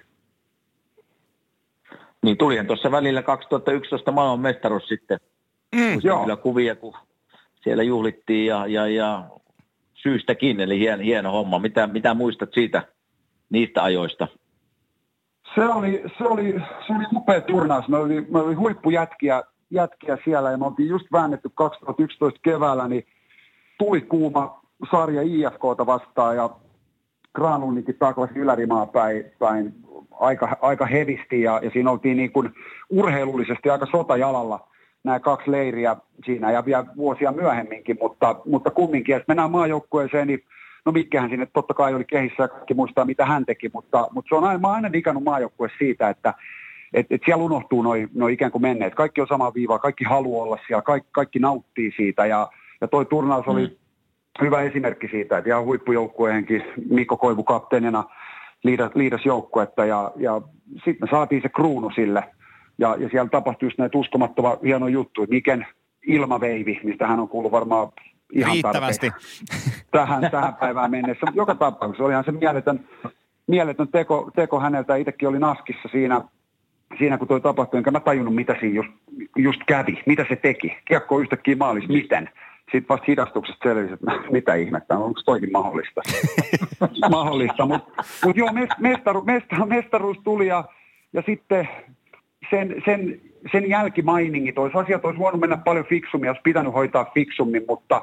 Niin tulihan tuossa välillä kaksituhattayksitoista maailman mestaruus sitten. Mm, joo. Kyllä kuvia, kun siellä juhlittiin ja, ja, ja syystäkin, eli hieno, hieno homma. Mitä, mitä muistat siitä, niistä ajoista? Se oli, se oli, se oli upea turnaus. Me oli, me oli huippujätkiä jätkiä siellä ja me oltiin just väännetty kaksituhattayksitoista keväällä, niin tuli kuuma sarja I F K:ta vastaan ja Granlundinkin taklasi Ylärimaa päin, päin aika, aika hevisti ja, ja siinä oltiin niin kuin urheilullisesti aika sotajalalla nämä kaksi leiriä siinä ja vielä vuosia myöhemminkin, mutta, mutta kumminkin, että mennään maajoukkueeseen, niin no Mikkehän sinne totta kai oli kehissä ja kaikki muistaa mitä hän teki, mutta, mutta se on aina, mä oon aina digannut maajoukkueessa siitä, että Että et siellä unohtuu noin noi ikään kuin menneet. Kaikki on samaa viivaa, kaikki haluaa olla siellä, kaikki, kaikki nauttii siitä. Ja, ja toi turnaus oli mm. hyvä esimerkki siitä, että ihan huippujoukkueenkin Mikko Koivu kapteenina liidas joukkuetta. Ja, ja sitten me saatiin se kruunu sille. Ja, ja siellä tapahtui just näitä uskomattoman hienoja juttuja. Miken ilmaveivi, mistä hän on kuullut varmaan ihan tarpeeksi tähän, tähän päivään mennessä. Mutta joka tapauksessa olihan se mieletön, mieletön teko, teko häneltä. Itsekin oli naskissa siinä. Siinä kun toi tapahtui, enkä mä tajunnut, mitä siinä just, just kävi, mitä se teki. Kiekko yhtäkkiä maalissa, miten? Sitten vasta hidastuksesta selvisi, että mitä ihmettä, onko toikin mahdollista? mahdollista, mutta mut joo, mestaru, mestaru, mestaruus tuli ja, ja sitten sen, sen, sen jälkimainingit, olisi asiat olisi voinut mennä paljon fiksummin, olisi pitänyt hoitaa fiksummin, mutta,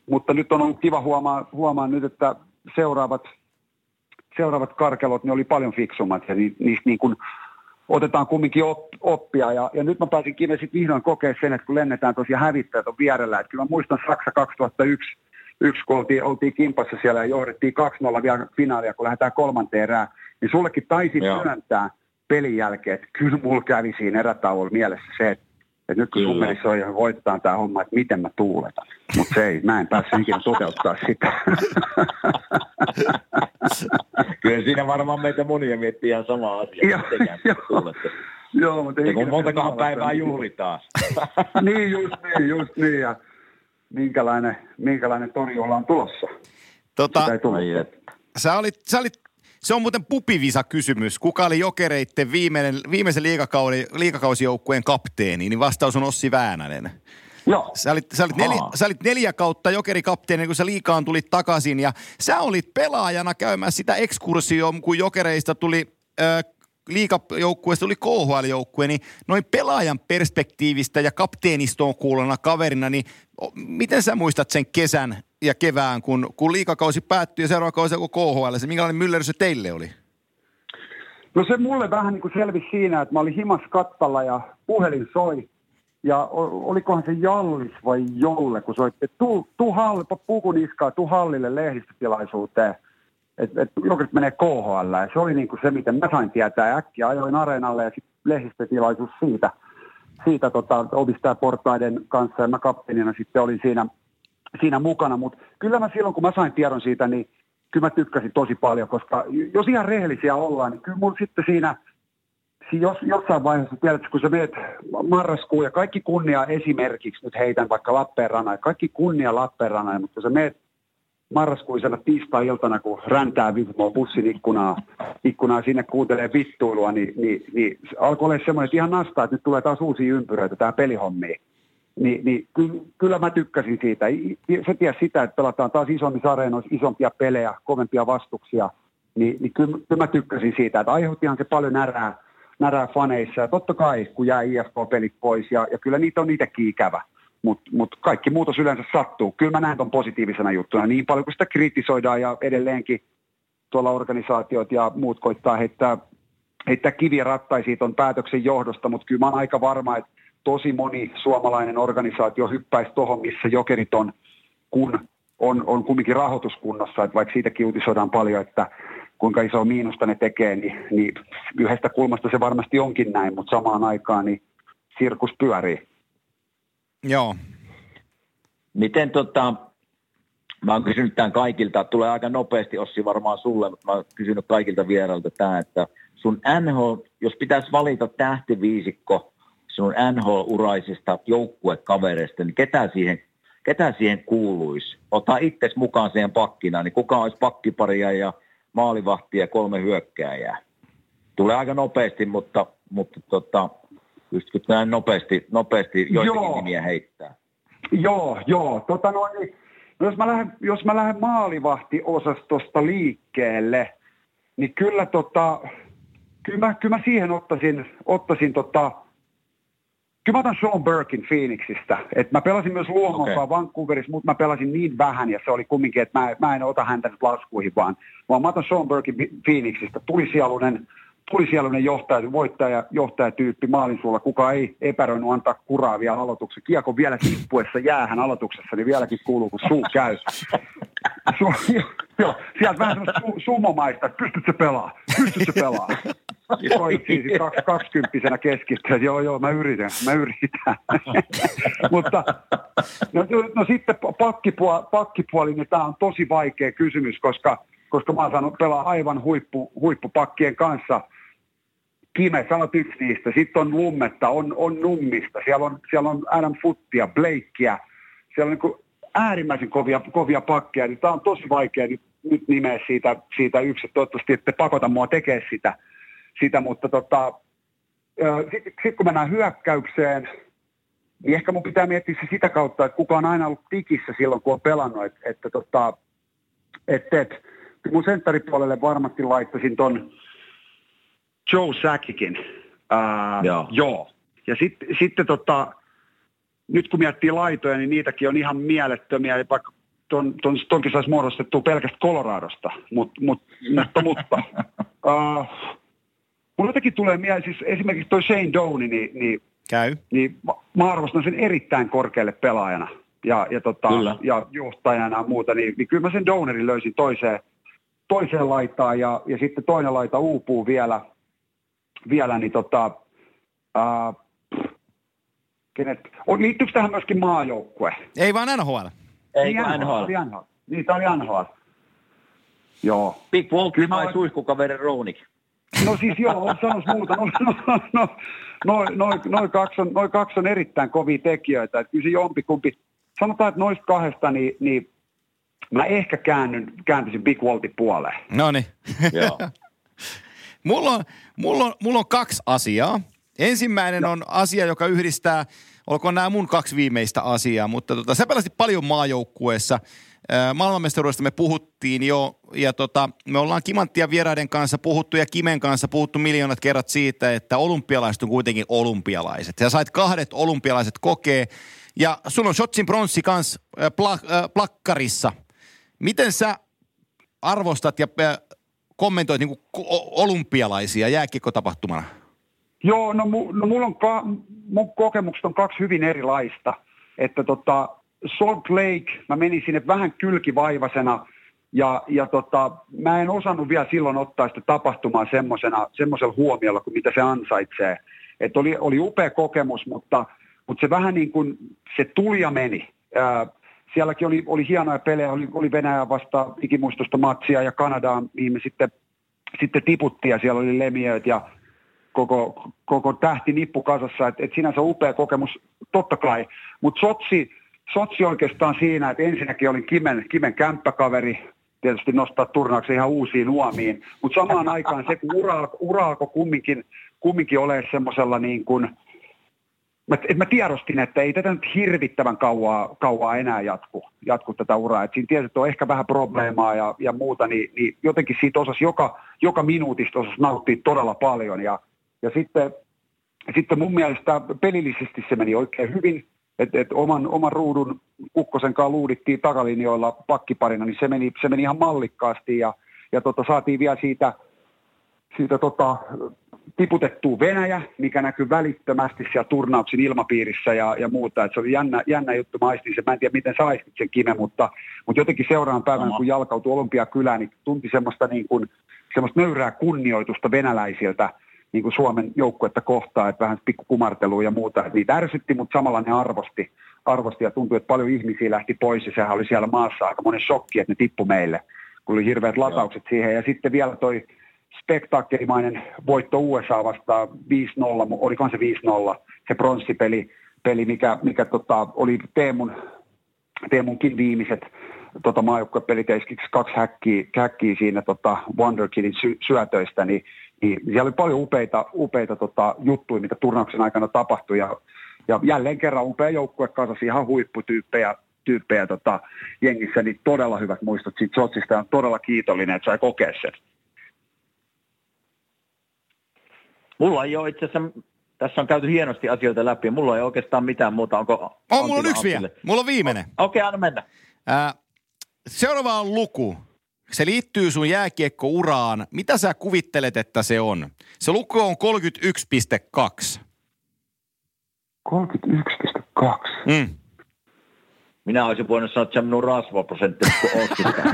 mutta nyt on ollut kiva huomaa, huomaa nyt, että seuraavat, seuraavat karkelot, ne oli paljon fiksummat ja ni, niistä niin kuin otetaan kumminkin oppia. Ja, ja nyt mä pääsin kiinni sitten vihdoin kokea sen, että kun lennetään tosiaan hävittäjät on vierellä. Että kyllä mä muistan Saksa kaksituhattayksi, yksi, kun oltiin, oltiin kimpassa siellä ja johdettiin kaksi nolla vielä finaalia, kun lähdetään kolmanteen erään. Niin sullekin taisi myöntää pelin jälkeen, että kyllä mulla kävi siinä erätauolla mielessä se, että, että nyt kun Summerissa on ja voitetaan tämä homma, että miten mä tuuletan. Mutta se ei, mä en päässyt ikinä toteuttaa sitä. Kyllä siinä varmaan meitä monia miettii ihan samaa asiaa. Joo, mutta kun montakahan päivää juhli taas. Niin, just niin, just niin. Ja minkälainen, minkälainen torjuhla on tulossa? Tota, sä olit, sä olit, se on muuten pupivisa-kysymys. Kuka oli Jokereitten viimeinen, viimeisen liigakausi, liigakausijoukkueen kapteeni? Niin vastaus on Ossi Väänänen. Joo. Sä olit, sä, olit neljä, sä olit neljä kautta jokerikapteeni, kun sä liikaan tulit takaisin. Ja sä olit pelaajana käymässä sitä ekskursioon, kun Jokereista tuli äh, liigajoukkueesta, tuli K H L-joukkue. Niin noin pelaajan perspektiivistä ja kapteenistoon kuulona kaverina, niin miten sä muistat sen kesän ja kevään, kun, kun liigakausi päättyi ja seuraava kausi kuin K H L? Minkälainen myllerys se teille oli? No se mulle vähän niin kuin selvisi siinä, että mä olin himas kattalla ja puhelin soi. Ja olikohan se Jallis vai Jolle, kun soitti, että tuu, tuu halli, puku niskaa, tuu hallille lehdistötilaisuuteen, että et, jokerit menee K H L. Ja se oli niin kuin se, miten mä sain tietää. Äkkiä ajoin areenalle ja sitten lehdistötilaisuus siitä, siitä tota, ovista ja portaiden kanssa. Ja mä kapteenina sitten olin siinä, siinä mukana. Mutta kyllä mä silloin, kun mä sain tiedon siitä, niin kyllä mä tykkäsin tosi paljon, koska jos ihan rehellisiä ollaan, niin kyllä mun sitten siinä... Jos, jossain vaiheessa tiedät, kun sä menet marraskuun ja kaikki kunnia esimerkiksi, nyt heitän vaikka Lappeenrannan, kaikki kunnia Lappeenrannan, mutta kun sä menet marraskuisena tiistai-iltana, kun räntää vihmoa bussin ikkunaa, ikkunaa sinne kuuntelee vittuilua, niin, niin, niin alkoi olla semmoinen, että ihan nastaa, että nyt tulee taas uusia ympyröitä tähän pelihommiin. Ni, niin ky, kyllä mä tykkäsin siitä. Se tiesi sitä, että pelataan taas isommissa areenoissa, isompia pelejä, kovempia vastuksia, niin, niin kyllä, kyllä mä tykkäsin siitä, että aiheuttihan se paljon närää, närää faneissa. Ja totta kai, kun jää I F K-pelit pois, ja, ja kyllä niitä on itsekin ikävä. Mutta mut kaikki muutos yleensä sattuu. Kyllä mä näen ton positiivisena juttuna. Niin paljon kuin sitä kritisoidaan ja edelleenkin tuolla organisaatiot ja muut koittaa heittää, heittää kiviä rattaisiin ton päätöksen johdosta, mutta kyllä mä oon aika varma, että tosi moni suomalainen organisaatio hyppäisi tuohon, missä Jokerit on, kun on, on kumminkin rahoituskunnossa. Että vaikka siitäkin uutisoidaan paljon, että kuinka iso miinusta ne tekee, niin, niin yhdestä kulmasta se varmasti onkin näin, mutta samaan aikaan niin sirkus pyörii. Joo. Miten tota, mä oon kysynyt tämän kaikilta, tulee aika nopeasti Ossi varmaan sulle, mutta mä oon kysynyt kaikilta vierailta tämän, että sun N H L, jos pitäisi valita tähtiviisikko sun N H L-uraisista joukkuekavereista, niin ketä siihen, ketä siihen kuuluisi? Ota itsesi mukaan siihen pakkina, niin kuka olisi pakkiparia ja maalivahtia ja kolme hyökkääjää? Tulee aika nopeasti, mutta, mutta tota, pystytkö näin nopeasti, nopeasti joitakin joo. nimiä heittää? Joo, joo. Tota noin, niin, no jos mä lähden, jos mä lähden maalivahtiosastosta liikkeelle, niin kyllä, tota, kyllä, mä, kyllä mä siihen ottaisin, ottaisin tota, kyllä mä otan Sean Burkin Phoenixistä. Et mä pelasin myös Luomonkaan okay. Vancouverissa, mutta mä pelasin niin vähän ja se oli kumminkin, että mä, mä en ota häntä nyt laskuihin, vaan, vaan mä otan Sean Burkin Phoenixistä. Tulisieluinen, tulisieluinen johtaja, voittaja, johtajatyyppi maalinsuulla, kuka ei epäröinyt antaa kuraa vielä aloituksen. Kiekon vielä tippuessa jäähän aloituksessa, niin vieläkin kuuluu, kun suu käy. Su, joo, sieltä vähän semmoista su, sumomaista, että pystyt se pelaa, pystyt se pelaa. Koitin siis kaksi, kaksikymppisenä keskittyä, joo joo, mä yritän, mä yritän. Mutta no, no sitten pakkipuoli, pakkipuoli, niin tämä on tosi vaikea kysymys, koska, koska mä oon saanut pelaa aivan huippu, huippupakkien kanssa. Kime, sä oot yksi niistä. Sitten on Lummetta, on, on Nummista, siellä on, siellä on Adam Futtia, Blakea, siellä on niin kuin äärimmäisen kovia, kovia pakkeja. Niin tämä on tosi vaikea nyt, nyt nimeä siitä, siitä yksi, että toivottavasti ette pakota mua tekemään sitä. sitä mutta tota, sitten sit kun mennään hyökkäykseen, niin ehkä mun pitää miettiä se sitä kautta, että kuka on aina ollut tikissä silloin, kun on pelannut. Että, että, tota, että, että mun senttaripuolelle varmasti laittaisin ton Joe Sackikin. Ää, joo. joo. Ja sitten sit, tota, nyt kun miettii laitoja, niin niitäkin on ihan mielettömiä. Vaikka ton, ton, tonkin saisi muodostettua pelkästä Coloradosta, mut, mut, mutta, mutta. Uh, mulla jotenkin tulee mieleen, siis esimerkiksi toi Shane Downey, niin, niin, Käy. niin mä, mä arvostan sen erittäin korkealle pelaajana ja, ja, tota, ja johtajana ja muuta, niin, niin kyllä mä sen Downerin löysin toiseen, toiseen laitaan ja, ja sitten toinen laita uupuu vielä, vielä niin tota, uh, kenet, on, liittyykö tähän myöskin maajoukkue? Ei vaan N H L. Ei niin, N H L. N H L. Niin, tää oli N H L. Joo. Big Walker mä... vai suihkukaveri Ronik? No siis joo, sanois muuta. No, no, no, noin noi, noi kaksi, on, noi kaksi on erittäin kovia tekijöitä. Et kyllä se jompikumpi, sanotaan, että noista kahdesta, niin, niin mä ehkä käännyn, kääntyisin Big Waltin puoleen. Noniin. Joo. mulla, on, mulla, on, mulla on kaksi asiaa. Ensimmäinen on asia, joka yhdistää, olkoon nämä mun kaksi viimeistä asiaa, mutta tota, sä pelasit paljon maajoukkueessa. Maailmanmestaruudesta me puhuttiin jo, ja tota, me ollaan Kimanttia vieraiden kanssa puhuttu ja Kimen kanssa puhuttu miljoonat kerrat siitä, että olympialaiset on kuitenkin olympialaiset. Sä sait kahdet olympialaiset kokee, ja sun on Shotsin bronssi kanssa äh, pla- äh, plakkarissa. Miten sä arvostat ja äh, kommentoit niin kuin olympialaisia jääkiekkotapahtumana? Joo, no, mu, no mulla on ka, mun kokemukset on kaksi hyvin erilaista, että tota, Salt Lake, mä menin sinne vähän kylkivaivaisena ja, ja tota, mä en osannut vielä silloin ottaa sitä tapahtumaa semmoisella huomiolla kuin mitä se ansaitsee. Että oli, oli upea kokemus, mutta, mutta se vähän niin kuin, se tuli ja meni. Ää, sielläkin oli, oli hienoja pelejä, oli, oli Venäjä vasta ikimuistosta matsia ja Kanadaan, mihin me sitten, sitten tiputtiin ja siellä oli Lemieux ja koko, koko tähti nippu kasassa, että et sinänsä upea kokemus totta kai, mutta Sotsi, Sotsi oikeastaan siinä, että ensinnäkin olin Kimen, Kimen kämppäkaveri, tietysti nostaa turnauksen ihan uusiin uomiin, mutta samaan aikaan se, kun ura, ura alkoi kumminkin, kumminkin olemaan semmoisella niin kuin, että mä tiedostin, että ei tätä nyt hirvittävän kauaa, kauaa enää jatku, jatku tätä uraa, että siinä tietysti että on ehkä vähän probleemaa ja, ja muuta, niin, niin jotenkin siitä osasi joka, joka minuutista osasi nauttia todella paljon ja, ja sitten, sitten mun mielestä pelillisesti se meni oikein hyvin. Että et oman, oman ruudun Kukkosen kanssa luudittiin takalinjoilla pakkiparina, niin se meni, se meni ihan mallikkaasti ja, ja tota, saatiin vielä siitä, siitä tota, tiputettua Venäjä, mikä näkyy välittömästi siellä turnauksen ilmapiirissä ja, ja muuta. Et se oli jännä, jännä juttu, mä aistin sen. Mä en tiedä, miten sä aistit sen, Kime, mutta, mutta jotenkin seuraavan päivänä, no. kun jalkautui Olympiakylään, niin tunti semmoista, niin kuin, semmoista nöyrää kunnioitusta venäläisiltä, niin kuin Suomen joukkuetta kohtaa, että vähän pikku kumartelua ja muuta. Että niitä ärsytti, mutta samalla ne arvosti, arvosti ja tuntui, että paljon ihmisiä lähti pois ja sehän oli siellä maassa aika monen shokki, että ne tippui meille, kun oli hirveät lataukset siihen. Ja sitten vielä toi spektaakkelimainen voitto U S A vastaan viisi nolla, olikohan se viisi nolla, se pronssipeli, peli, mikä, mikä tota, oli Teemun, Teemunkin viimeiset tota, maajoukkuepelit, kaksi häkkiä, häkkiä siinä tota, Wonderkidin sy- syötöistä, niin Niin siellä oli paljon upeita, upeita tota, juttuja, mitä turnauksen aikana tapahtui. Ja, ja jälleen kerran upea joukkue kasasi ihan huipputyyppejä tyyppejä, tota, jengissä. Niin todella hyvät muistot siitä Sotsista. On todella kiitollinen, että sai kokea sen. Mulla ei ole itse asiassa, tässä on käyty hienosti asioita läpi. Mulla ei oikeastaan mitään muuta. Onko oh, mulla on yksi vielä. Mulla on viimeinen. Okei, okay, anna mennä. Äh, seuraava on luku. Se liittyy sun jääkiekkouraan. Mitä sä kuvittelet, että se on? Se luku on kolmekymmentäyksi pilkku kaksi. kolmekymmentäyksi pilkku kaksi? Mm. Minä olisin voinut sanoa, että se on minun rasvaprosentti, kun Oskista.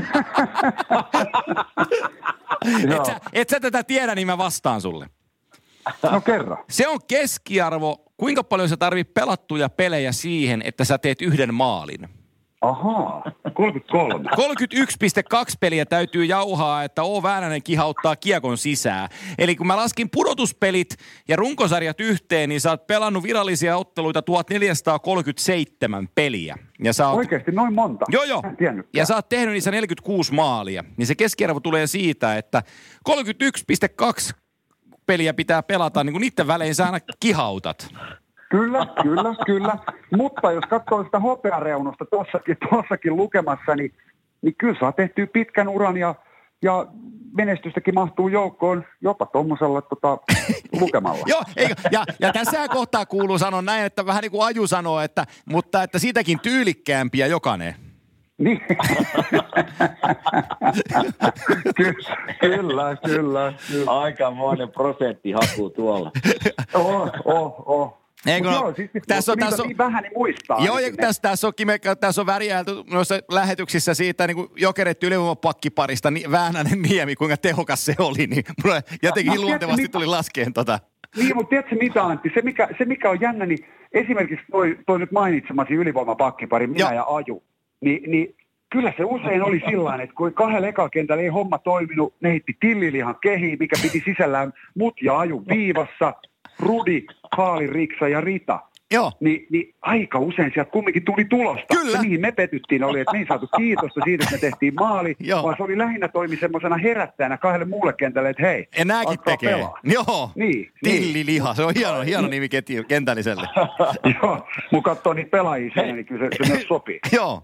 et, sä, et sä tätä tiedä, niin mä vastaan sulle. No kerro. Se on keskiarvo. Kuinka paljon sä tarvit pelattuja pelejä siihen, että sä teet yhden maalin? Ahaa, kolmekymmentäkolme. kolmekymmentäyksi pilkku kaksi peliä täytyy jauhaa, että O. Väänänen kihauttaa kiekon sisään. Eli kun mä laskin pudotuspelit ja runkosarjat yhteen, niin sä oot pelannut virallisia otteluita tuhatneljäsataakolmekymmentäseitsemän peliä. Ja sä oot... Oikeasti noin monta? Joo, joo. Ja sä oot tehnyt niissä neljäkymmentäkuusi maalia. Niin se keskiarvo tulee siitä, että kolmekymmentäyksi pilkku kaksi peliä pitää pelata, niin kuin niiden välein sä aina kihautat. Kyllä, kyllä, kyllä. Mutta jos katsoo sitä hopeareunusta tuossakin, tuossakin lukemassa, niin, niin kyllä saa tehtyä pitkän uran ja, ja menestystäkin mahtuu joukkoon jopa tuommoisella tota, lukemalla. Joo, eikö? Ja, ja tässä kohtaa kuuluu sanoa näin, että vähän niin kuin Aju sanoo, että, mutta että siitäkin tyylikkäämpiä jokainen. Niin. kyllä, kyllä, kyllä. Aikamoinen prosenttihaku tuolla. Oh, oh, oh. Eikö, no, joo, siis, tässä on, niitä tässä on on, niin vähän, niin muistaa. joo, ja tässä, tässä, on, tässä on värjäilty noissa lähetyksissä siitä niin kuin jokeretty ylivoimapakkiparista niin Väänänen Niemi, kuinka tehokas se oli, niin mulle jotenkin no, luontevasti tiedätkö, tuli laskeen tota. Niin, mutta tiedätkö mitä, Antti, se mikä, se mikä on jännä, niin esimerkiksi toi, toi nyt mainitsemasi ylivoimapakkipari, minä joo. ja Aju, niin, niin kyllä se usein oli sillain, että kun kahdella ekakentällä ei homma toiminut, ne heitti tillilihan kehiin, mikä piti sisällään mut ja Aju viivassa, Rudi, Haali, Riksa ja Rita. Joo. Ni, niin aika usein sieltä kumminkin tuli tulosta. Kyllä. Se, mihin me petyttiin, oli, että me ei saatu kiitosta siitä, että me tehtiin maali, Joo. vaan se oli lähinnä toimi semmoisena herättäjänä kahdelle muulle kentälle, että hei, ja nääkin tekee. Pelaa. Joo, niin, tilliliha, niin. Se on hieno, hieno nimi kentälliselle. Joo, mun katsoo niitä pelaajia siinä, niin kyllä se, se myös sopii. Joo.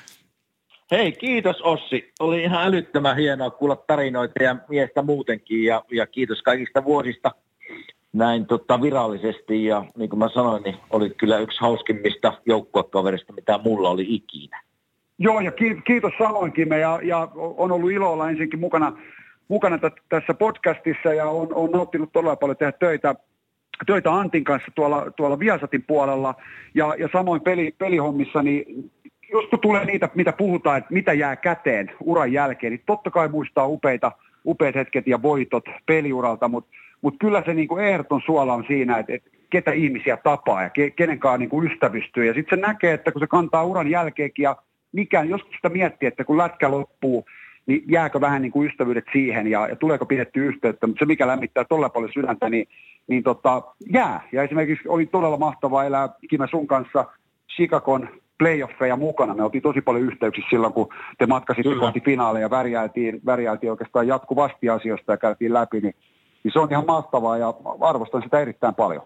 Hei, kiitos Ossi. Oli ihan älyttömän hienoa kuulla tarinoita ja miestä muutenkin ja, ja kiitos kaikista vuosista näin tota, virallisesti ja niin kuin mä sanoin, niin oli kyllä yksi hauskimmista joukkuekaverista, mitä mulla oli ikinä. Joo, ja kiitos samoinkin me ja, ja on ollut ilo olla ensinkin mukana, mukana t- tässä podcastissa ja on, on nauttinut todella paljon tehdä töitä, töitä Antin kanssa tuolla, tuolla Viasatin puolella ja, ja samoin peli, pelihommissa, niin just kun tulee niitä, mitä puhutaan, että mitä jää käteen uran jälkeen, niin totta kai muistaa upeita, upeat hetket ja voitot peliuralta, mutta mut kyllä se niinku ehdoton suola on siinä, että et ketä ihmisiä tapaa ja ke, kenenkaan niinku ystävystyy. Ja sitten se näkee, että kun se kantaa uran jälkeenkin ja mikään, joskus sitä miettii, että kun lätkä loppuu, niin jääkö vähän niinku ystävyydet siihen ja, ja tuleeko pidetty yhteyttä, mutta se mikä lämmittää todella paljon sydäntä, niin, niin tota, jää. Ja esimerkiksi oli todella mahtavaa elää ikinä sun kanssa Chicagon playoffeja mukana. Me oltiin tosi paljon yhteyksissä silloin, kun te matkasitte Kyllä. kohti finaaleja ja värjäiltiin, värjäiltiin oikeastaan jatkuvasti asioista ja käytiin läpi, niin, niin se on ihan mahtavaa ja arvostan sitä erittäin paljon.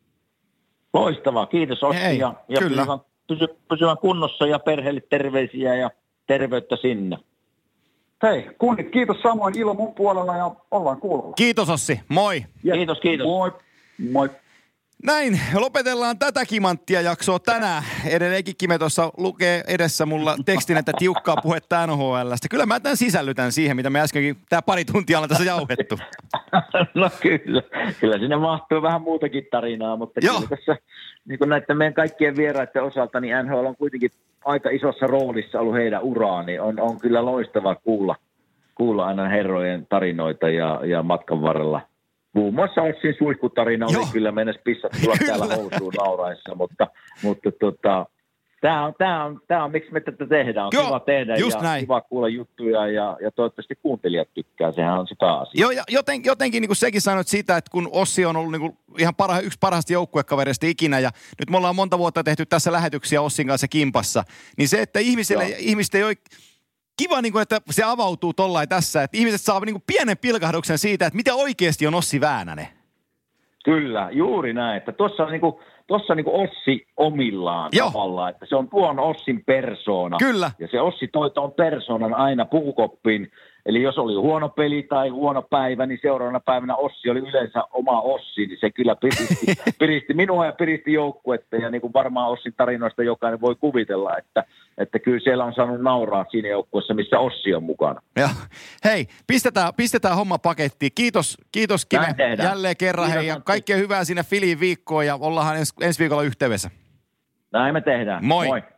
Loistavaa, kiitos Ossi Hei, ja, ja pysyvän, pysy, pysyvän kunnossa ja perheelle terveisiä ja terveyttä sinne. Hei, kunnit, kiitos samoin, ilo mun puolella ja ollaan kuulolla. Kiitos Ossi, moi. Yes. Kiitos, kiitos. Moi, moi. Näin, lopetellaan tätä Kimanttia jaksoa tänään. Edelleenkin Kime tuossa lukee edessä mulla tekstin, että tiukkaa puhetta N H L:stä. Kyllä mä tämän sisällytän siihen, mitä me äskenkin tää pari tuntia ollaan tässä jauhettu. No kyllä, kyllä sinne mahtuu vähän muutakin tarinaa, mutta Joo. kyllä tässä niin kuin näiden meidän kaikkien vieraiden osalta, niin N H L on kuitenkin aika isossa roolissa ollut heidän uraan, niin on, on kyllä loistavaa kuulla, kuulla aina herrojen tarinoita ja, ja matkan varrella. Muun muassa Ossin suihkutarina oli Joo. kyllä mennessä pissat tulla täällä housuun nauraissa, mutta, mutta tota, tämä on, tää on, tää on, miksi me tätä tehdään. On Joo, kiva tehdä ja näin. Kiva kuulla juttuja ja, ja toivottavasti kuuntelijat tykkää. Sehän on se pääasia. Joo, ja joten, jotenkin niin kuin sekin sanoit siitä, että kun Ossi on ollut niin kuin ihan parha, yksi parhaista joukkuekavereista ikinä ja nyt me ollaan monta vuotta tehty tässä lähetyksiä Ossin kanssa kimpassa, niin se, että ihmisille, ihmiset ei ole kiva, niin kuin, että se avautuu tollain tässä, että ihmiset saa niin kuin pienen pilkahduksen siitä, että mitä oikeasti on Ossi Väänänen. Kyllä, juuri näin. Että tuossa on niin kuin, tuossa niin kuin Ossi omillaan Joo. tavallaan, että se on tuon Ossin persoona. Kyllä. Ja se Ossi toi tuon persoonan aina puukoppiin. Eli jos oli huono peli tai huono päivä, niin seuraavana päivänä Ossi oli yleensä oma Ossi, niin se kyllä piristi, piristi minua ja piristi joukkuetta. Ja niin kuin varmaan Ossin tarinoista jokainen voi kuvitella, että, että kyllä siellä on saanut nauraa siinä joukkueessa, missä Ossi on mukana. Ja, hei, pistetään, pistetään homma pakettiin. Kiitos, kiitos Kime jälleen kerran. Hei, ja kaikkea hyvää sinne Filiin viikkoon ja ollaan ens, ensi viikolla yhteydessä. Näin me tehdään. Moi. Moi.